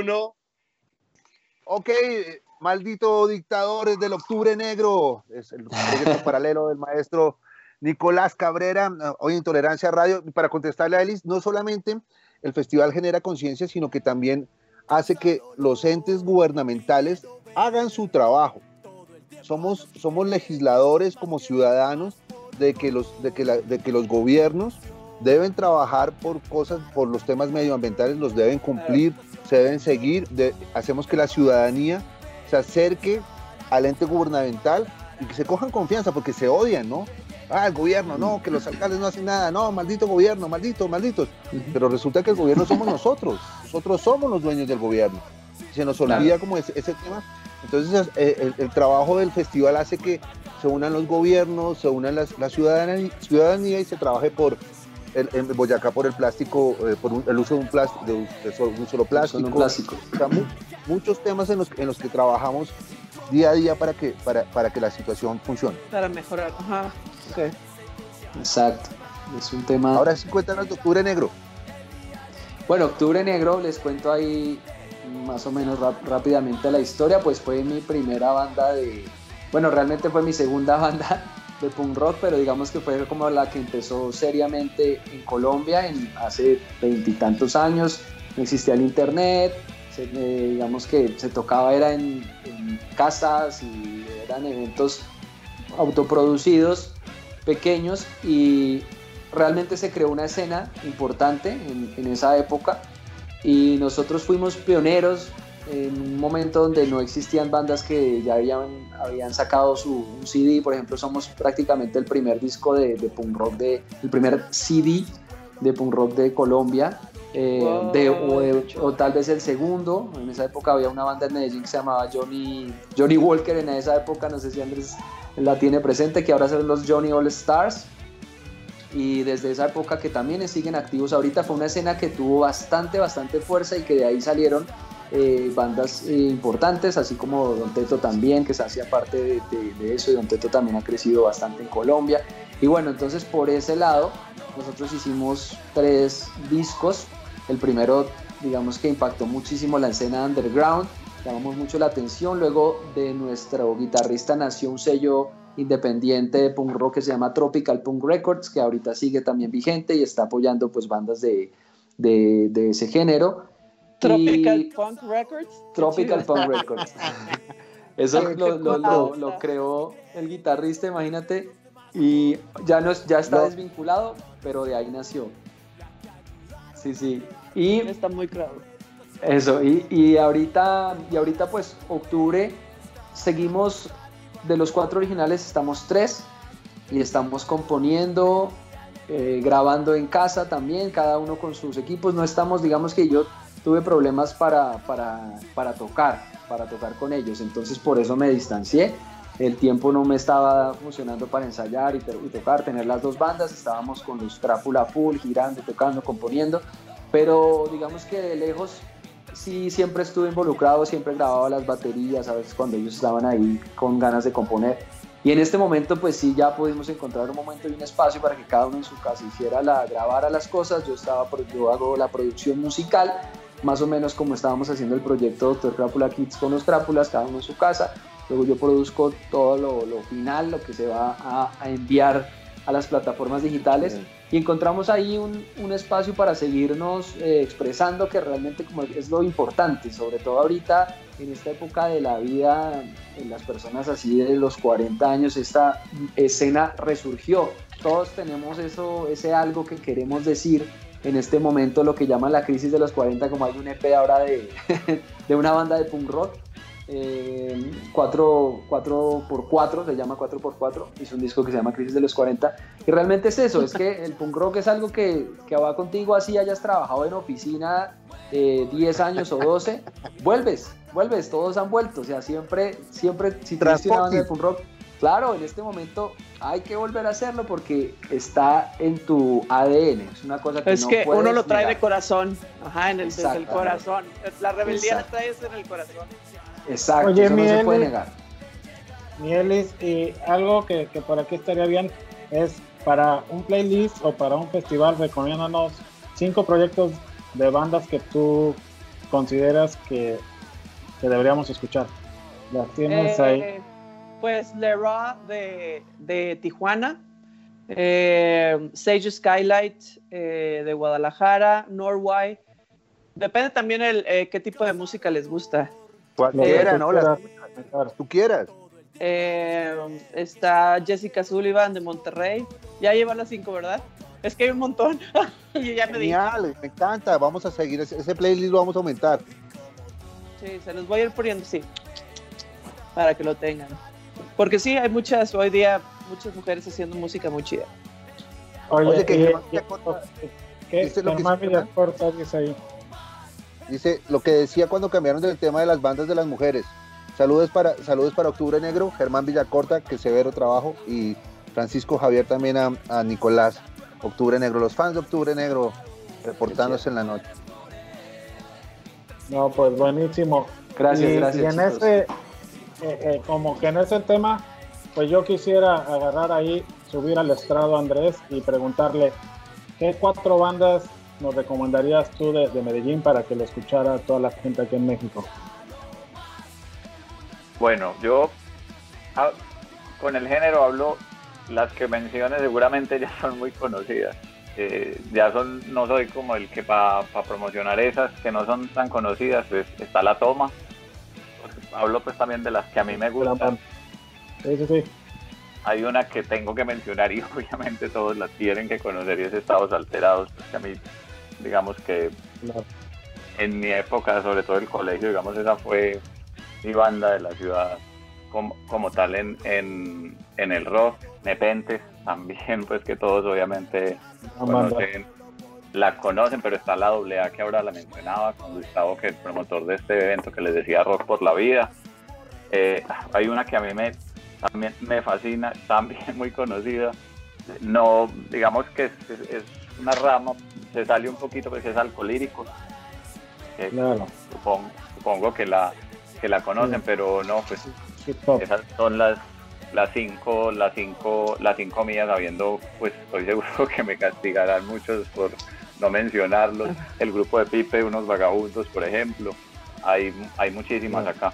uno. Ok, Maldito Dictadores del Octubre Negro. Es el proyecto paralelo del maestro Nicolás Cabrera, hoy en Tolerancia Radio. Para contestarle a Elis, no solamente el festival genera conciencia, sino que también hace que los entes gubernamentales hagan su trabajo. Somos legisladores como ciudadanos de que los gobiernos deben trabajar por cosas, por los temas medioambientales, los deben cumplir, se deben seguir, hacemos que la ciudadanía se acerque al ente gubernamental y que se cojan confianza, porque se odian, ¿no? El gobierno, no, que los alcaldes no hacen nada, no, maldito gobierno, malditos. Pero resulta que el gobierno somos nosotros somos los dueños del gobierno. Se nos olvida como ese tema. Entonces el trabajo del festival hace que se unan los gobiernos, se unan la ciudadanía y se trabaje en Boyacá por el plástico, el uso de un solo plástico. O sea, muchos temas en los que trabajamos día a día para que la situación funcione. Para mejorar. Ajá. Okay. Exacto. Es un tema. Ahora sí, cuéntanos de Octubre Negro. Bueno, Octubre Negro, les cuento ahí más o menos rápidamente la historia. Pues fue mi primera banda realmente fue mi segunda banda de punk rock, pero digamos que fue como la que empezó seriamente en Colombia hace 20 y tantos años. No existía el internet, digamos que se tocaba era en casas y eran eventos autoproducidos pequeños, y realmente se creó una escena importante en esa época, y nosotros fuimos pioneros en un momento donde no existían bandas que ya habían sacado un CD. Por ejemplo, somos prácticamente el primer disco de punk rock, el primer CD de punk rock de Colombia, o tal vez el segundo. En esa época había una banda en Medellín que se llamaba Johnny Walker, en esa época, no sé si Andrés la tiene presente, que ahora son los Johnny All Stars, y desde esa época que también siguen activos ahorita. Fue una escena que tuvo bastante fuerza, y que de ahí salieron bandas importantes, así como Don Teto también, que se hacía parte de eso, y Don Teto también ha crecido bastante en Colombia. Y bueno, entonces por ese lado nosotros hicimos 3 discos. El primero, digamos que impactó muchísimo la escena underground, llamamos mucho la atención. Luego de nuestro guitarrista nació un sello independiente de punk rock que se llama Tropical Punk Records, que ahorita sigue también vigente y está apoyando pues bandas de ese género. Tropical Punk Records. Tropical Punk Records. Eso lo creó el guitarrista, imagínate, y ya está desvinculado, pero de ahí nació. Sí. Y está muy claro. Eso, y ahorita pues Octubre, seguimos. De los 4 originales estamos 3 y estamos componiendo, grabando en casa también, cada uno con sus equipos. No estamos, digamos que yo tuve problemas para tocar con ellos, entonces por eso me distancié. El tiempo no me estaba funcionando para ensayar y tocar, tener las 2 bandas. Estábamos con los Crápula full, girando, tocando, componiendo, pero digamos que de lejos sí siempre estuve involucrado, siempre grababa las baterías, a veces cuando ellos estaban ahí con ganas de componer. Y en este momento pues sí ya pudimos encontrar un momento y un espacio para que cada uno en su casa grabara las cosas. Yo hago la producción musical, más o menos como estábamos haciendo el proyecto Dr. Crápula Kids con los Crápulas, cada uno en su casa. Luego yo produzco todo lo final, lo que se va a enviar a las plataformas digitales. Y encontramos ahí un espacio para seguirnos expresando, que realmente como es lo importante, sobre todo ahorita en esta época de la vida, en las personas así de los 40 años, esta escena resurgió. Todos tenemos ese algo que queremos decir en este momento, lo que llaman la crisis de los 40, como hay un EP ahora de una banda de punk rock. 4x4, se llama 4x4, hizo un disco que se llama Crisis de los 40, y realmente es eso, es que el punk rock es algo que va contigo, así hayas trabajado en oficina 10 años o 12, vuelves, todos han vuelto, o sea, siempre si tuviste una banda de punk rock, claro, en este momento hay que volver a hacerlo porque está en tu ADN, es una cosa que es no que puedes uno lo trae negar. de corazón, desde el corazón, la rebeldía la traes en el corazón. Exacto. Oye, eso no se puede negar. Mielis, y algo que por aquí estaría bien es para un playlist o para un festival, recomiéndanos 5 proyectos de bandas que tú consideras que deberíamos escuchar? ¿Las tienes ahí? Pues Leroy de Tijuana, Sage Skylight de Guadalajara, Norway. Depende también qué tipo de música les gusta. Cualquiera, ¿no? Las tú quieras. Está Jessica Sullivan de Monterrey. Ya lleva las 5, ¿verdad? Es que hay un montón. Yo ya me di. Genial, me encanta. Vamos a seguir ese playlist, lo vamos a aumentar. Sí, se los voy a ir poniendo, sí, para que lo tengan. Porque sí, hay hoy día muchas mujeres haciendo música muy chida. Oye, ¿qué Germán Villacorta dice ahí? Dice lo que decía cuando cambiaron del tema de las bandas de las mujeres. Saludos para Octubre Negro, Germán Villacorta, que severo trabajo, y Francisco Javier también a Nicolás. Octubre Negro, los fans de Octubre Negro reportándose en la noche. No, pues buenísimo. Gracias. Y en ese, como que en ese tema, pues yo quisiera agarrar ahí, subir al estrado a Andrés y preguntarle, ¿qué 4 bandas nos recomendarías tú de Medellín para que lo escuchara toda la gente aquí en México? Bueno, yo con el género hablo, las que menciones seguramente ya son muy conocidas. No soy como el que para promocionar esas que no son tan conocidas, pues está La Toma. Hablo pues también de las que a mí me gustan. Sí. Hay una que tengo que mencionar y obviamente todos la tienen que conocer y es Estados Alterados, porque a mí, digamos que en mi época, sobre todo el colegio, digamos, esa fue mi banda de la ciudad como tal en el rock. Nepentes también, pues que todos obviamente la conocen, pero está la AA que ahora la mencionaba, con Gustavo, que es el promotor de este evento, que les decía Rock por la Vida. Hay una que a mí también me fascina, también muy conocida, no, digamos que es una rama, se sale un poquito, pues es Alcolíricos, claro. Supongo que la conocen, pero no, pues esas son las 5 mías, habiendo, pues estoy seguro que me castigarán muchos por no mencionarlos. El grupo de Pipe, Unos Vagabundos, por ejemplo. Hay muchísimas acá,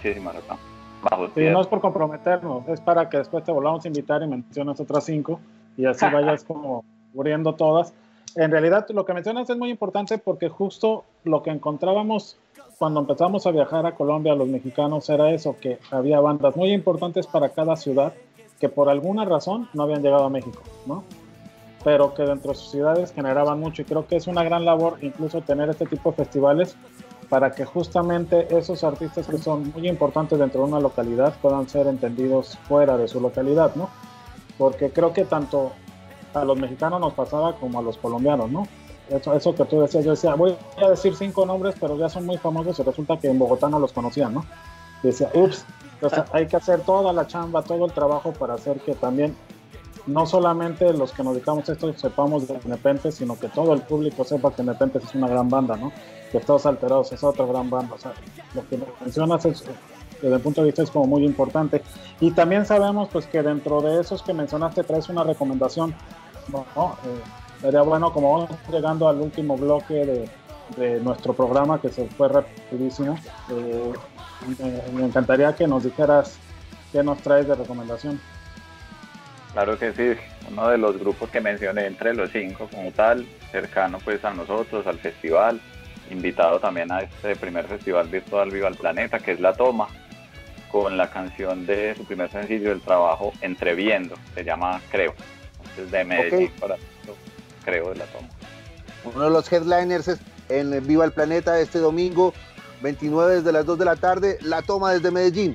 bajo sí, no es por comprometernos, es para que después te volvamos a invitar y mencionas otras 5 y así vayas como cubriendo todas. En realidad lo que mencionas es muy importante, porque justo lo que encontrábamos cuando empezamos a viajar a Colombia, los mexicanos, era eso, que había bandas muy importantes para cada ciudad que por alguna razón no habían llegado a México, ¿no? Pero que dentro de sus ciudades generaban mucho, y creo que es una gran labor incluso tener este tipo de festivales para que justamente esos artistas que son muy importantes dentro de una localidad puedan ser entendidos fuera de su localidad, ¿no? Porque creo que tanto a los mexicanos nos pasaba como a los colombianos, ¿no? Eso que tú decías, yo decía, voy a decir 5 nombres, pero ya son muy famosos y resulta que en Bogotá no los conocían, ¿no? Y decía, ups, entonces hay que hacer toda la chamba, todo el trabajo para hacer que también no solamente los que nos dedicamos a esto sepamos de Nepentes, sino que todo el público sepa que Nepentes es una gran banda, ¿no? Que Estados Alterados es otra gran banda. O sea, lo que mencionas es, desde el punto de vista, es como muy importante. Y también sabemos pues que dentro de esos que mencionaste traes una recomendación, ¿no? Sería bueno, como vamos llegando al último bloque de nuestro programa, que se fue rapidísimo, me encantaría que nos dijeras qué nos traes de recomendación. Claro que sí, uno de los grupos que mencioné entre los 5 como tal, cercano pues a nosotros, al festival, invitado también a este primer festival virtual Viva el Planeta, que es La Toma, con la canción de su primer sencillo del trabajo, Entreviendo, se llama Creo, entonces de Medellín para Creo de La Toma. Uno de los headliners es en Viva el Planeta este domingo 29 desde las 2 de la tarde, La Toma desde Medellín.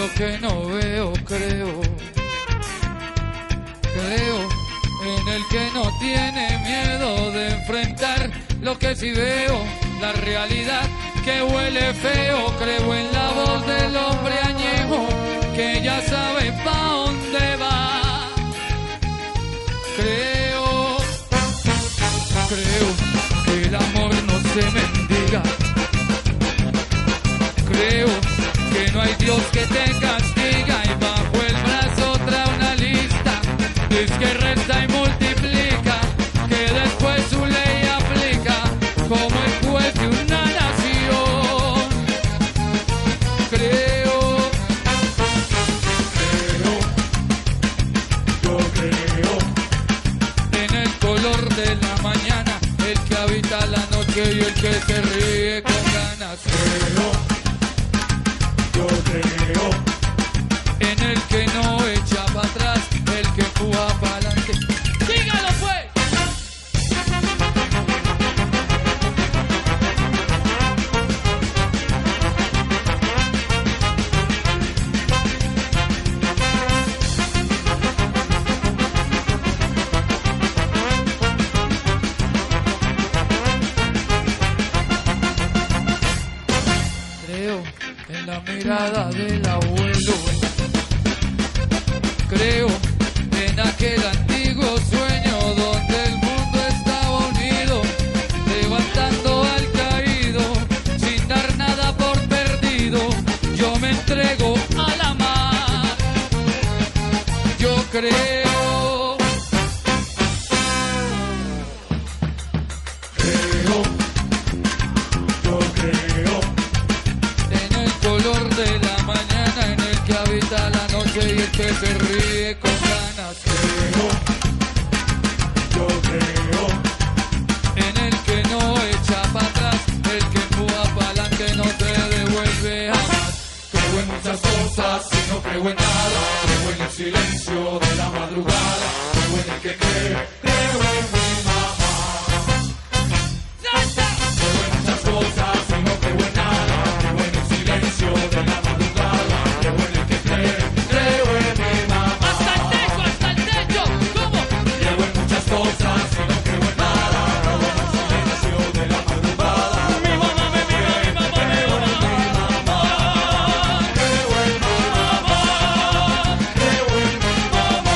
lo que no veo, creo en el que no tiene miedo de enfrentar lo que sí veo, la realidad que huele feo. Creo en la voz del hombre añejo que ya sabe pa' dónde va. Creo que el amor no se mendiga. Creo que no hay Dios que te castiga y bajo el brazo trae una lista. Es que resta y multiplica, que después su ley aplica como el juez de una nación. Yo creo en el color de la mañana, el que habita la noche y el que se ríe con ganas. Yo creo en el que no echa para atrás, el que empuja para adelante. ¡Dígalo pues! Creo en la mirada del abuelo. Creo en aquel antiguo sueño donde el mundo estaba unido, levantando al caído, sin dar nada por perdido. Yo me entrego a la mar. Yo creo en el color de la mañana, en el que habita la noche y el que se ríe con ganas. Yo creo en el que no echa para atrás, el que empuja para adelante no se devuelve jamás. Creo en muchas cosas y no creo en nada. Creo en el silencio de la madrugada. Creo en el que creo en mi mamá. Creo en muchas cosas y no creo en nada. Creo en el silencio de la madrugada. Creo en el que creo en mi mamá. Hasta el techo, ¿cómo? Creo en muchas cosas y no creo en nada. Creo en el silencio de la madrugada. Mi mamá me mira, mi mamá me mira. Creo en mi mamá. Creo en mi mamá.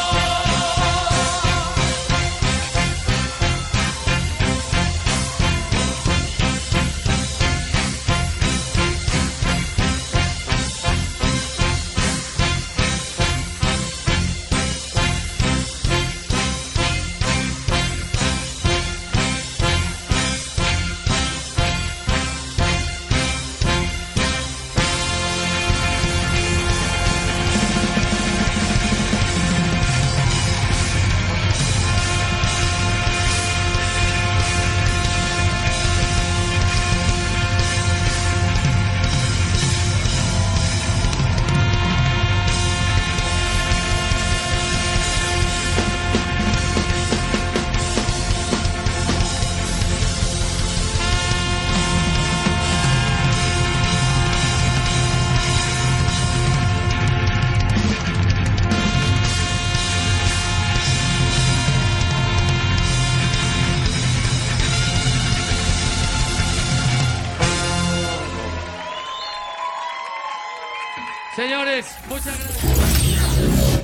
Señores, muchas gracias.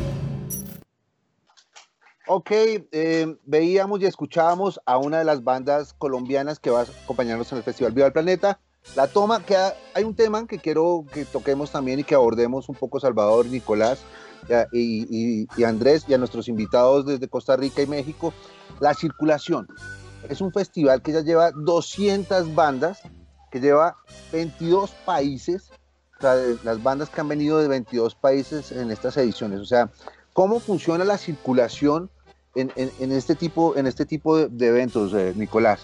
Ok, veíamos y escuchábamos a una de las bandas colombianas que va a acompañarnos en el Festival Viva el Planeta. La toma, hay un tema que quiero que toquemos también y que abordemos un poco, Salvador, Nicolás y Andrés, y a nuestros invitados desde Costa Rica y México. La circulación. Es un festival que ya lleva 200 bandas, que lleva 22 países, o sea, las bandas que han venido de 22 países en estas ediciones. O sea, ¿cómo funciona la circulación en este tipo de eventos, Nicolás?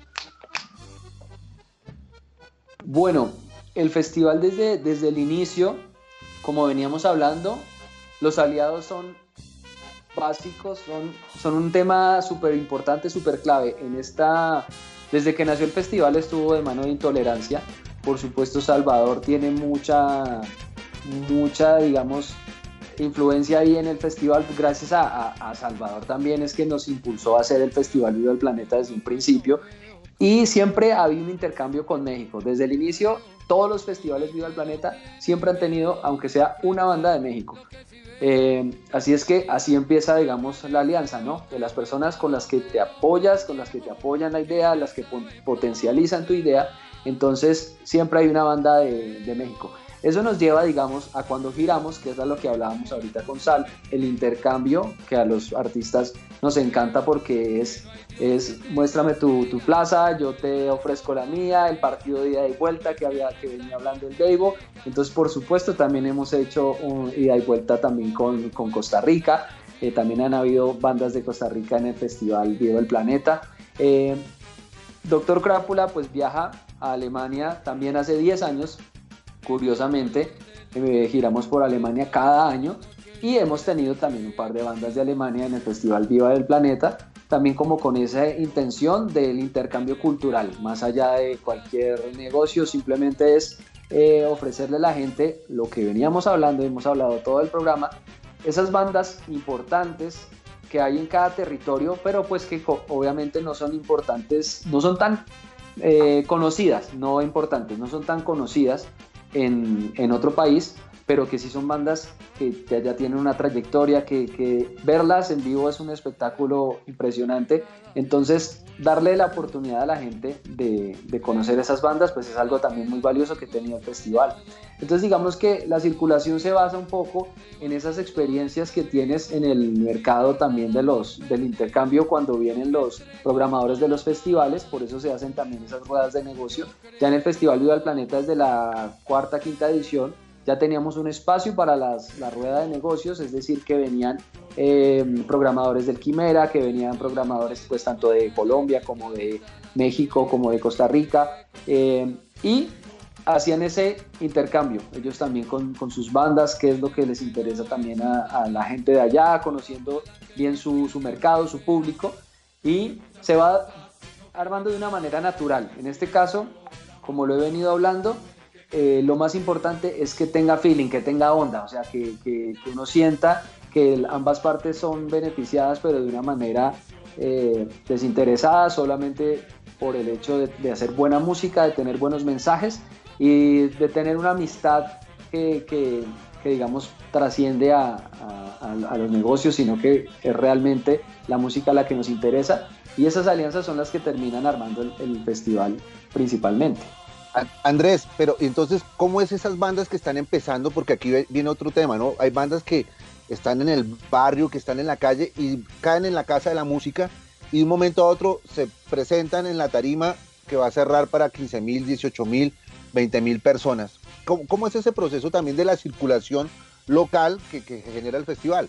Bueno, el festival desde el inicio, como veníamos hablando, los aliados son básicos, son un tema súper importante, súper clave. Desde que nació el festival estuvo de mano de Intolerancia. Por supuesto, Salvador tiene mucho mucha, digamos, influencia ahí en el festival, gracias a Salvador también es que nos impulsó a hacer el Festival Viva el Planeta desde un principio, y siempre ha habido un intercambio con México. Desde el inicio, todos los festivales Viva el Planeta siempre han tenido, aunque sea una banda de México. Así es que así empieza, digamos, la alianza, ¿no? De las personas con las que te apoyas, con las que te apoyan la idea, las que potencializan tu idea. Entonces siempre hay una banda de México. Eso nos lleva, digamos, a cuando giramos, que es a lo que hablábamos ahorita con Sal, el intercambio, que a los artistas nos encanta porque es muéstrame tu plaza, yo te ofrezco la mía, el partido de ida y vuelta que venía hablando el Deivo. Entonces, por supuesto, también hemos hecho un ida y vuelta también con Costa Rica. También han habido bandas de Costa Rica en el Festival Viva el Planeta. Dr. Crápula pues viaja a Alemania también hace 10 años. Curiosamente, giramos por Alemania cada año y hemos tenido también un par de bandas de Alemania en el Festival Viva del Planeta, también como con esa intención del intercambio cultural, más allá de cualquier negocio, simplemente es ofrecerle a la gente lo que veníamos hablando, hemos hablado todo el programa, esas bandas importantes que hay en cada territorio, pero pues que obviamente no son importantes, no son tan conocidas, no importantes, no son tan conocidas en otro país, pero que sí son bandas que ya tienen una trayectoria, que verlas en vivo es un espectáculo impresionante. Entonces, darle la oportunidad a la gente de conocer esas bandas, pues es algo también muy valioso que tenía el festival. Entonces, digamos que la circulación se basa un poco en esas experiencias que tienes en el mercado también del intercambio cuando vienen los programadores de los festivales, por eso se hacen también esas ruedas de negocio. Ya en el Festival Viva el Planeta, desde la cuarta, quinta edición, ya teníamos un espacio para la rueda de negocios, es decir, que venían programadores del Quimera, que venían programadores pues tanto de Colombia como de México, como de Costa Rica, y hacían ese intercambio, ellos también con sus bandas, que es lo que les interesa también a la gente de allá, conociendo bien su mercado, su público, y se va armando de una manera natural. En este caso, como lo he venido hablando, lo más importante es que tenga feeling, que tenga onda, o sea, que uno sienta que ambas partes son beneficiadas, pero de una manera desinteresada, solamente por el hecho de hacer buena música, de tener buenos mensajes y de tener una amistad que digamos, trasciende a los negocios, sino que es realmente la música la que nos interesa, y esas alianzas son las que terminan armando el festival principalmente. Andrés, pero entonces, ¿cómo es esas bandas que están empezando? Porque aquí viene otro tema, ¿no? Hay bandas que están en el barrio, que están en la calle y caen en la casa de la música y de un momento a otro se presentan en la tarima que va a cerrar para 15,000, 18,000, 20,000 personas. ¿Cómo es ese proceso también de la circulación local que genera el festival?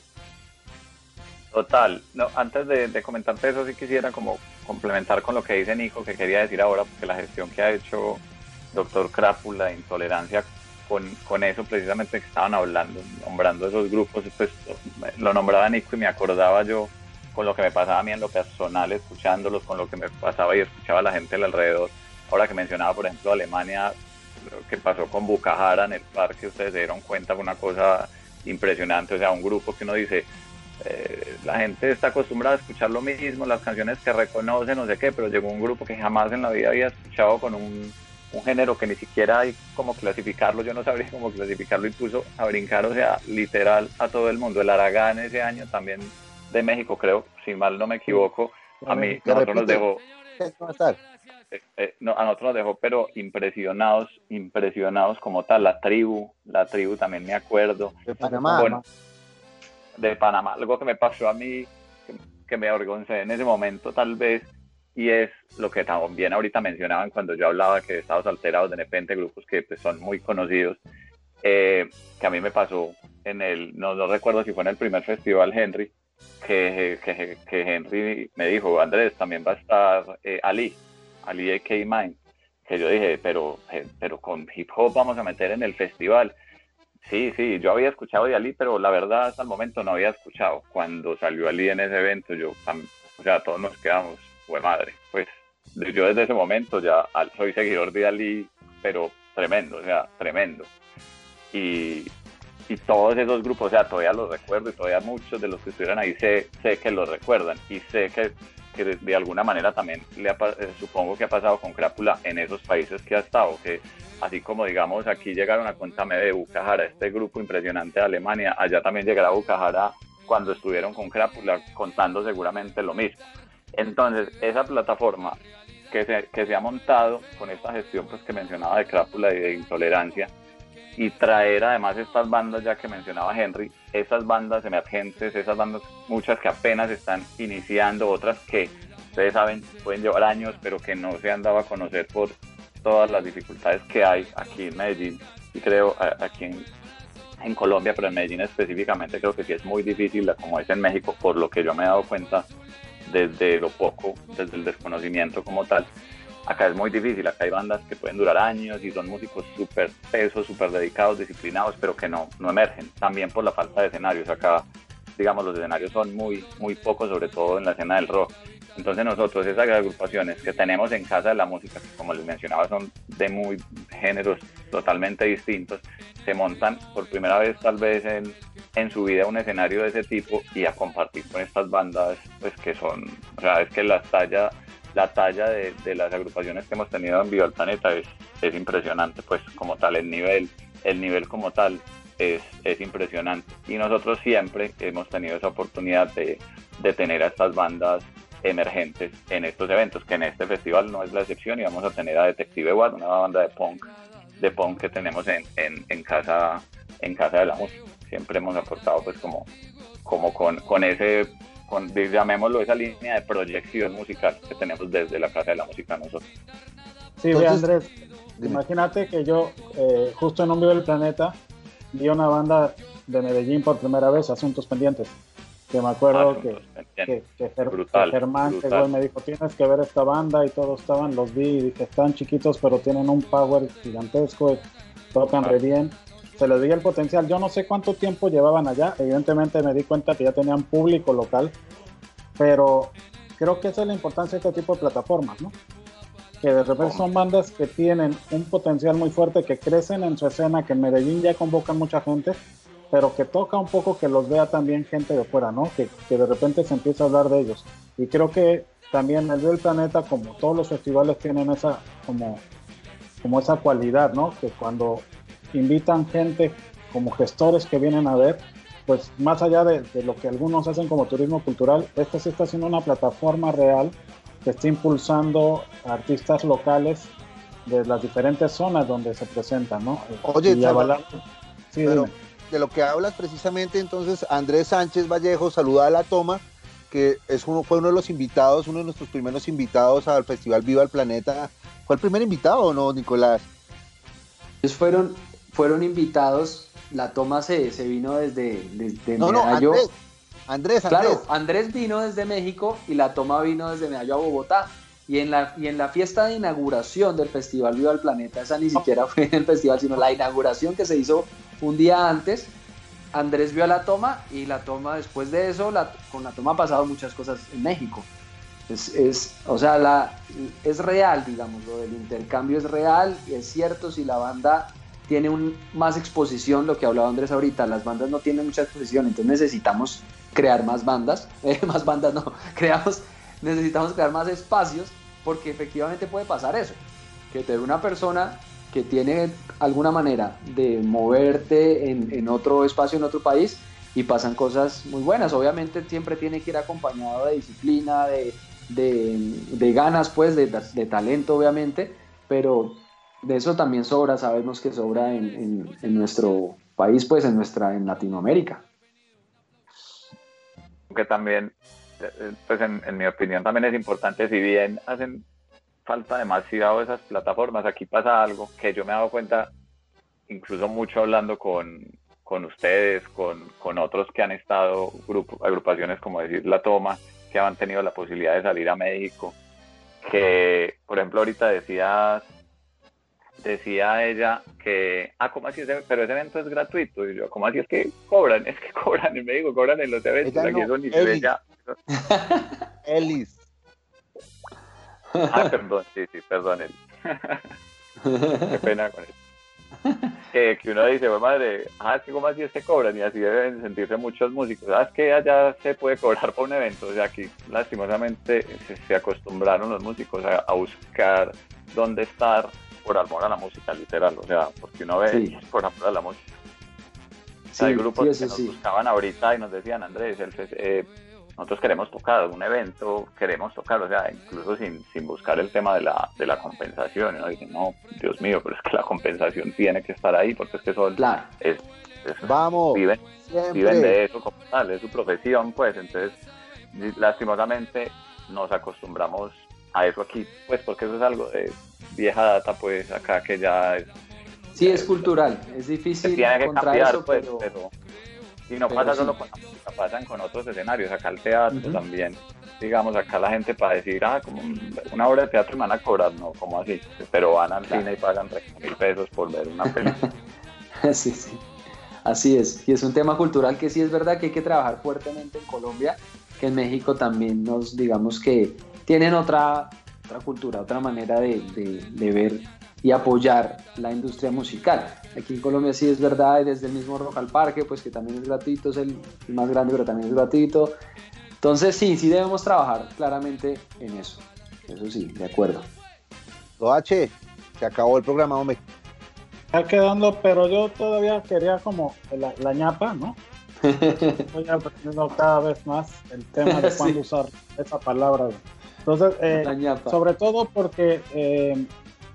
Total, no, antes de comentarte eso sí quisiera como complementar con lo que dice Nico, que quería decir ahora, porque la gestión que ha hecho Dr. Crápula de Intolerancia con eso precisamente que estaban hablando, nombrando esos grupos, pues lo nombraba Nico y me acordaba yo con lo que me pasaba a mí en lo personal escuchándolos, con lo que me pasaba y escuchaba a la gente del alrededor. Ahora que mencionaba, por ejemplo, Alemania, lo que pasó con Bukahara en el parque, ustedes se dieron cuenta, fue una cosa impresionante, o sea, un grupo que uno dice, la gente está acostumbrada a escuchar lo mismo, las canciones que reconoce, no sé qué, pero llegó un grupo que jamás en la vida había escuchado con un género que ni siquiera hay como clasificarlo, yo no sabría cómo clasificarlo, y puso a brincar, o sea, literal a todo el mundo. El Aragán ese año también de México, creo, si mal no me equivoco, a mí, nosotros nos dejó, a nosotros nos dejó, pero impresionados como tal. La tribu también me acuerdo. De Panamá. Bueno, de Panamá, algo que me pasó a mí, que me avergoncé en ese momento tal vez, y es lo que también ahorita mencionaban cuando yo hablaba que Estados Alterados, de repente grupos que pues, son muy conocidos, que a mí me pasó no recuerdo si fue en el primer festival Henry, que Henry me dijo, Andrés, también va a estar Ali AK Mine, que yo dije, pero con hip hop vamos a meter en el festival. Sí, yo había escuchado de Ali, pero la verdad hasta el momento no había escuchado. Cuando salió Ali en ese evento, o sea, todos nos quedamos, fue madre. Pues yo desde ese momento ya soy seguidor de Ali, pero tremendo, o sea, tremendo. Y y todos esos grupos, o sea, todavía los recuerdo y todavía muchos de los que estuvieron ahí sé que los recuerdan y sé que de alguna manera también supongo que ha pasado con Crápula en esos países que ha estado, que así como digamos aquí llegaron a Cuéntame de Bukajara, este grupo impresionante de Alemania, allá también llegará a Bukajara cuando estuvieron con Crápula contando seguramente lo mismo. Entonces esa plataforma que se ha montado con esta gestión pues que mencionaba de Crápula y de Intolerancia, y traer además estas bandas ya que mencionaba Henry, esas bandas emergentes, esas bandas muchas que apenas están iniciando, otras que ustedes saben pueden llevar años pero que no se han dado a conocer por todas las dificultades que hay aquí en Medellín y creo aquí en Colombia, pero en Medellín específicamente creo que sí es muy difícil como es en México, por lo que yo me he dado cuenta desde lo poco, desde el desconocimiento como tal. Acá es muy difícil, acá hay bandas que pueden durar años y son músicos súper tesos, súper dedicados, disciplinados, pero que no emergen, también por la falta de escenarios. Acá, digamos, los escenarios son muy pocos, sobre todo en la escena del rock. Entonces nosotros, esas agrupaciones que tenemos en Casa de la Música, que como les mencionaba son de muy géneros totalmente distintos, se montan por primera vez tal vez en su vida un escenario de ese tipo y a compartir con estas bandas, pues que son, o sea, es que la talla de las agrupaciones que hemos tenido en Viva el Planeta es impresionante, pues como tal, el nivel como tal es impresionante. Y nosotros siempre hemos tenido esa oportunidad de tener a estas bandas emergentes en estos eventos, que en este festival no es la excepción, y vamos a tener a Detective Watt, una banda de punk que tenemos en casa de la música. Siempre hemos aportado pues como con ese, llamémoslo, esa línea de proyección musical que tenemos desde la Casa de la Música nosotros. Sí, entonces, ve Andrés, imagínate que yo justo en un Viva el Planeta vi una banda de Medellín por primera vez, Asuntos Pendientes, que me acuerdo que Germán llegó y me dijo, tienes que ver esta banda, y todos estaban, los vi y dije, están chiquitos pero tienen un power gigantesco, tocan re bien, se les veía el potencial. Yo no sé cuánto tiempo llevaban allá, evidentemente me di cuenta que ya tenían público local, pero creo que esa es la importancia de este tipo de plataformas, ¿no? Que de repente son bandas que tienen un potencial muy fuerte, que crecen en su escena, que en Medellín ya convocan mucha gente, pero que toca un poco que los vea también gente de fuera, ¿no? Que de repente se empieza a hablar de ellos. Y creo que también el Viva el Planeta, como todos los festivales, tienen esa como esa cualidad, ¿no? Que cuando invitan gente como gestores que vienen a ver, pues más allá de lo que algunos hacen como turismo cultural, esta sí está siendo una plataforma real que está impulsando a artistas locales de las diferentes zonas donde se presentan, ¿no? Oye, sí, pero de lo que hablas precisamente, entonces Andrés Sánchez Vallejo saluda a La Toma, que fue uno de los invitados, uno de nuestros primeros invitados al Festival Viva el Planeta. ¿Fue el primer invitado o no, Nicolás? Ellos fueron invitados. La Toma se vino desde no, Medallo. Andrés. Claro, Andrés vino desde México y La Toma vino desde Medallo a Bogotá. Y en la fiesta de inauguración del Festival Viva el Planeta, esa ni siquiera fue en el festival, sino la inauguración que se hizo un día antes, Andrés vio a La Toma, y La Toma después de eso, con La Toma ha pasado muchas cosas en México. O sea, es real, digamos, lo del intercambio es real, y es cierto, si la banda tiene más exposición, lo que hablaba Andrés ahorita, las bandas no tienen mucha exposición, entonces necesitamos crear más bandas, necesitamos crear más espacios, porque efectivamente puede pasar eso, que te ve una persona que tiene alguna manera de moverte en otro espacio, en otro país, y pasan cosas muy buenas. Obviamente siempre tiene que ir acompañado de disciplina, de ganas, pues, de talento, obviamente, pero de eso también sobra, sabemos que sobra en nuestro país, pues en Latinoamérica. Que también, pues en mi opinión también es importante, si bien hacen falta demasiado esas plataformas, aquí pasa algo que yo me he dado cuenta, incluso mucho hablando con ustedes, con otros que han estado, agrupaciones como decir La Toma, que han tenido la posibilidad de salir a México, que por ejemplo ahorita decía ella que, ¿cómo así? Pero ese evento es gratuito, y yo, ¿cómo así? Es que cobran en México, cobran en los eventos, aquí eso ni se ve ya. Ellis. Perdón, sí, perdón, Ellis. Qué pena con eso. que uno dice, bueno, madre, es que como así es que cobran, y así deben sentirse muchos músicos. ¿Sabes que allá se puede cobrar por un evento? O sea, aquí lastimosamente se acostumbraron los músicos a buscar dónde estar por amor a la música, literal. O sea, porque uno ve por amor a la música. Sí, hay grupos que nos sí. buscaban ahorita y nos decían, Andrés, nosotros queremos tocar un evento, queremos tocar, o sea, incluso sin buscar el tema de la compensación. Y uno dice, no, Dios mío, pero es que la compensación tiene que estar ahí, porque es que son, Claro. Vamos, viven siempre. de eso como tal, es su profesión, pues. Entonces, lastimosamente, nos acostumbramos a eso aquí, pues, porque eso es algo de vieja data, pues, acá que ya es... Sí, es cultural, es difícil tiene que encontrar cambiar, eso, pues, pero y no pero pasa sí. solo con la música, pasan con otros escenarios, acá el teatro Ujú. también, digamos, acá la gente para decir, como una obra de teatro me van a cobrar, no, como así, pero van al cine y pagan 30.000 pesos por ver una película. Sí, sí. Así es. Y es un tema cultural que sí es verdad que hay que trabajar fuertemente en Colombia, que en México también digamos que tienen otra cultura, otra manera de ver y apoyar la industria musical. Aquí en Colombia sí es verdad, y desde el mismo Rock al Parque, pues que también es gratuito, es el más grande, pero también es gratuito. Entonces sí debemos trabajar claramente en eso. Eso sí, de acuerdo. H, se acabó el programa, hombre. Está quedando, pero yo todavía quería como la ñapa, ¿no? Voy aprendiendo cada vez más el tema de cuándo usar esa palabra. Entonces, La ñapa. sobre todo porque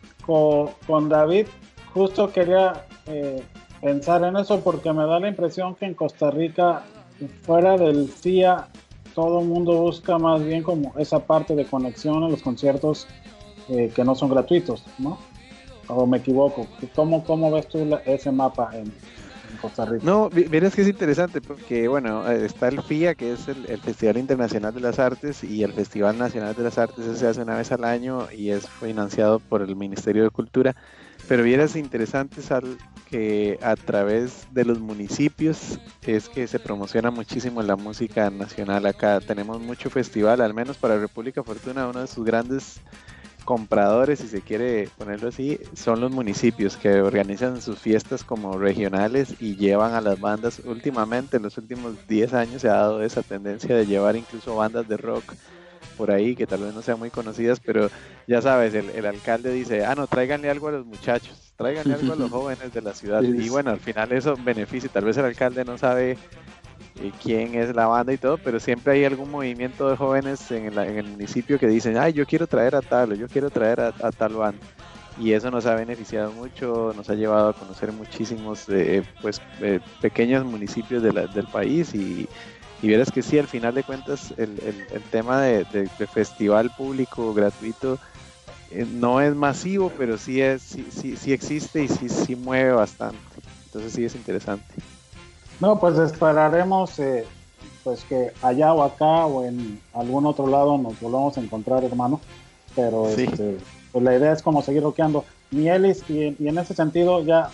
con David justo quería pensar en eso, porque me da la impresión que en Costa Rica, fuera del CIA, todo el mundo busca más bien como esa parte de conexión a los conciertos que no son gratuitos, ¿no? ¿O me equivoco? ¿Cómo ves tú ese mapa en Costa Rica? No, verás que es interesante porque, bueno, está el FIA, que es el Festival Internacional de las Artes, y el Festival Nacional de las Artes, ese se hace una vez al año y es financiado por el Ministerio de Cultura. Pero vieras interesante, Sal, que a través de los municipios es que se promociona muchísimo la música nacional acá. Tenemos mucho festival, al menos para República Fortuna, uno de sus grandes compradores, si se quiere ponerlo así, son los municipios que organizan sus fiestas como regionales y llevan a las bandas. Últimamente, en los últimos 10 años se ha dado esa tendencia de llevar incluso bandas de rock por ahí que tal vez no sean muy conocidas, pero ya sabes, el alcalde dice, no, tráiganle algo a los muchachos, tráiganle algo a los jóvenes de la ciudad. Y bueno, al final eso beneficia, tal vez el alcalde no sabe quién es la banda y todo, pero siempre hay algún movimiento de jóvenes en el municipio que dicen, yo quiero traer a tal, o yo quiero traer a tal banda, y eso nos ha beneficiado mucho, nos ha llevado a conocer muchísimos pequeños municipios del país, y verás que sí, al final de cuentas el tema de festival público gratuito no es masivo, pero sí existe y sí mueve bastante, entonces sí es interesante. No, pues esperaremos pues que allá o acá o en algún otro lado nos volvamos a encontrar, hermano. Pero sí. Pues la idea es como seguir rockeando. Mielis, y en ese sentido ya,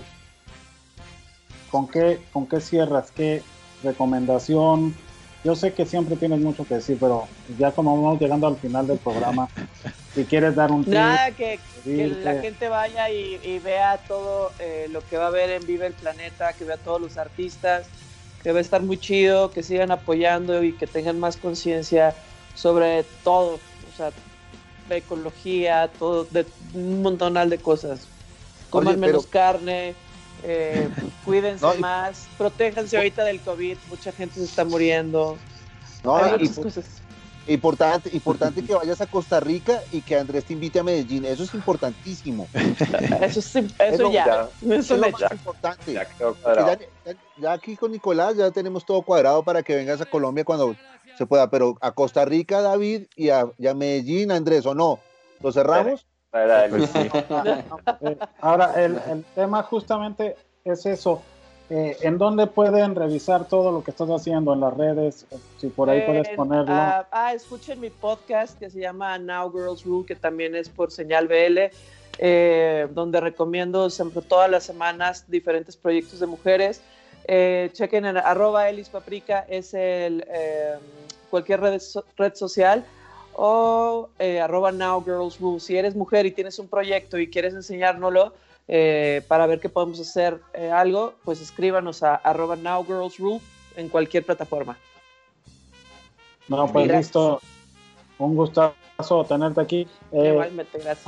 ¿con qué cierras? ¿Qué recomendación? Yo sé que siempre tienes mucho que decir, pero ya como vamos llegando al final del programa, si quieres dar un tip. Nada, que la gente vaya y vea todo lo que va a haber en Vive el Planeta, que vea todos los artistas, que va a estar muy chido, que sigan apoyando y que tengan más conciencia sobre todo, o sea, de ecología, todo, de un montonal de cosas. Coman menos carne, cuídense más, protéjanse ahorita del COVID, mucha gente se está muriendo. Hay muchas cosas. Importante que vayas a Costa Rica y que Andrés te invite a Medellín, eso es importantísimo. Eso es lo más importante. Ya aquí con Nicolás ya tenemos todo cuadrado para que vengas a Colombia cuando se pueda, pero a Costa Rica, David, y a Medellín, Andrés, ¿o no? ¿Lo cerramos? Pues sí. Ahora, el tema justamente es eso. ¿En dónde pueden revisar todo lo que estás haciendo en las redes? Si por ahí puedes ponerlo. Escuchen mi podcast que se llama Now Girls Rule, que también es por Señal BL, donde recomiendo siempre todas las semanas diferentes proyectos de mujeres. Chequen en @elispaprika, es cualquier red social, o @Now Girls Rule. Si eres mujer y tienes un proyecto y quieres enseñárnoslo, para ver que podemos hacer algo, pues escríbanos a @nowgirlsrule en cualquier plataforma. No, pues Gracias. listo. Un gustazo tenerte aquí. Igualmente, gracias.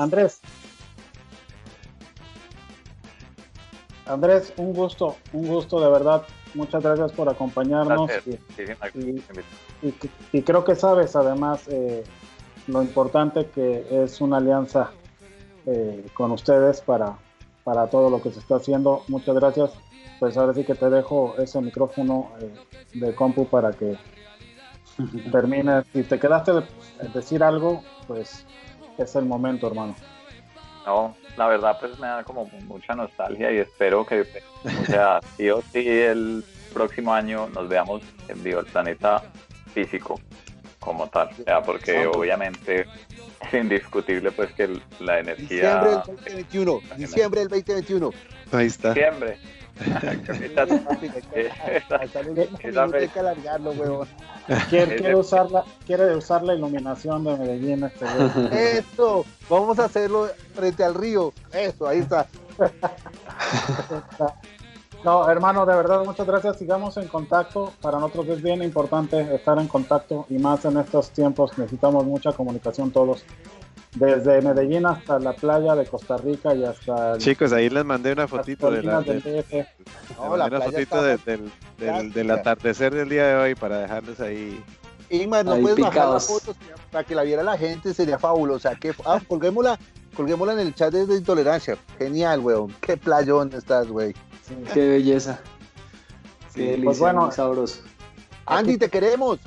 Andrés, un gusto de verdad. Muchas gracias por acompañarnos. Y creo que sabes además lo importante que es una alianza con ustedes para todo lo que se está haciendo. Muchas gracias. Pues ahora sí que te dejo ese micrófono de compu para que termines. Si te quedaste de decir algo, pues es el momento, hermano. No, la verdad pues me da como mucha nostalgia y espero que, o sea, sí o sí el próximo año nos veamos en Viva el Planeta físico como tal, o sea, porque obviamente es indiscutible pues que la energía... Diciembre del 2021. Ahí está. Diciembre. Quiere usar la iluminación de Medellín este güey. Eso, vamos a hacerlo frente al río. Eso, ahí está. No, hermano, de verdad, muchas gracias. Sigamos en contacto. Para nosotros es bien importante estar en contacto y más en estos tiempos. Necesitamos mucha comunicación todos. Desde Medellín hasta la playa de Costa Rica y hasta... Chicos, ahí les mandé una fotito del atardecer del día de hoy para dejarles ahí. Ingmar, no ahí puedes bajar picados. la foto para que la viera la gente, sería fabulosa. Colguémosla en el chat de Intolerancia. Genial, weón. Qué playón estás, güey. Qué belleza. Sí, Qué delicia, pues bueno. muy sabroso. Andy, te queremos.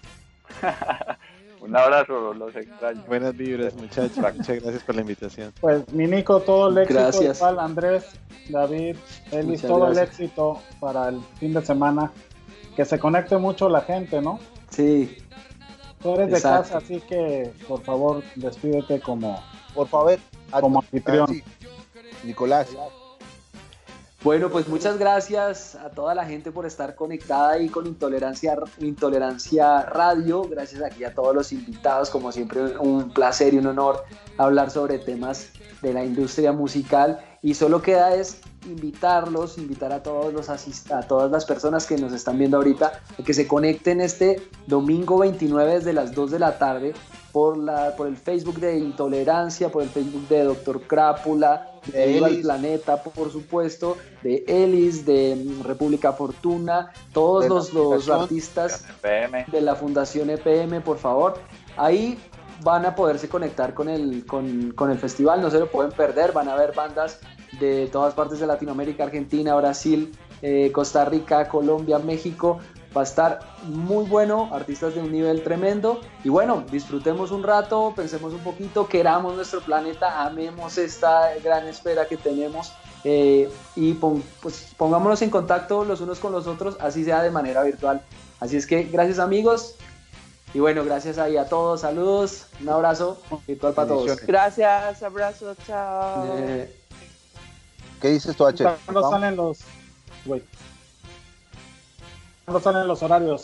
Un abrazo, los extraño. Buenas vibras, muchachos. Muchas gracias por la invitación. Pues mi Nico, todo el éxito. Gracias. Igual, Andrés, David, Elis, Muchas todo gracias. el éxito para el fin de semana. Que se conecte mucho la gente, ¿no? Sí, Tú eres de Exacto. casa, así que por favor despídete como Por favor. Como anfitrión. Sí. Nicolás. bueno, pues muchas gracias a toda la gente por estar conectada ahí con Intolerancia Radio. Gracias aquí a todos los invitados, como siempre un placer y un honor hablar sobre temas de la industria musical. Y solo queda es invitar a todas las personas que nos están viendo ahorita a que se conecten este domingo 29 desde las 2 de la tarde por el Facebook de Intolerancia, por el Facebook de Dr. Crápula, de Viva el Planeta, por supuesto, de Elis, de República Fortuna, todos los artistas de la Fundación EPM, por favor. Ahí van a poderse conectar con el festival, no se lo pueden perder, van a ver bandas de todas partes de Latinoamérica, Argentina, Brasil, Costa Rica, Colombia, México. Va a estar muy bueno, artistas de un nivel tremendo. Y bueno, disfrutemos un rato, pensemos un poquito, queramos nuestro planeta, amemos esta gran esfera que tenemos y pues pongámonos en contacto los unos con los otros, así sea de manera virtual. Así es que gracias, amigos. Y bueno, gracias ahí a todos, saludos, un abrazo virtual para todos. Gracias, abrazo, chao. ¿Qué dices tú, H? ¿Cuándo salen los... Güey. ¿Cuándo salen los horarios?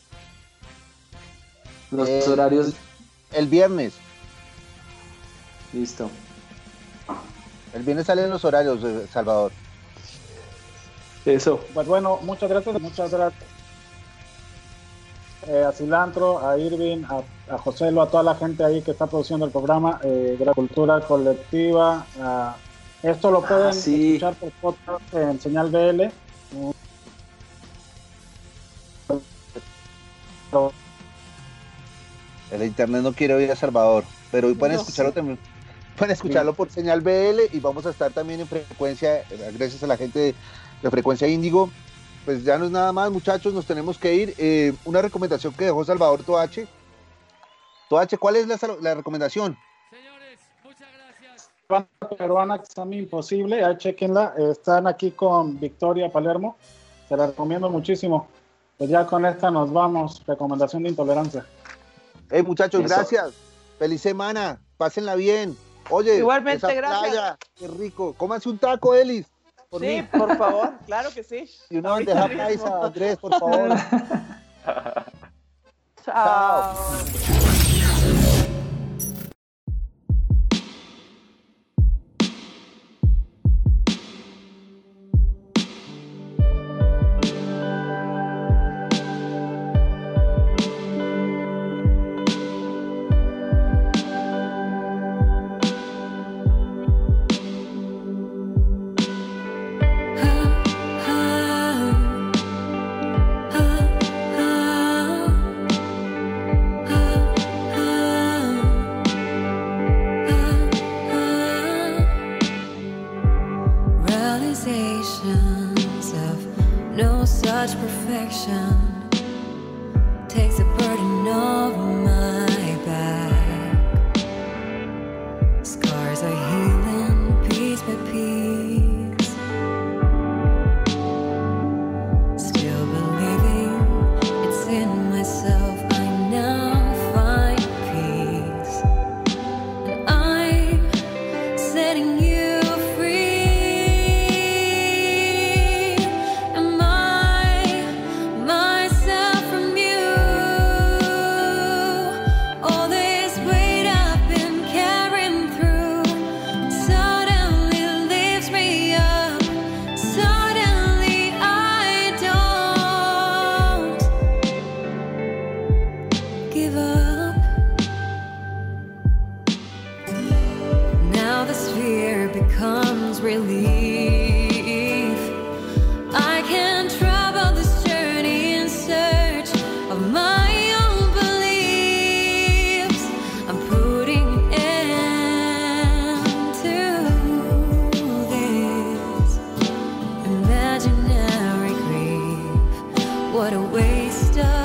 Los horarios. El viernes. Listo. El viernes salen los horarios, Salvador. Eso. Pues bueno, muchas gracias. A Cilantro, a Irving, a Joselo, a toda la gente ahí que está produciendo el programa, de la cultura colectiva. Esto lo pueden escuchar por podcast en Señal BL. El internet no quiere oír a Salvador, pero hoy pueden escucharlo también. Pueden escucharlo por Señal BL y vamos a estar también en frecuencia, gracias a la gente de Frecuencia Índigo. Pues ya no es nada más, muchachos, nos tenemos que ir. Una recomendación que dejó Salvador Toache. Toache, ¿cuál es la recomendación? Banda peruana Examen Imposible, ahí chequenla, están aquí con Victoria Palermo, se la recomiendo muchísimo. Pues ya con esta nos vamos, recomendación de Intolerancia. Muchachos, gracias, feliz semana, pásenla bien. Oye, igualmente, esa gracias. playa, qué rico, cómanse un taco, Elis. Sí, por favor, claro que sí. Y una bandeja paisa, Andrés, por favor. Chao. perfection takes the burden of my back. Scars are healing piece by piece. Still believing it's in myself, I now find peace. And I'm setting you free. Am I myself from you? All this weight I've been carrying through suddenly lifts me up. Suddenly I don't give up. Now this fear becomes relief. I can travel this journey in search of my own beliefs. I'm putting an end to this imaginary grief. What a waste of